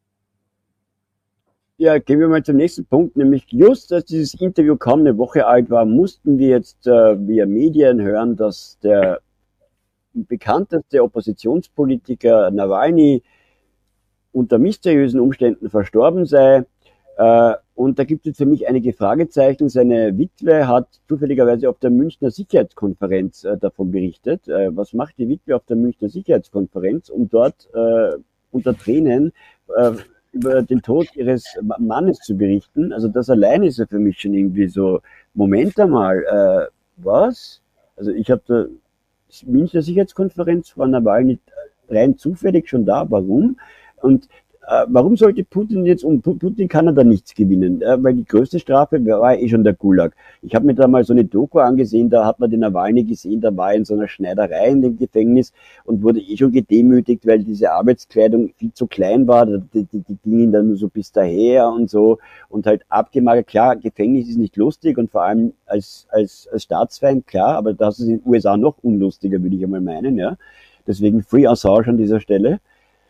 Ja, gehen wir mal zum nächsten Punkt, nämlich just als dieses Interview kaum eine Woche alt war, mussten wir jetzt via Medien hören, dass der bekannteste Oppositionspolitiker Nawalny unter mysteriösen Umständen verstorben sei. Und da gibt es für mich einige Fragezeichen. Seine Witwe hat zufälligerweise auf der Münchner Sicherheitskonferenz davon berichtet. Was macht die Witwe auf der Münchner Sicherheitskonferenz, um dort unter Tränen über den Tod ihres Mannes zu berichten? Also das alleine ist ja für mich schon irgendwie so, Moment einmal, was? Also ich habe da Münchner Sicherheitskonferenz war Nawalny rein zufällig schon da. Warum? Und warum sollte Putin jetzt, Putin kann er da nichts gewinnen, weil die größte Strafe war eh schon der Gulag. Ich habe mir da mal so eine Doku angesehen, da hat man den Nawalny gesehen, da war er in so einer Schneiderei in dem Gefängnis und wurde eh schon gedemütigt, weil diese Arbeitskleidung viel zu klein war, die gingen dann nur so bis daher und so und halt abgemagert. Klar, Gefängnis ist nicht lustig und vor allem als Staatsfeind, klar, aber das ist in den USA noch unlustiger, würde ich einmal meinen, ja. Deswegen Free Assange an dieser Stelle.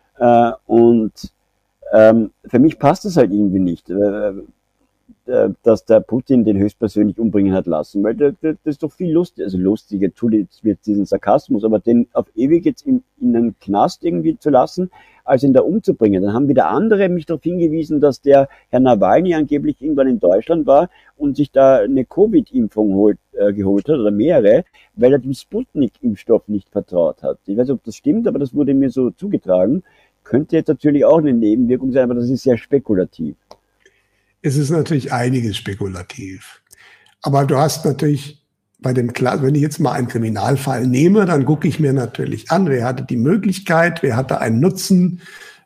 Für mich passt das halt irgendwie nicht, dass der Putin den höchstpersönlich umbringen hat lassen, weil das ist doch viel lustiger, also lustig, Entschuldigung, jetzt diesen Sarkasmus, aber den auf ewig jetzt in einen Knast irgendwie zu lassen, als ihn da umzubringen. Dann haben wieder andere mich darauf hingewiesen, dass der Herr Nawalny angeblich irgendwann in Deutschland war und sich da eine Covid-Impfung geholt hat oder mehrere, weil er dem Sputnik-Impfstoff nicht vertraut hat. Ich weiß nicht, ob das stimmt, aber das wurde mir so zugetragen. Könnte jetzt natürlich auch eine Nebenwirkung sein, aber das ist sehr spekulativ. Es ist natürlich einiges spekulativ. Aber du hast natürlich wenn ich jetzt mal einen Kriminalfall nehme, dann gucke ich mir natürlich an, wer hatte die Möglichkeit, wer hatte einen Nutzen,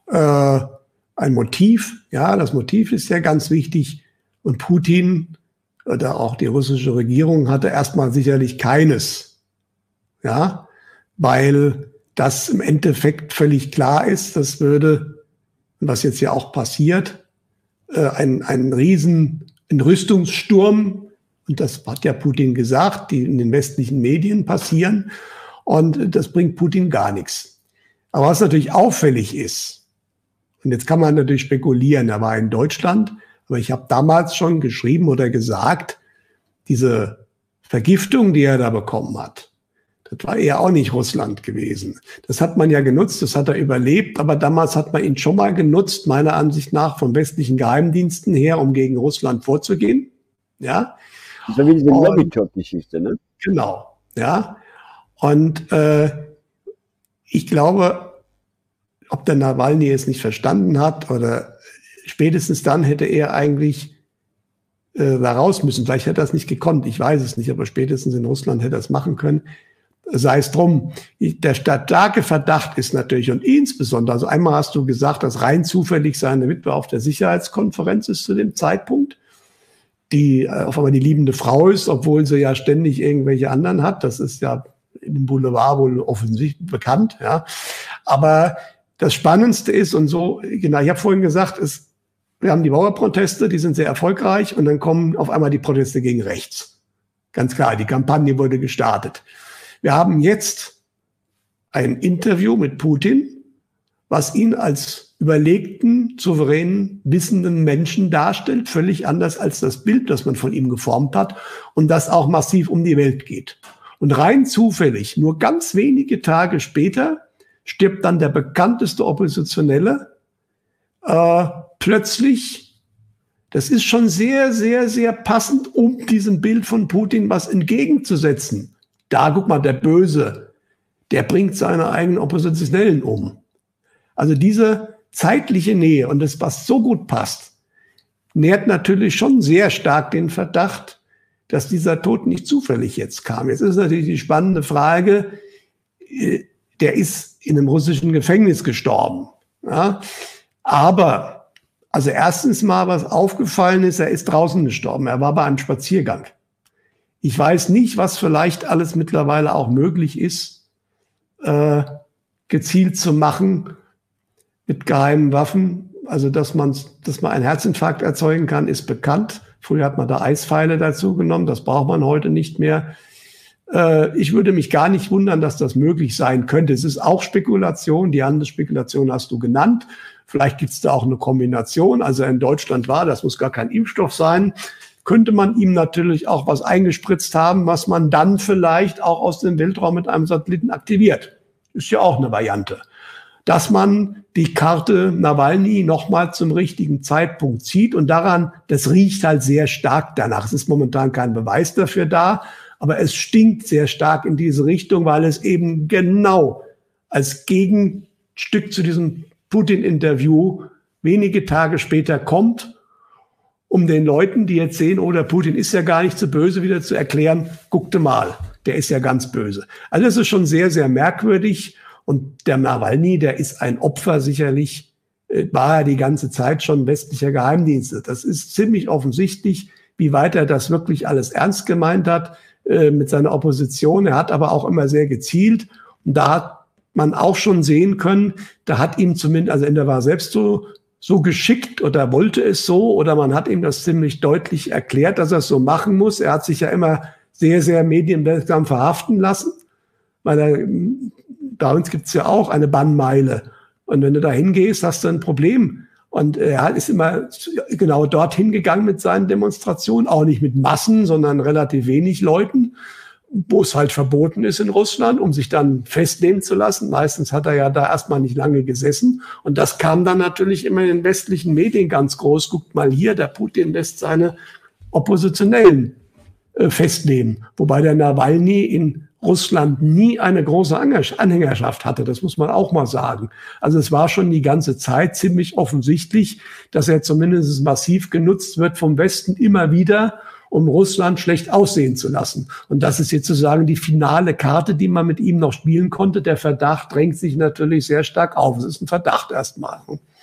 ein Motiv. Ja, das Motiv ist ja ganz wichtig. Und Putin oder auch die russische Regierung hatte erstmal sicherlich keines. Ja, weil das im Endeffekt völlig klar ist, das würde, was jetzt ja auch passiert, ein Rüstungssturm, und das hat ja Putin gesagt, die in den westlichen Medien passieren, und das bringt Putin gar nichts. Aber was natürlich auffällig ist, und jetzt kann man natürlich spekulieren, er war in Deutschland, aber ich habe damals schon geschrieben oder gesagt, diese Vergiftung, die er da bekommen hat, das war eher auch nicht Russland gewesen. Das hat man ja genutzt, das hat er überlebt, aber damals hat man ihn schon mal genutzt, meiner Ansicht nach von westlichen Geheimdiensten her, um gegen Russland vorzugehen. Ja. Das war wie diese Novichok-Geschichte, ne? Genau, ja. Und ich glaube, ob der Nawalny es nicht verstanden hat oder spätestens dann hätte er eigentlich da raus müssen. Vielleicht hätte er es nicht gekonnt, ich weiß es nicht, aber spätestens in Russland hätte er es machen können. Sei es drum, der starke Verdacht ist natürlich, und insbesondere, also einmal hast du gesagt, dass rein zufällig seine Witwe auf der Sicherheitskonferenz ist zu dem Zeitpunkt, die auf einmal die liebende Frau ist, obwohl sie ja ständig irgendwelche anderen hat. Das ist ja im Boulevard wohl offensichtlich bekannt. Ja. Aber das Spannendste ist, und so, genau, ich habe vorhin gesagt, wir haben die Bauernproteste, die sind sehr erfolgreich, und dann kommen auf einmal die Proteste gegen rechts. Ganz klar, die Kampagne wurde gestartet. Wir haben jetzt ein Interview mit Putin, was ihn als überlegten, souveränen, wissenden Menschen darstellt, völlig anders als das Bild, das man von ihm geformt hat und das auch massiv um die Welt geht. Und rein zufällig, nur ganz wenige Tage später, stirbt dann der bekannteste Oppositionelle plötzlich. Das ist schon sehr, sehr, sehr passend, um diesem Bild von Putin was entgegenzusetzen. Da, guck mal, der Böse, der bringt seine eigenen Oppositionellen um. Also diese zeitliche Nähe und das, was so gut passt, nährt natürlich schon sehr stark den Verdacht, dass dieser Tod nicht zufällig jetzt kam. Jetzt ist natürlich die spannende Frage, der ist in einem russischen Gefängnis gestorben. Ja? Aber, also erstens mal, was aufgefallen ist, er ist draußen gestorben. Er war bei einem Spaziergang. Ich weiß nicht, was vielleicht alles mittlerweile auch möglich ist, gezielt zu machen mit geheimen Waffen. Also, dass man einen Herzinfarkt erzeugen kann, ist bekannt. Früher hat man da Eispfeile dazu genommen. Das braucht man heute nicht mehr. Ich würde mich gar nicht wundern, dass das möglich sein könnte. Es ist auch Spekulation. Die Handelsspekulation hast du genannt. Vielleicht gibt es da auch eine Kombination. Also in Deutschland das muss gar kein Impfstoff sein. könnte man ihm natürlich auch was eingespritzt haben, was man dann vielleicht auch aus dem Weltraum mit einem Satelliten aktiviert. Ist ja auch eine Variante. Dass man die Karte Nawalny nochmal zum richtigen Zeitpunkt zieht und daran, das riecht halt sehr stark danach. Es ist momentan kein Beweis dafür da, aber es stinkt sehr stark in diese Richtung, weil es eben genau als Gegenstück zu diesem Putin-Interview wenige Tage später kommt, um den Leuten, die jetzt sehen, oh, der Putin ist ja gar nicht so böse, wieder zu erklären, guckte mal, der ist ja ganz böse. Also das ist schon sehr, sehr merkwürdig. Und der Nawalny, der ist ein Opfer sicherlich, war er die ganze Zeit schon westlicher Geheimdienste. Das ist ziemlich offensichtlich, wie weit er das wirklich alles ernst gemeint hat mit seiner Opposition. Er hat aber auch immer sehr gezielt. Und da hat man auch schon sehen können, da hat ihm zumindest, also entweder war er selbst so geschickt oder wollte es so, oder man hat ihm das ziemlich deutlich erklärt, dass er es so machen muss. Er hat sich ja immer sehr, sehr medienwirksam verhaften lassen, weil er, bei uns gibt es ja auch eine Bannmeile. Und wenn du da hingehst, hast du ein Problem. Und er ist immer genau dorthin gegangen mit seinen Demonstrationen, auch nicht mit Massen, sondern relativ wenig Leuten, wo es halt verboten ist in Russland, um sich dann festnehmen zu lassen. Meistens hat er ja da erstmal nicht lange gesessen. Und das kam dann natürlich immer in den westlichen Medien ganz groß. Guckt mal hier, der Putin lässt seine Oppositionellen festnehmen. Wobei der Nawalny in Russland nie eine große Anhängerschaft hatte. Das muss man auch mal sagen. Also es war schon die ganze Zeit ziemlich offensichtlich, dass er zumindest massiv genutzt wird vom Westen immer wieder, um Russland schlecht aussehen zu lassen. Und das ist jetzt sozusagen die finale Karte, die man mit ihm noch spielen konnte. Der Verdacht drängt sich natürlich sehr stark auf. Es ist ein Verdacht erstmal.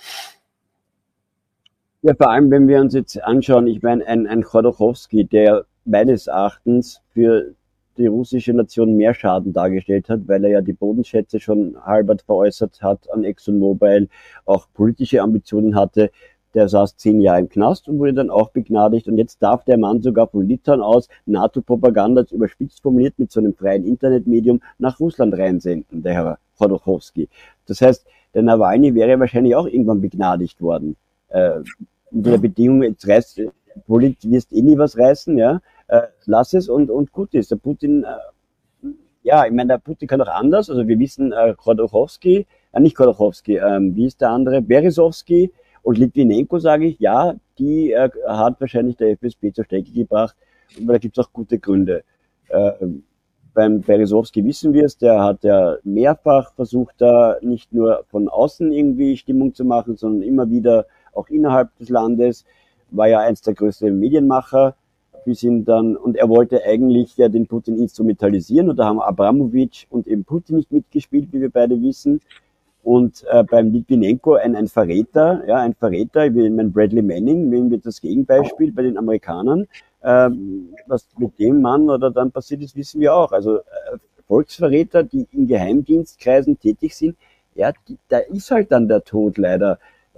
Ja, vor allem, wenn wir uns jetzt anschauen, ich meine, ein Chodorkowski, der meines Erachtens für die russische Nation mehr Schaden dargestellt hat, weil er ja die Bodenschätze schon halbert veräußert hat an ExxonMobil, auch politische Ambitionen hatte. Der saß 10 Jahre im Knast und wurde dann auch begnadigt. Und jetzt darf der Mann sogar von Litauen aus NATO-Propaganda, überspitzt formuliert, mit so einem freien Internetmedium nach Russland reinsenden, der Herr Chodorkowski. Das heißt, der Nawalny wäre wahrscheinlich auch irgendwann begnadigt worden. Unter der Bedingung, jetzt reißt, wirst eh nie was reißen, ja. Lass es und gut ist. Der Putin, ja, ich meine, der Putin kann auch anders. Also wir wissen, Chodorkowski, nicht Chodorkowski, wie ist der andere? Berezovsky und Litvinenko, sage ich, ja, die hat wahrscheinlich der FSB zur Strecke gebracht, aber da gibt es auch gute Gründe. Beim Berezovsky wissen wir es, der hat ja mehrfach versucht, da nicht nur von außen irgendwie Stimmung zu machen, sondern immer wieder auch innerhalb des Landes, war ja eins der größten Medienmacher, bis ihn dann, und er wollte eigentlich ja den Putin instrumentalisieren, und da haben Abramowitsch und eben Putin nicht mitgespielt, wie wir beide wissen. Und beim Litvinenko ein Verräter, ja, ein Verräter, ich meine Bradley Manning, nehmen wir das Gegenbeispiel bei den Amerikanern. Was mit dem Mann oder dann passiert ist, wissen wir auch. Also Volksverräter, die in Geheimdienstkreisen tätig sind, ja, da ist halt dann der Tod leider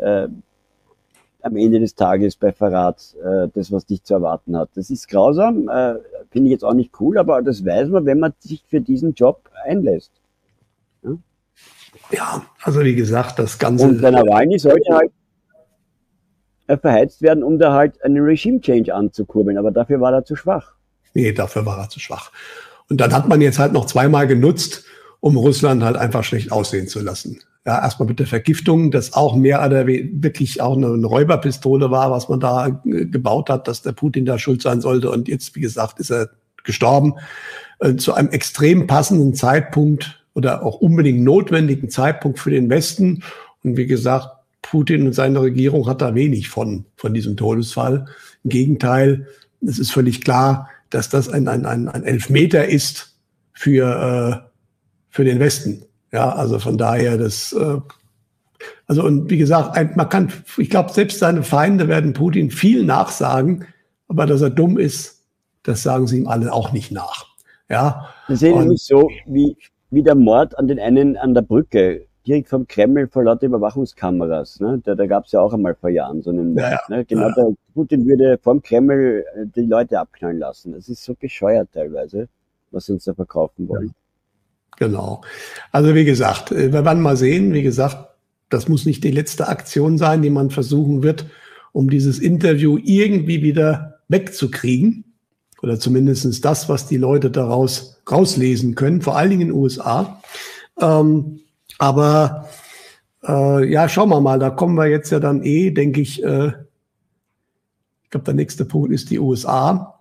am Ende des Tages bei Verrat das, was dich zu erwarten hat. Das ist grausam, finde ich jetzt auch nicht cool, aber das weiß man, wenn man sich für diesen Job einlässt. Ja, ja, also wie gesagt, das Ganze... Und der Nawalny sollte halt verheizt werden, um da halt einen Regime-Change anzukurbeln, aber dafür war er zu schwach. Nee, dafür war er zu schwach. Und dann hat man jetzt halt noch zweimal genutzt, um Russland halt einfach schlecht aussehen zu lassen. Ja, erstmal mit der Vergiftung, das auch mehr oder wirklich auch eine Räuberpistole war, was man da gebaut hat, dass der Putin da schuld sein sollte. Und jetzt, wie gesagt, ist er gestorben zu einem extrem passenden Zeitpunkt oder auch unbedingt notwendigen Zeitpunkt für den Westen. Und wie gesagt, Putin und seine Regierung hat da wenig von diesem Todesfall. Im Gegenteil, es ist völlig klar, dass das ein Elfmeter ist für den Westen. Ja, also von daher, also und wie gesagt, ich glaube, selbst seine Feinde werden Putin viel nachsagen, aber dass er dumm ist, das sagen sie ihm alle auch nicht nach. Ja. Das ist nämlich so wie der Mord an den einen an der Brücke, direkt vom Kreml vor lauter Überwachungskameras. Ne? Da gab es ja auch einmal vor Jahren so einen Mord. Ne? Genau, der Putin würde vom Kreml die Leute abknallen lassen. Das ist so bescheuert teilweise, was sie uns da verkaufen wollen. Ja. Genau. Also wie gesagt, wir werden mal sehen. Wie gesagt, das muss nicht die letzte Aktion sein, die man versuchen wird, um dieses Interview irgendwie wieder wegzukriegen. Oder zumindest das, was die Leute daraus rauslesen können, vor allen Dingen in den USA. Aber schauen wir mal, da kommen wir jetzt ja dann denke ich, ich glaube, der nächste Punkt ist die USA.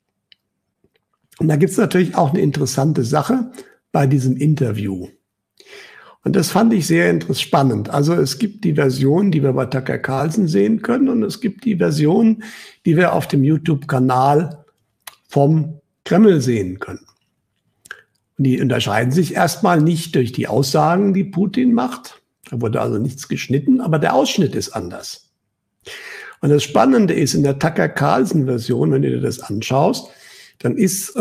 Und da gibt es natürlich auch eine interessante Sache bei diesem Interview. Und das fand ich sehr spannend. Also es gibt die Version, die wir bei Tucker Carlson sehen können, und es gibt die Version, die wir auf dem YouTube-Kanal vom Kreml sehen können. Und die unterscheiden sich erstmal nicht durch die Aussagen, die Putin macht. Da wurde also nichts geschnitten, aber der Ausschnitt ist anders. Und das Spannende ist, in der Tucker Carlson-Version, wenn du dir das anschaust, dann siehst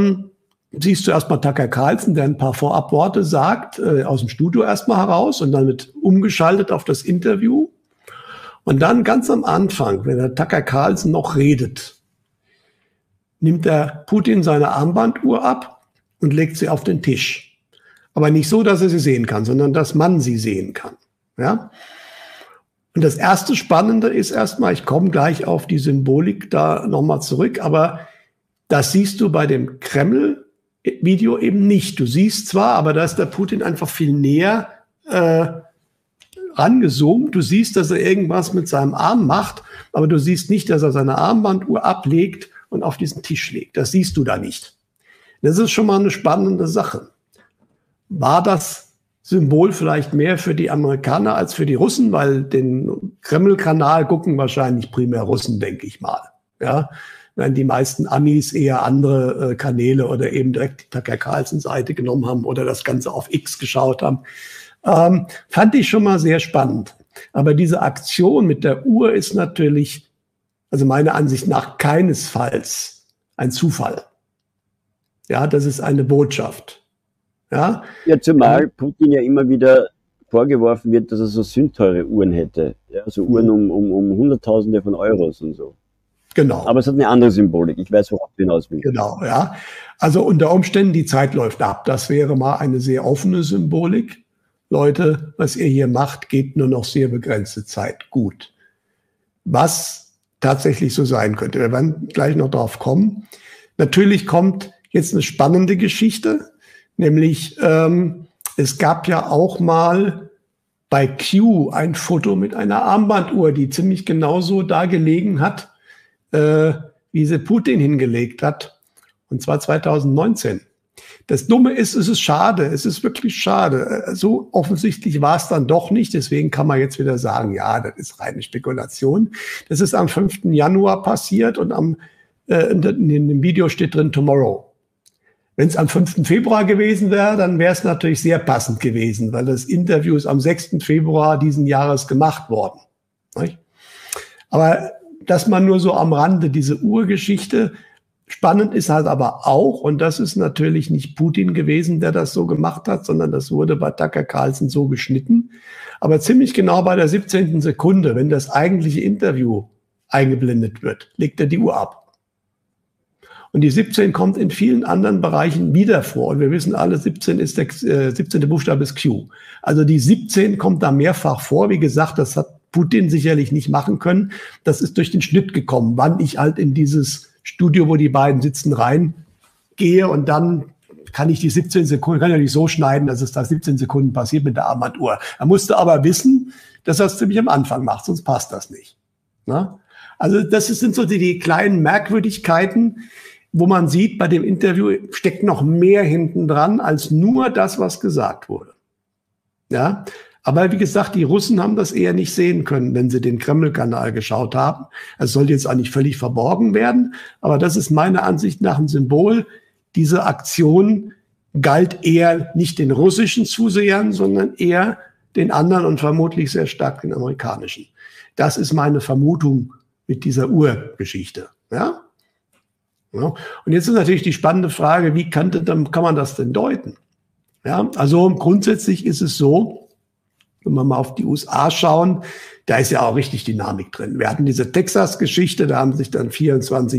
du erstmal Tucker Carlson, der ein paar Vorabworte sagt, aus dem Studio erstmal heraus, und dann wird umgeschaltet auf das Interview. Und dann ganz am Anfang, wenn der Tucker Carlson noch redet, nimmt der Putin seine Armbanduhr ab und legt sie auf den Tisch. Aber nicht so, dass er sie sehen kann, sondern dass man sie sehen kann. Ja? Und das erste Spannende ist erstmal, ich komme gleich auf die Symbolik da nochmal zurück, aber das siehst du bei dem Kreml-Video eben nicht. Du siehst zwar, aber da ist der Putin einfach viel näher rangezoomt. Du siehst, dass er irgendwas mit seinem Arm macht, aber du siehst nicht, dass er seine Armbanduhr ablegt und auf diesen Tisch legt. Das siehst du da nicht. Das ist schon mal eine spannende Sache. War das Symbol vielleicht mehr für die Amerikaner als für die Russen? Weil den Kreml-Kanal gucken wahrscheinlich primär Russen, denke ich mal. Ja, während die meisten Amis eher andere Kanäle oder eben direkt die Tucker Carlson-Seite genommen haben oder das Ganze auf X geschaut haben. Fand ich schon mal sehr spannend. Aber diese Aktion mit der Uhr ist natürlich, also meiner Ansicht nach, keinesfalls ein Zufall. Ja, das ist eine Botschaft. Ja, zumal Putin ja immer wieder vorgeworfen wird, dass er so sündteure Uhren hätte. Ja, so Uhren um Hunderttausende von Euros und so. Genau. Aber es hat eine andere Symbolik. Ich weiß, worauf du hinaus willst. Genau, ja. Also unter Umständen, die Zeit läuft ab. Das wäre mal eine sehr offene Symbolik. Leute, was ihr hier macht, geht nur noch sehr begrenzte Zeit gut. Was tatsächlich so sein könnte. Wir werden gleich noch drauf kommen. Natürlich kommt jetzt eine spannende Geschichte, nämlich es gab ja auch mal bei Q ein Foto mit einer Armbanduhr, die ziemlich genauso da gelegen hat, wie sie Putin hingelegt hat, und zwar 2019. Das Dumme ist, es ist schade, es ist wirklich schade. So offensichtlich war es dann doch nicht, deswegen kann man jetzt wieder sagen, ja, das ist reine Spekulation. Das ist am 5. Januar passiert und in dem Video steht drin Tomorrow. Wenn es am 5. Februar gewesen wäre, dann wäre es natürlich sehr passend gewesen, weil das Interview ist am 6. Februar diesen Jahres gemacht worden. Nicht? Aber dass man nur so am Rande diese Urgeschichte, spannend ist halt aber auch, und das ist natürlich nicht Putin gewesen, der das so gemacht hat, sondern das wurde bei Tucker Carlson so geschnitten. Aber ziemlich genau bei der 17. Sekunde, wenn das eigentliche Interview eingeblendet wird, legt er die Uhr ab. Und die 17 kommt in vielen anderen Bereichen wieder vor. Und wir wissen alle, 17 ist der 17. Buchstabe ist Q. Also die 17 kommt da mehrfach vor. Wie gesagt, das hat Putin sicherlich nicht machen können. Das ist durch den Schnitt gekommen, wann ich halt in dieses Studio, wo die beiden sitzen, reingehe, und dann kann ich die 17 Sekunden, kann ja nicht so schneiden, dass es da 17 Sekunden passiert mit der Armbanduhr. Er musste aber wissen, dass er es ziemlich am Anfang macht, sonst passt das nicht. Na? Also das sind so die kleinen Merkwürdigkeiten, wo man sieht, bei dem Interview steckt noch mehr hinten dran als nur das, was gesagt wurde. Ja, aber wie gesagt, die Russen haben das eher nicht sehen können, wenn sie den Kreml-Kanal geschaut haben. Es sollte jetzt auch nicht völlig verborgen werden, aber das ist meiner Ansicht nach ein Symbol. Diese Aktion galt eher nicht den russischen Zusehern, sondern eher den anderen und vermutlich sehr stark den amerikanischen. Das ist meine Vermutung mit dieser Urgeschichte. Ja? Ja. Und jetzt ist natürlich die spannende Frage, wie kann man das denn deuten? Ja, also grundsätzlich ist es so, wenn wir mal auf die USA schauen, da ist ja auch richtig Dynamik drin. Wir hatten diese Texas-Geschichte, da haben sich dann 24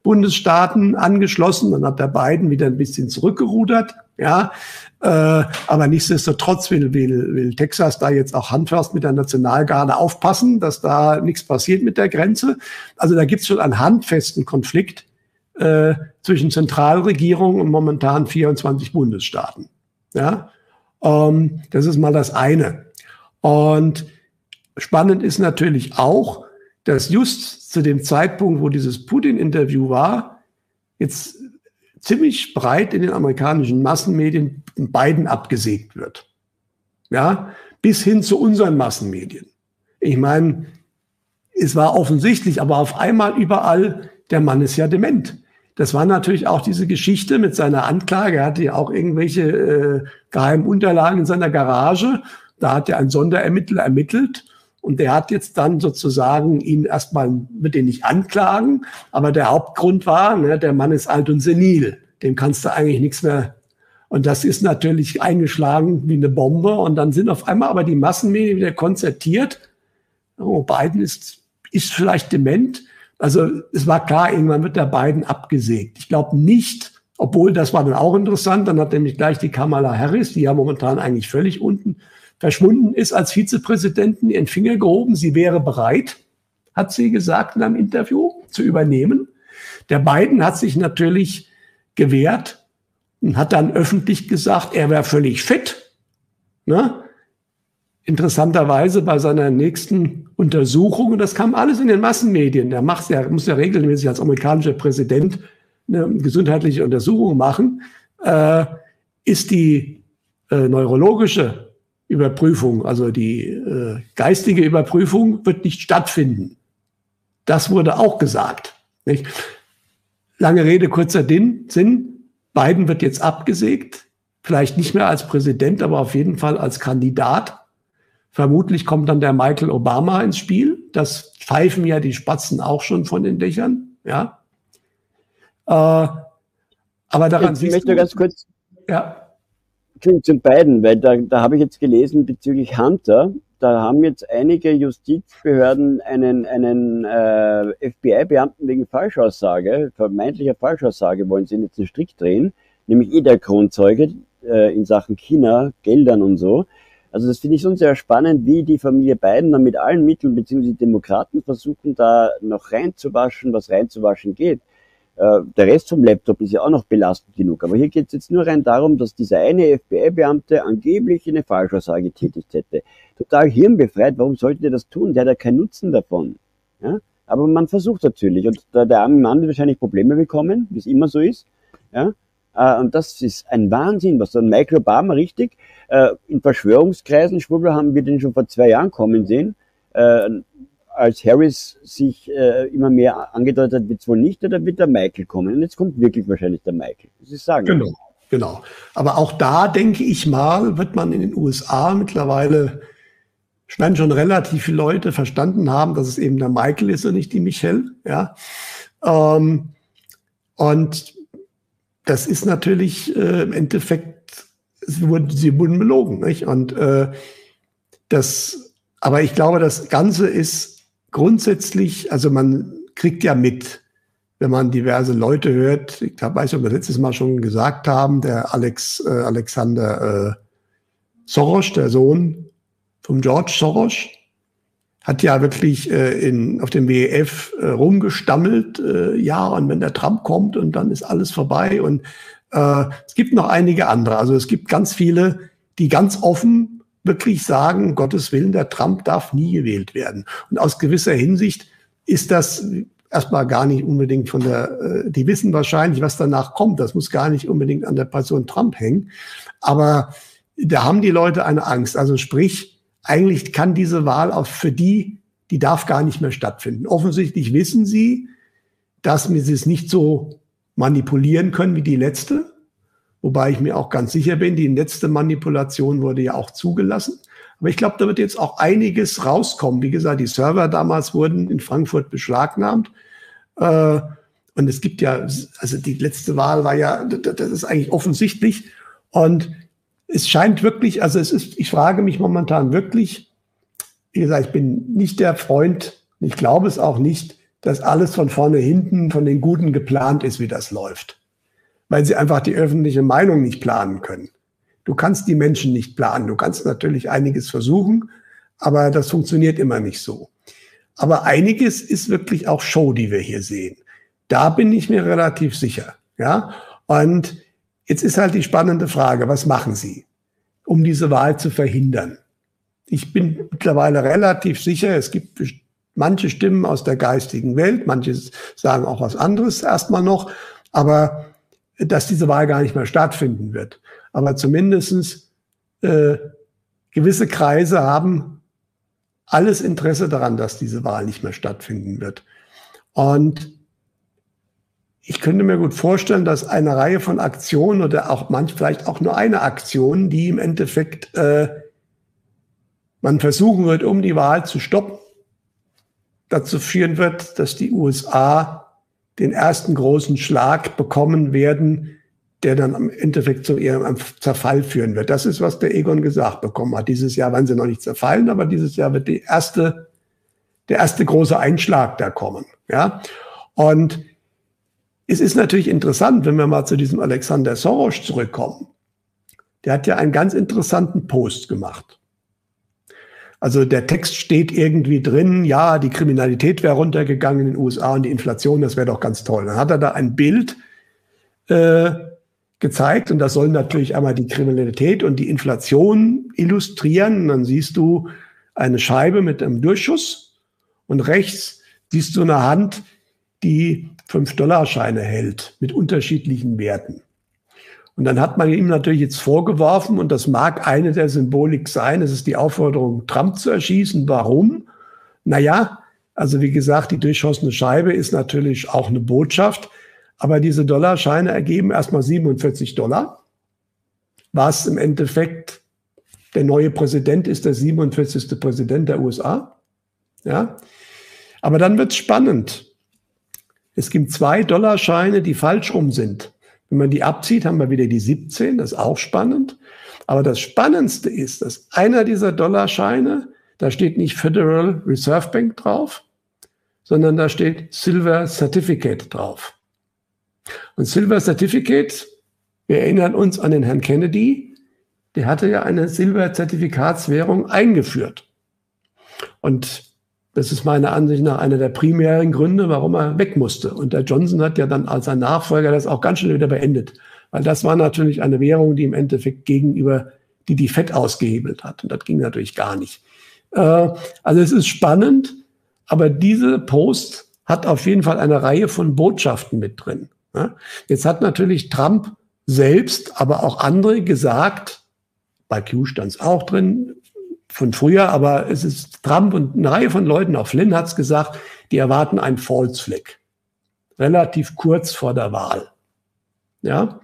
Bundesstaaten angeschlossen. Dann hat der Biden wieder ein bisschen zurückgerudert. Ja, aber nichtsdestotrotz will Texas da jetzt auch handfest mit der Nationalgarde aufpassen, dass da nichts passiert mit der Grenze. Also da gibt es schon einen handfesten Konflikt zwischen Zentralregierung und momentan 24 Bundesstaaten. Ja, das ist mal das eine. Und spannend ist natürlich auch, dass just zu dem Zeitpunkt, wo dieses Putin-Interview war, jetzt ziemlich breit in den amerikanischen Massenmedien Biden abgesägt wird. Ja, bis hin zu unseren Massenmedien. Ich meine, es war offensichtlich, aber auf einmal überall, der Mann ist ja dement. Das war natürlich auch diese Geschichte mit seiner Anklage. Er hatte ja auch irgendwelche geheimen Unterlagen in seiner Garage. Da hat ja ein Sonderermittler ermittelt. Und der hat jetzt dann sozusagen ihn erstmal, wird ihn nicht anklagen, aber der Hauptgrund war, ne, der Mann ist alt und senil, dem kannst du eigentlich nichts mehr. Und das ist natürlich eingeschlagen wie eine Bombe. Und dann sind auf einmal aber die Massenmedien wieder konzertiert. Oh, Biden ist vielleicht dement. Also es war klar, irgendwann wird der Biden abgesägt. Ich glaube nicht, obwohl das war dann auch interessant, dann hat nämlich gleich die Kamala Harris, die ja momentan eigentlich völlig unten verschwunden ist, als Vizepräsidentin ihren Finger gehoben. Sie wäre bereit, hat sie gesagt in einem Interview, zu übernehmen. Der Biden hat sich natürlich gewehrt und hat dann öffentlich gesagt, er wäre völlig fit. Ne? Interessanterweise bei seiner nächsten Untersuchung, und das kam alles in den Massenmedien, muss ja regelmäßig als amerikanischer Präsident eine gesundheitliche Untersuchung machen, ist die neurologische Überprüfung, also die geistige Überprüfung, wird nicht stattfinden. Das wurde auch gesagt. Nicht? Lange Rede, kurzer Sinn. Biden wird jetzt abgesägt. Vielleicht nicht mehr als Präsident, aber auf jeden Fall als Kandidat. Vermutlich kommt dann der Michael Obama ins Spiel. Das pfeifen ja die Spatzen auch schon von den Dächern. Ja. Aber daran ich möchte ganz kurz. Ja. Zu beiden, weil da habe ich jetzt gelesen bezüglich Hunter, da haben jetzt einige Justizbehörden einen FBI-Beamten wegen Falschaussage, vermeintlicher Falschaussage, wollen sie jetzt einen Strick drehen, nämlich der Kronzeuge in Sachen China, Geldern und so. Also das finde ich schon sehr spannend, wie die Familie Biden dann mit allen Mitteln beziehungsweise Demokraten versuchen, da noch reinzuwaschen, was reinzuwaschen geht. Der Rest vom Laptop ist ja auch noch belastend genug. Aber hier geht es jetzt nur rein darum, dass dieser eine FBI-Beamte angeblich eine Falschaussage getätigt hätte. Total hirnbefreit, warum sollte der das tun? Der hat ja keinen Nutzen davon. Ja? Aber man versucht natürlich. Und der arme Mann wird wahrscheinlich Probleme bekommen, wie es immer so ist. Ja? Und das ist ein Wahnsinn, was dann Michael Obama richtig, in Verschwörungskreisen, Schwurbler haben wir den schon vor 2 Jahren kommen sehen, als Harris sich immer mehr angedeutet hat, wird es wohl nicht, oder wird der Michael kommen? Und jetzt kommt wirklich wahrscheinlich der Michael. Das ist sagen. Genau. Aber auch da, denke ich mal, wird man in den USA mittlerweile, ich meine, schon relativ viele Leute verstanden haben, dass es eben der Michael ist und nicht die Michelle. Ja. Und das ist natürlich im Endeffekt, sie wurden belogen. Nicht? Und aber ich glaube, das Ganze ist grundsätzlich, also man kriegt ja mit, wenn man diverse Leute hört, ich weiß nicht, ob wir das letztes Mal schon gesagt haben, der Alexander Soros, der Sohn von George Soros, hat ja wirklich auf dem WEF rumgestammelt, ja, und wenn der Trump kommt und dann ist alles vorbei. Und es gibt noch einige andere. Also es gibt ganz viele, die ganz offen wirklich sagen, um Gottes Willen, der Trump darf nie gewählt werden. Und aus gewisser Hinsicht ist das erstmal gar nicht unbedingt die wissen wahrscheinlich, was danach kommt. Das muss gar nicht unbedingt an der Person Trump hängen. Aber da haben die Leute eine Angst. Also sprich, eigentlich kann diese Wahl auch für die darf gar nicht mehr stattfinden. Offensichtlich wissen sie, dass sie es nicht so manipulieren können wie die letzte. Wobei ich mir auch ganz sicher bin, die letzte Manipulation wurde ja auch zugelassen. Aber ich glaube, da wird jetzt auch einiges rauskommen. Wie gesagt, die Server damals wurden in Frankfurt beschlagnahmt. Und es gibt ja, also die letzte Wahl war ja, das ist eigentlich offensichtlich. Und es scheint wirklich, also ich frage mich momentan wirklich, wie gesagt, ich bin nicht der Freund, ich glaube es auch nicht, dass alles von vorne hinten von den Guten geplant ist, wie das läuft. Weil sie einfach die öffentliche Meinung nicht planen können. Du kannst die Menschen nicht planen. Du kannst natürlich einiges versuchen, aber das funktioniert immer nicht so. Aber einiges ist wirklich auch Show, die wir hier sehen. Da bin ich mir relativ sicher. Ja? Und jetzt ist halt die spannende Frage, was machen Sie, um diese Wahl zu verhindern? Ich bin mittlerweile relativ sicher, es gibt manche Stimmen aus der geistigen Welt, manche sagen auch was anderes erstmal noch, aber dass diese Wahl gar nicht mehr stattfinden wird. Aber zumindest gewisse Kreise haben alles Interesse daran, dass diese Wahl nicht mehr stattfinden wird. Und ich könnte mir gut vorstellen, dass eine Reihe von Aktionen oder auch vielleicht auch nur eine Aktion, die im Endeffekt man versuchen wird, um die Wahl zu stoppen, dazu führen wird, dass die USA den ersten großen Schlag bekommen werden, der dann im Endeffekt zu ihrem Zerfall führen wird. Das ist, was der Egon gesagt bekommen hat. Dieses Jahr werden sie noch nicht zerfallen, aber dieses Jahr wird der erste große Einschlag da kommen. Ja? Und es ist natürlich interessant, wenn wir mal zu diesem Alexander Soros zurückkommen. Der hat ja einen ganz interessanten Post gemacht. Also der Text steht irgendwie drin, ja, die Kriminalität wäre runtergegangen in den USA und die Inflation, das wäre doch ganz toll. Dann hat er da ein Bild gezeigt und das soll natürlich einmal die Kriminalität und die Inflation illustrieren. Und dann siehst du eine Scheibe mit einem Durchschuss und rechts siehst du eine Hand, die 5-Dollar-Scheine hält mit unterschiedlichen Werten. Und dann hat man ihm natürlich jetzt vorgeworfen, und das mag eine der Symbolik sein, es ist die Aufforderung, Trump zu erschießen. Warum? Naja, also wie gesagt, die durchschossene Scheibe ist natürlich auch eine Botschaft, aber diese Dollarscheine ergeben erstmal 47 $, was im Endeffekt der neue Präsident ist, der 47. Präsident der USA. Ja? Aber dann wird's spannend. Es gibt 2 Dollarscheine, die falsch rum sind. Wenn man die abzieht, haben wir wieder die 17, das ist auch spannend. Aber das Spannendste ist, dass einer dieser Dollarscheine, da steht nicht Federal Reserve Bank drauf, sondern da steht Silver Certificate drauf. Und Silver Certificate, wir erinnern uns an den Herrn Kennedy, der hatte ja eine Silber-Zertifikatswährung eingeführt. Und das ist meiner Ansicht nach einer der primären Gründe, warum er weg musste. Und der Johnson hat ja dann als sein Nachfolger das auch ganz schnell wieder beendet. Weil das war natürlich eine Währung, die im Endeffekt gegenüber die Fed ausgehebelt hat. Und das ging natürlich gar nicht. Also es ist spannend, aber diese Post hat auf jeden Fall eine Reihe von Botschaften mit drin. Jetzt hat natürlich Trump selbst, aber auch andere gesagt, bei Q stand es auch drin, von früher, aber es ist Trump und eine Reihe von Leuten, auch Flynn hat es gesagt, die erwarten einen False Flag. Relativ kurz vor der Wahl. Ja.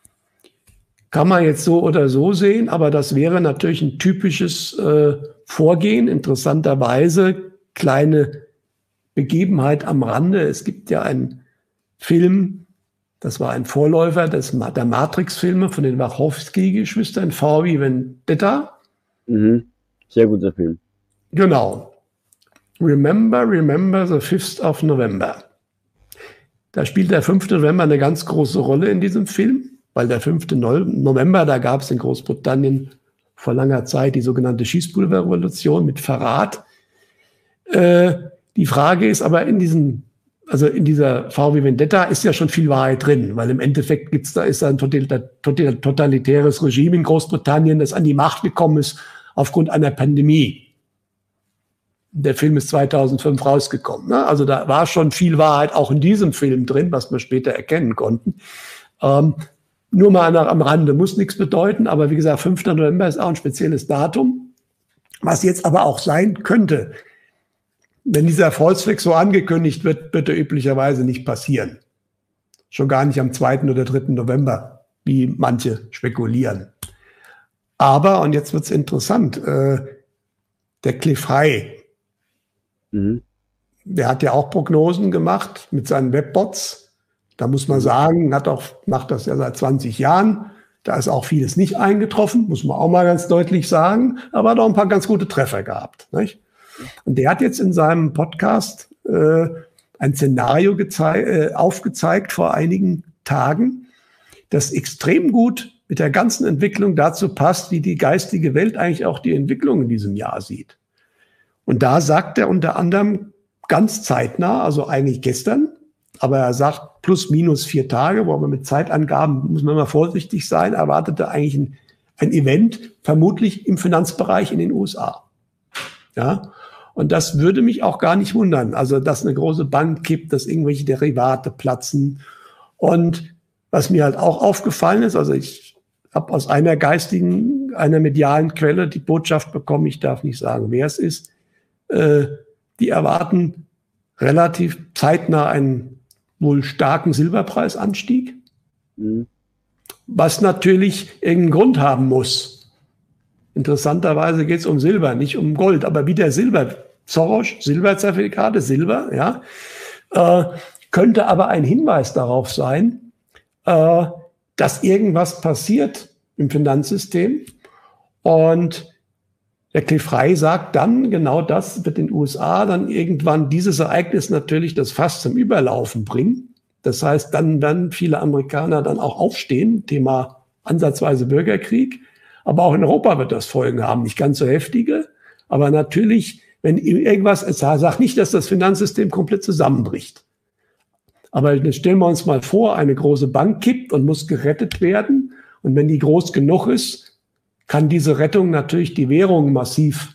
Kann man jetzt so oder so sehen, aber das wäre natürlich ein typisches Vorgehen. Interessanterweise, kleine Begebenheit am Rande. Es gibt ja einen Film, das war ein Vorläufer der Matrix-Filme von den Wachowski-Geschwistern, V wie Vendetta. Mhm. Sehr guter Film. Genau. Remember the 5th of November. Da spielt der 5. November eine ganz große Rolle in diesem Film, weil der 5. November, da gab es in Großbritannien vor langer Zeit die sogenannte Schießpulverrevolution mit Verrat. Die Frage ist aber in dieser V wie Vendetta ist ja schon viel Wahrheit drin, weil im Endeffekt ist da ein totalitäres Regime in Großbritannien, das an die Macht gekommen ist aufgrund einer Pandemie. Der Film ist 2005 rausgekommen. Ne? Also da war schon viel Wahrheit auch in diesem Film drin, was wir später erkennen konnten. Nur mal am Rande, muss nichts bedeuten, aber wie gesagt, 5. November ist auch ein spezielles Datum, was jetzt aber auch sein könnte. Wenn dieser False Flag so angekündigt wird, wird er üblicherweise nicht passieren. Schon gar nicht am 2. oder 3. November, wie manche spekulieren. Aber, und jetzt wird's interessant, der Cliff High, der hat ja auch Prognosen gemacht mit seinen Webbots. Da muss man sagen, macht das ja seit 20 Jahren. Da ist auch vieles nicht eingetroffen, muss man auch mal ganz deutlich sagen. Aber hat auch ein paar ganz gute Treffer gehabt. Nicht? Und der hat jetzt in seinem Podcast ein Szenario aufgezeigt vor einigen Tagen, das extrem gut mit der ganzen Entwicklung dazu passt, wie die geistige Welt eigentlich auch die Entwicklung in diesem Jahr sieht. Und da sagt er unter anderem ganz zeitnah, also eigentlich gestern, aber er sagt plus minus 4 Tage, wo man mit Zeitangaben, muss man mal vorsichtig sein, erwartete eigentlich ein Event, vermutlich im Finanzbereich in den USA. Ja, und das würde mich auch gar nicht wundern. Also, dass eine große Bank kippt, dass irgendwelche Derivate platzen. Und was mir halt auch aufgefallen ist, also ich habe aus einer medialen Quelle die Botschaft bekommen, ich darf nicht sagen, wer es ist, die erwarten relativ zeitnah einen wohl starken Silberpreisanstieg, was natürlich irgendeinen Grund haben muss. Interessanterweise geht es um Silber, nicht um Gold, aber wieder Silber. Soros, Silberzertifikate, Silber, ja, könnte aber ein Hinweis darauf sein, dass irgendwas passiert im Finanzsystem. Und der Cliff Frey sagt dann, genau das wird in den USA dann irgendwann dieses Ereignis natürlich das Fass zum Überlaufen bringen. Das heißt, dann werden viele Amerikaner dann auch aufstehen, Thema ansatzweise Bürgerkrieg. Aber auch in Europa wird das Folgen haben, nicht ganz so heftige. Aber natürlich, wenn irgendwas, es sagt nicht, dass das Finanzsystem komplett zusammenbricht. Aber stellen wir uns mal vor, eine große Bank kippt und muss gerettet werden. Und wenn die groß genug ist, kann diese Rettung natürlich die Währung massiv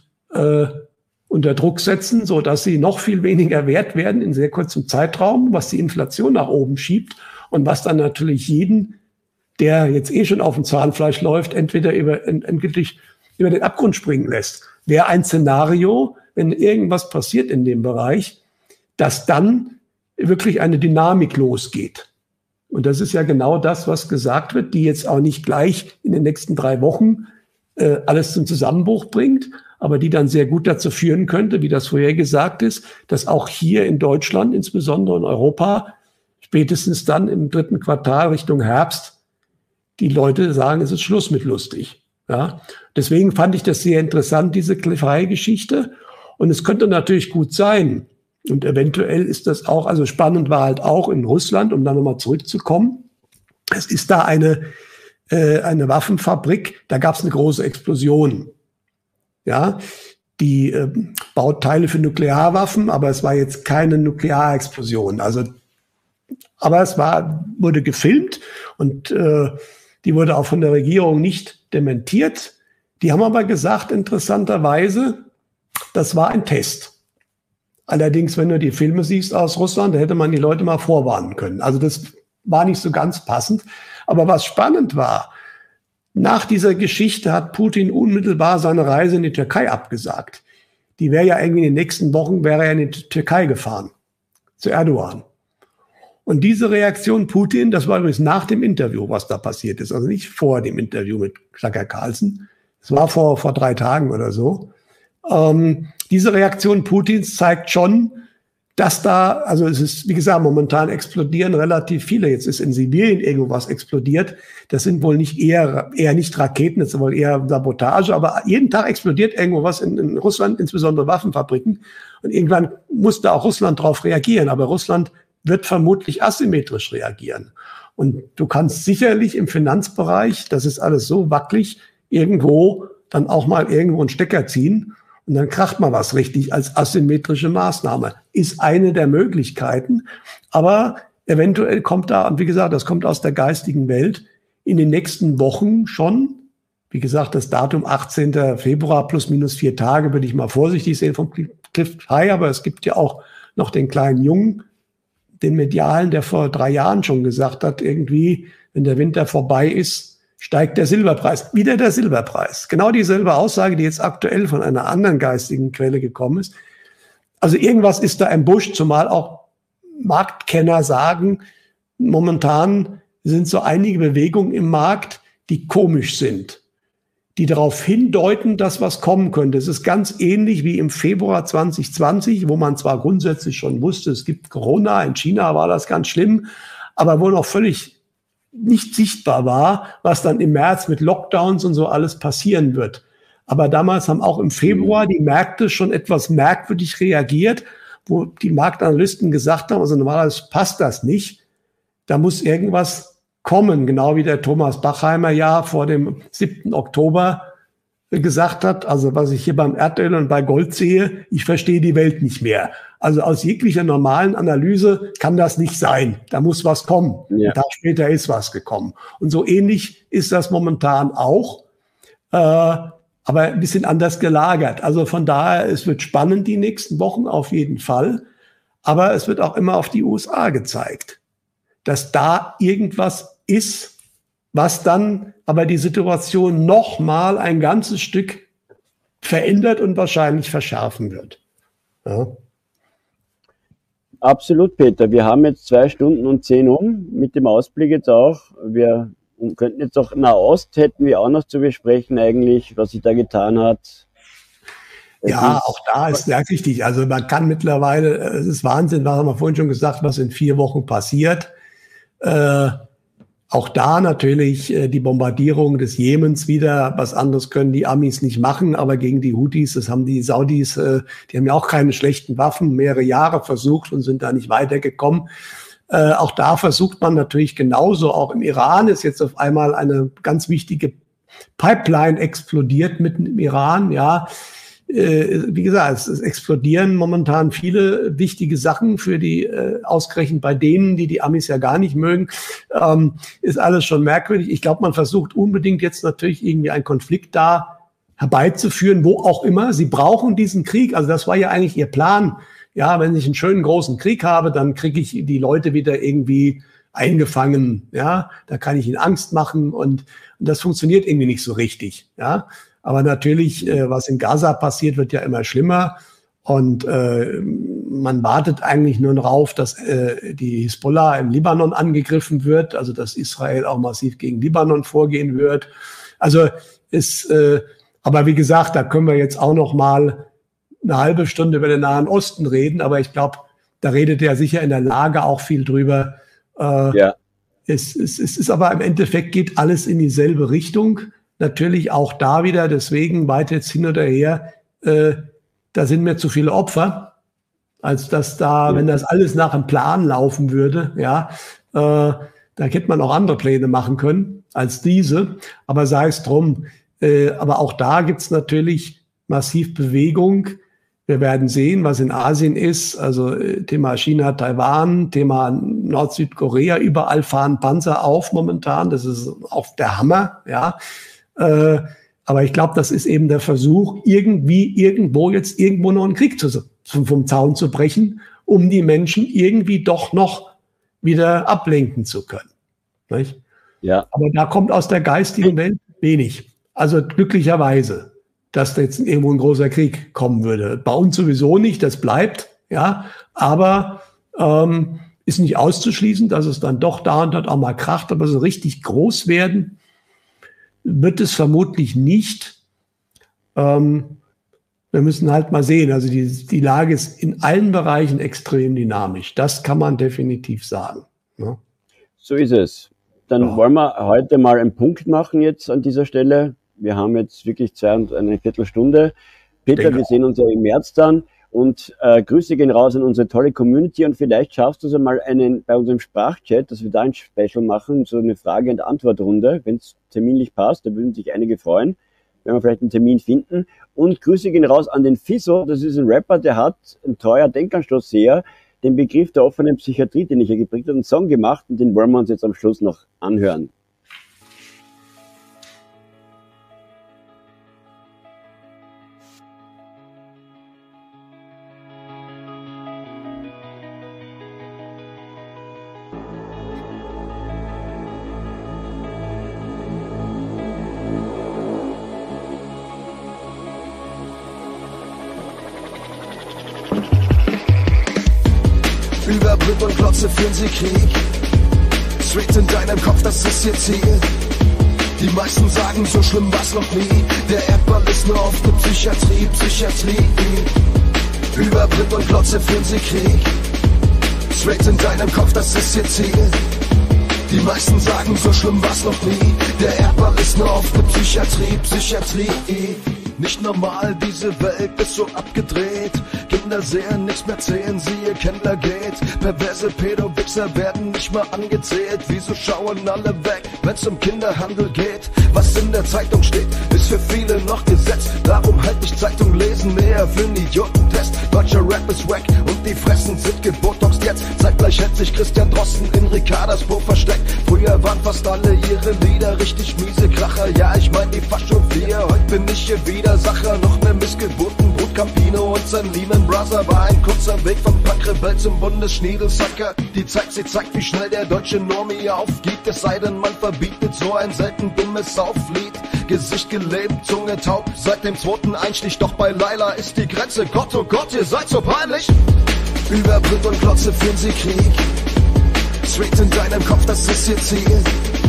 unter Druck setzen, so dass sie noch viel weniger wert werden in sehr kurzem Zeitraum, was die Inflation nach oben schiebt und was dann natürlich jeden, der jetzt schon auf dem Zahnfleisch läuft, entweder endgültig über den Abgrund springen lässt. Wäre ein Szenario, wenn irgendwas passiert in dem Bereich, dass dann wirklich eine Dynamik losgeht. Und das ist ja genau das, was gesagt wird, die jetzt auch nicht gleich in den nächsten 3 Wochen alles zum Zusammenbruch bringt, aber die dann sehr gut dazu führen könnte, wie das vorher gesagt ist, dass auch hier in Deutschland, insbesondere in Europa, spätestens dann im 3. Quartal Richtung Herbst, die Leute sagen, es ist Schluss mit lustig. Ja? Deswegen fand ich das sehr interessant, diese Cliff-Frey-Geschichte. Und es könnte natürlich gut sein, und eventuell ist das auch, also spannend war halt auch in Russland, um da nochmal zurückzukommen, es ist da eine Waffenfabrik, da gab es eine große Explosion. Ja, die baut Teile für Nuklearwaffen, aber es war jetzt keine Nuklearexplosion. Also, aber es wurde gefilmt und die wurde auch von der Regierung nicht dementiert. Die haben aber gesagt, interessanterweise, das war ein Test. Allerdings, wenn du die Filme siehst aus Russland, da hätte man die Leute mal vorwarnen können. Also das war nicht so ganz passend. Aber was spannend war, nach dieser Geschichte hat Putin unmittelbar seine Reise in die Türkei abgesagt. Die wäre ja irgendwie in den nächsten Wochen, wäre er in die Türkei gefahren, zu Erdogan. Und diese Reaktion Putin, das war übrigens nach dem Interview, was da passiert ist, also nicht vor dem Interview mit Tucker Carlson. Das war vor 3 Tagen oder so. Diese Reaktion Putins zeigt schon, dass da, also es ist, wie gesagt, momentan explodieren relativ viele. Jetzt ist in Sibirien irgendwas explodiert. Das sind wohl nicht eher nicht Raketen, das ist wohl eher Sabotage. Aber jeden Tag explodiert irgendwo was in Russland, insbesondere Waffenfabriken. Und irgendwann musste auch Russland darauf reagieren. Aber Russland wird vermutlich asymmetrisch reagieren. Und du kannst sicherlich im Finanzbereich, das ist alles so wackelig, irgendwo dann auch mal irgendwo einen Stecker ziehen. Und dann kracht mal was richtig als asymmetrische Maßnahme. Ist eine der Möglichkeiten. Aber eventuell kommt da, und wie gesagt, das kommt aus der geistigen Welt, in den nächsten Wochen schon, wie gesagt, das Datum 18. Februar plus minus 4 Tage, würde ich mal vorsichtig sehen vom Cliff Frey, aber es gibt ja auch noch den kleinen Jungen, den Medialen, der vor 3 Jahren schon gesagt hat, irgendwie, wenn der Winter vorbei ist, steigt der Silberpreis. Wieder der Silberpreis. Genau dieselbe Aussage, die jetzt aktuell von einer anderen geistigen Quelle gekommen ist. Also irgendwas ist da im Busch, zumal auch Marktkenner sagen, momentan sind so einige Bewegungen im Markt, die komisch sind, die darauf hindeuten, dass was kommen könnte. Es ist ganz ähnlich wie im Februar 2020, wo man zwar grundsätzlich schon wusste, es gibt Corona, in China war das ganz schlimm, aber wo noch völlig nicht sichtbar war, was dann im März mit Lockdowns und so alles passieren wird. Aber damals haben auch im Februar die Märkte schon etwas merkwürdig reagiert, wo die Marktanalysten gesagt haben, also normalerweise passt das nicht. Da muss irgendwas kommen, genau wie der Thomas Bachheimer ja vor dem 7. Oktober gesagt hat, also was ich hier beim Erdöl und bei Gold sehe, ich verstehe die Welt nicht mehr. Also aus jeglicher normalen Analyse kann das nicht sein. Da muss was kommen. Ja. Ein Tag später ist was gekommen. Und so ähnlich ist das momentan auch, aber ein bisschen anders gelagert. Also von daher, es wird spannend die nächsten Wochen auf jeden Fall. Aber es wird auch immer auf die USA gezeigt, dass da irgendwas ist, was dann aber die Situation noch mal ein ganzes Stück verändert und wahrscheinlich verschärfen wird. Ja. Absolut, Peter. Wir haben jetzt 2 Stunden und 10 mit dem Ausblick jetzt auch. Wir könnten jetzt auch Nahost, hätten wir auch noch zu besprechen eigentlich, was sich da getan hat. Ja, auch da ist sehr wichtig. Also man kann mittlerweile, es ist Wahnsinn, was haben wir vorhin schon gesagt, was in 4 Wochen passiert. Auch da natürlich die Bombardierung des Jemens wieder. Was anderes können die Amis nicht machen, aber gegen die Houthis, das haben die Saudis, die haben ja auch keine schlechten Waffen, mehrere Jahre versucht und sind da nicht weitergekommen. Auch da versucht man natürlich genauso. Auch im Iran ist jetzt auf einmal eine ganz wichtige Pipeline explodiert mitten im Iran, ja. Wie gesagt, es explodieren momentan viele wichtige Sachen für die, ausgerechnet bei denen, die Amis ja gar nicht mögen, ist alles schon merkwürdig. Ich glaube, man versucht unbedingt jetzt natürlich irgendwie einen Konflikt da herbeizuführen, wo auch immer. Sie brauchen diesen Krieg. Also das war ja eigentlich ihr Plan. Ja, wenn ich einen schönen großen Krieg habe, dann kriege ich die Leute wieder irgendwie eingefangen. Ja, da kann ich ihnen Angst machen und das funktioniert irgendwie nicht so richtig. Ja. Aber natürlich, was in Gaza passiert, wird ja immer schlimmer. Und man wartet eigentlich nur darauf, dass die Hisbollah im Libanon angegriffen wird, also dass Israel auch massiv gegen Libanon vorgehen wird. Also aber wie gesagt, da können wir jetzt auch noch mal eine halbe Stunde über den Nahen Osten reden. Aber ich glaube, da redet er sicher in der Lage auch viel drüber. Ja. Es ist aber im Endeffekt geht alles in dieselbe Richtung. Natürlich auch da wieder, deswegen weiter jetzt hin oder her, da sind mir zu viele Opfer, als dass da, wenn das alles nach einem Plan laufen würde, ja, da hätte man auch andere Pläne machen können als diese, aber sei es drum. Aber auch da gibt's natürlich massiv Bewegung. Wir werden sehen, was in Asien ist, also Thema China, Taiwan, Thema Nord-Südkorea, überall fahren Panzer auf momentan, das ist auch der Hammer, ja. Aber ich glaube, das ist eben der Versuch, irgendwo noch einen Krieg vom Zaun zu brechen, um die Menschen irgendwie doch noch wieder ablenken zu können. Nicht? Ja. Aber da kommt aus der geistigen Welt wenig. Also glücklicherweise, dass da jetzt irgendwo ein großer Krieg kommen würde. Bei uns sowieso nicht, das bleibt, ja. Aber ist nicht auszuschließen, dass es dann doch da und dort auch mal kracht, aber so richtig groß werden wird es vermutlich nicht. Wir müssen halt mal sehen. Also die Lage ist in allen Bereichen extrem dynamisch. Das kann man definitiv sagen. Ne? So ist es. Dann wollen wir heute mal einen Punkt machen jetzt an dieser Stelle. Wir haben jetzt wirklich 2,25 Stunden. Peter, wir sehen uns ja im März dann. Und Grüße gehen raus an unsere tolle Community und vielleicht schaffst du es einmal bei unserem Sprachchat, dass wir da ein Special machen, so eine Frage- und Antwortrunde, wenn es terminlich passt, da würden sich einige freuen, wenn wir vielleicht einen Termin finden. Und Grüße gehen raus an den Fiso, das ist ein Rapper, der hat ein treuer Denkanstoß sehr den Begriff der offenen Psychiatrie, den ich hier geprägt habe, einen Song gemacht und den wollen wir uns jetzt am Schluss noch anhören. Über Brück und Klotze führen sie Krieg. Straight in deinem Kopf, das ist ihr Ziel. Die meisten sagen, so schlimm war's noch nie. Der Erdball ist nur auf der Psychiatrie. Über Brück und Klotze führen sie Krieg. Straight in deinem Kopf, das ist ihr Ziel. Die meisten sagen, so schlimm war's noch nie. Der Erdball ist nur auf der Psychiatrie. Nicht normal, diese Welt ist so abgedreht. Kinder sehen nichts mehr zählen, siehe Kendler geht. Perverse Pädo-Wichser werden nicht mal angezählt. Wieso schauen alle weg, wenn's um Kinderhandel geht? Was in der Zeitung steht, ist für viele noch Gesetz. Darum halt nicht Zeitung lesen, mehr für einen Idiotentest. Deutscher Rap ist wack und die Fressen sind gebotoxt jetzt. Zeitgleich hält sich Christian Drosten in Ricardas-Po versteckt. Früher waren fast alle ihre Lieder richtig miese Kracher. Ja, ich mein die Fascho 4, heute bin ich ihr Widersacher. Noch mehr Missgeburten, Brut Campino und sein Lehman Brother. War ein kurzer Weg vom Punkrebell zum Bundesschniedelsacker. Die Zeit, sie zeigt, wie schnell der deutsche Normie aufgibt. Es sei denn, man verbietet so ein selten dummes Sauflied. Gesicht gelähmt, Zunge taub, seit dem 2. Einstich. Doch bei Laila ist die Grenze, Gott, oh Gott, ihr seid so peinlich. Über Blut und Klotze führen sie Krieg. Street in deinem Kopf, das ist ihr Ziel.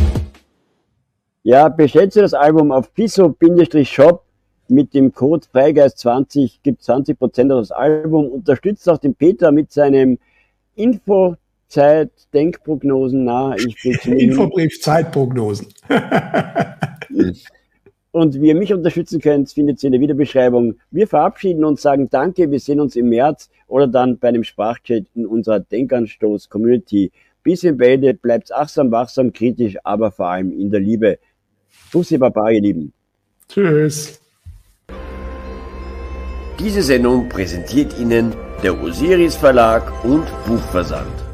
Ja, bestellt ihr das Album auf piso-shop mit dem Code Freigeist20, gibt 20% auf das Album. Unterstützt auch den Peter mit seinem Info-Zeit-Denkprognosen. Infobrief Zeitprognosen. Und wie ihr mich unterstützen könnt, findet ihr in der Videobeschreibung. Wir verabschieden uns, sagen Danke, wir sehen uns im März oder dann bei einem Sprachchat in unserer Denkanstoß-Community. Bis in beide, bleibt achtsam, wachsam, kritisch, aber vor allem in der Liebe. Bussi Baba, ihr Lieben. Tschüss. Diese Sendung präsentiert Ihnen der Osiris Verlag und Buchversand.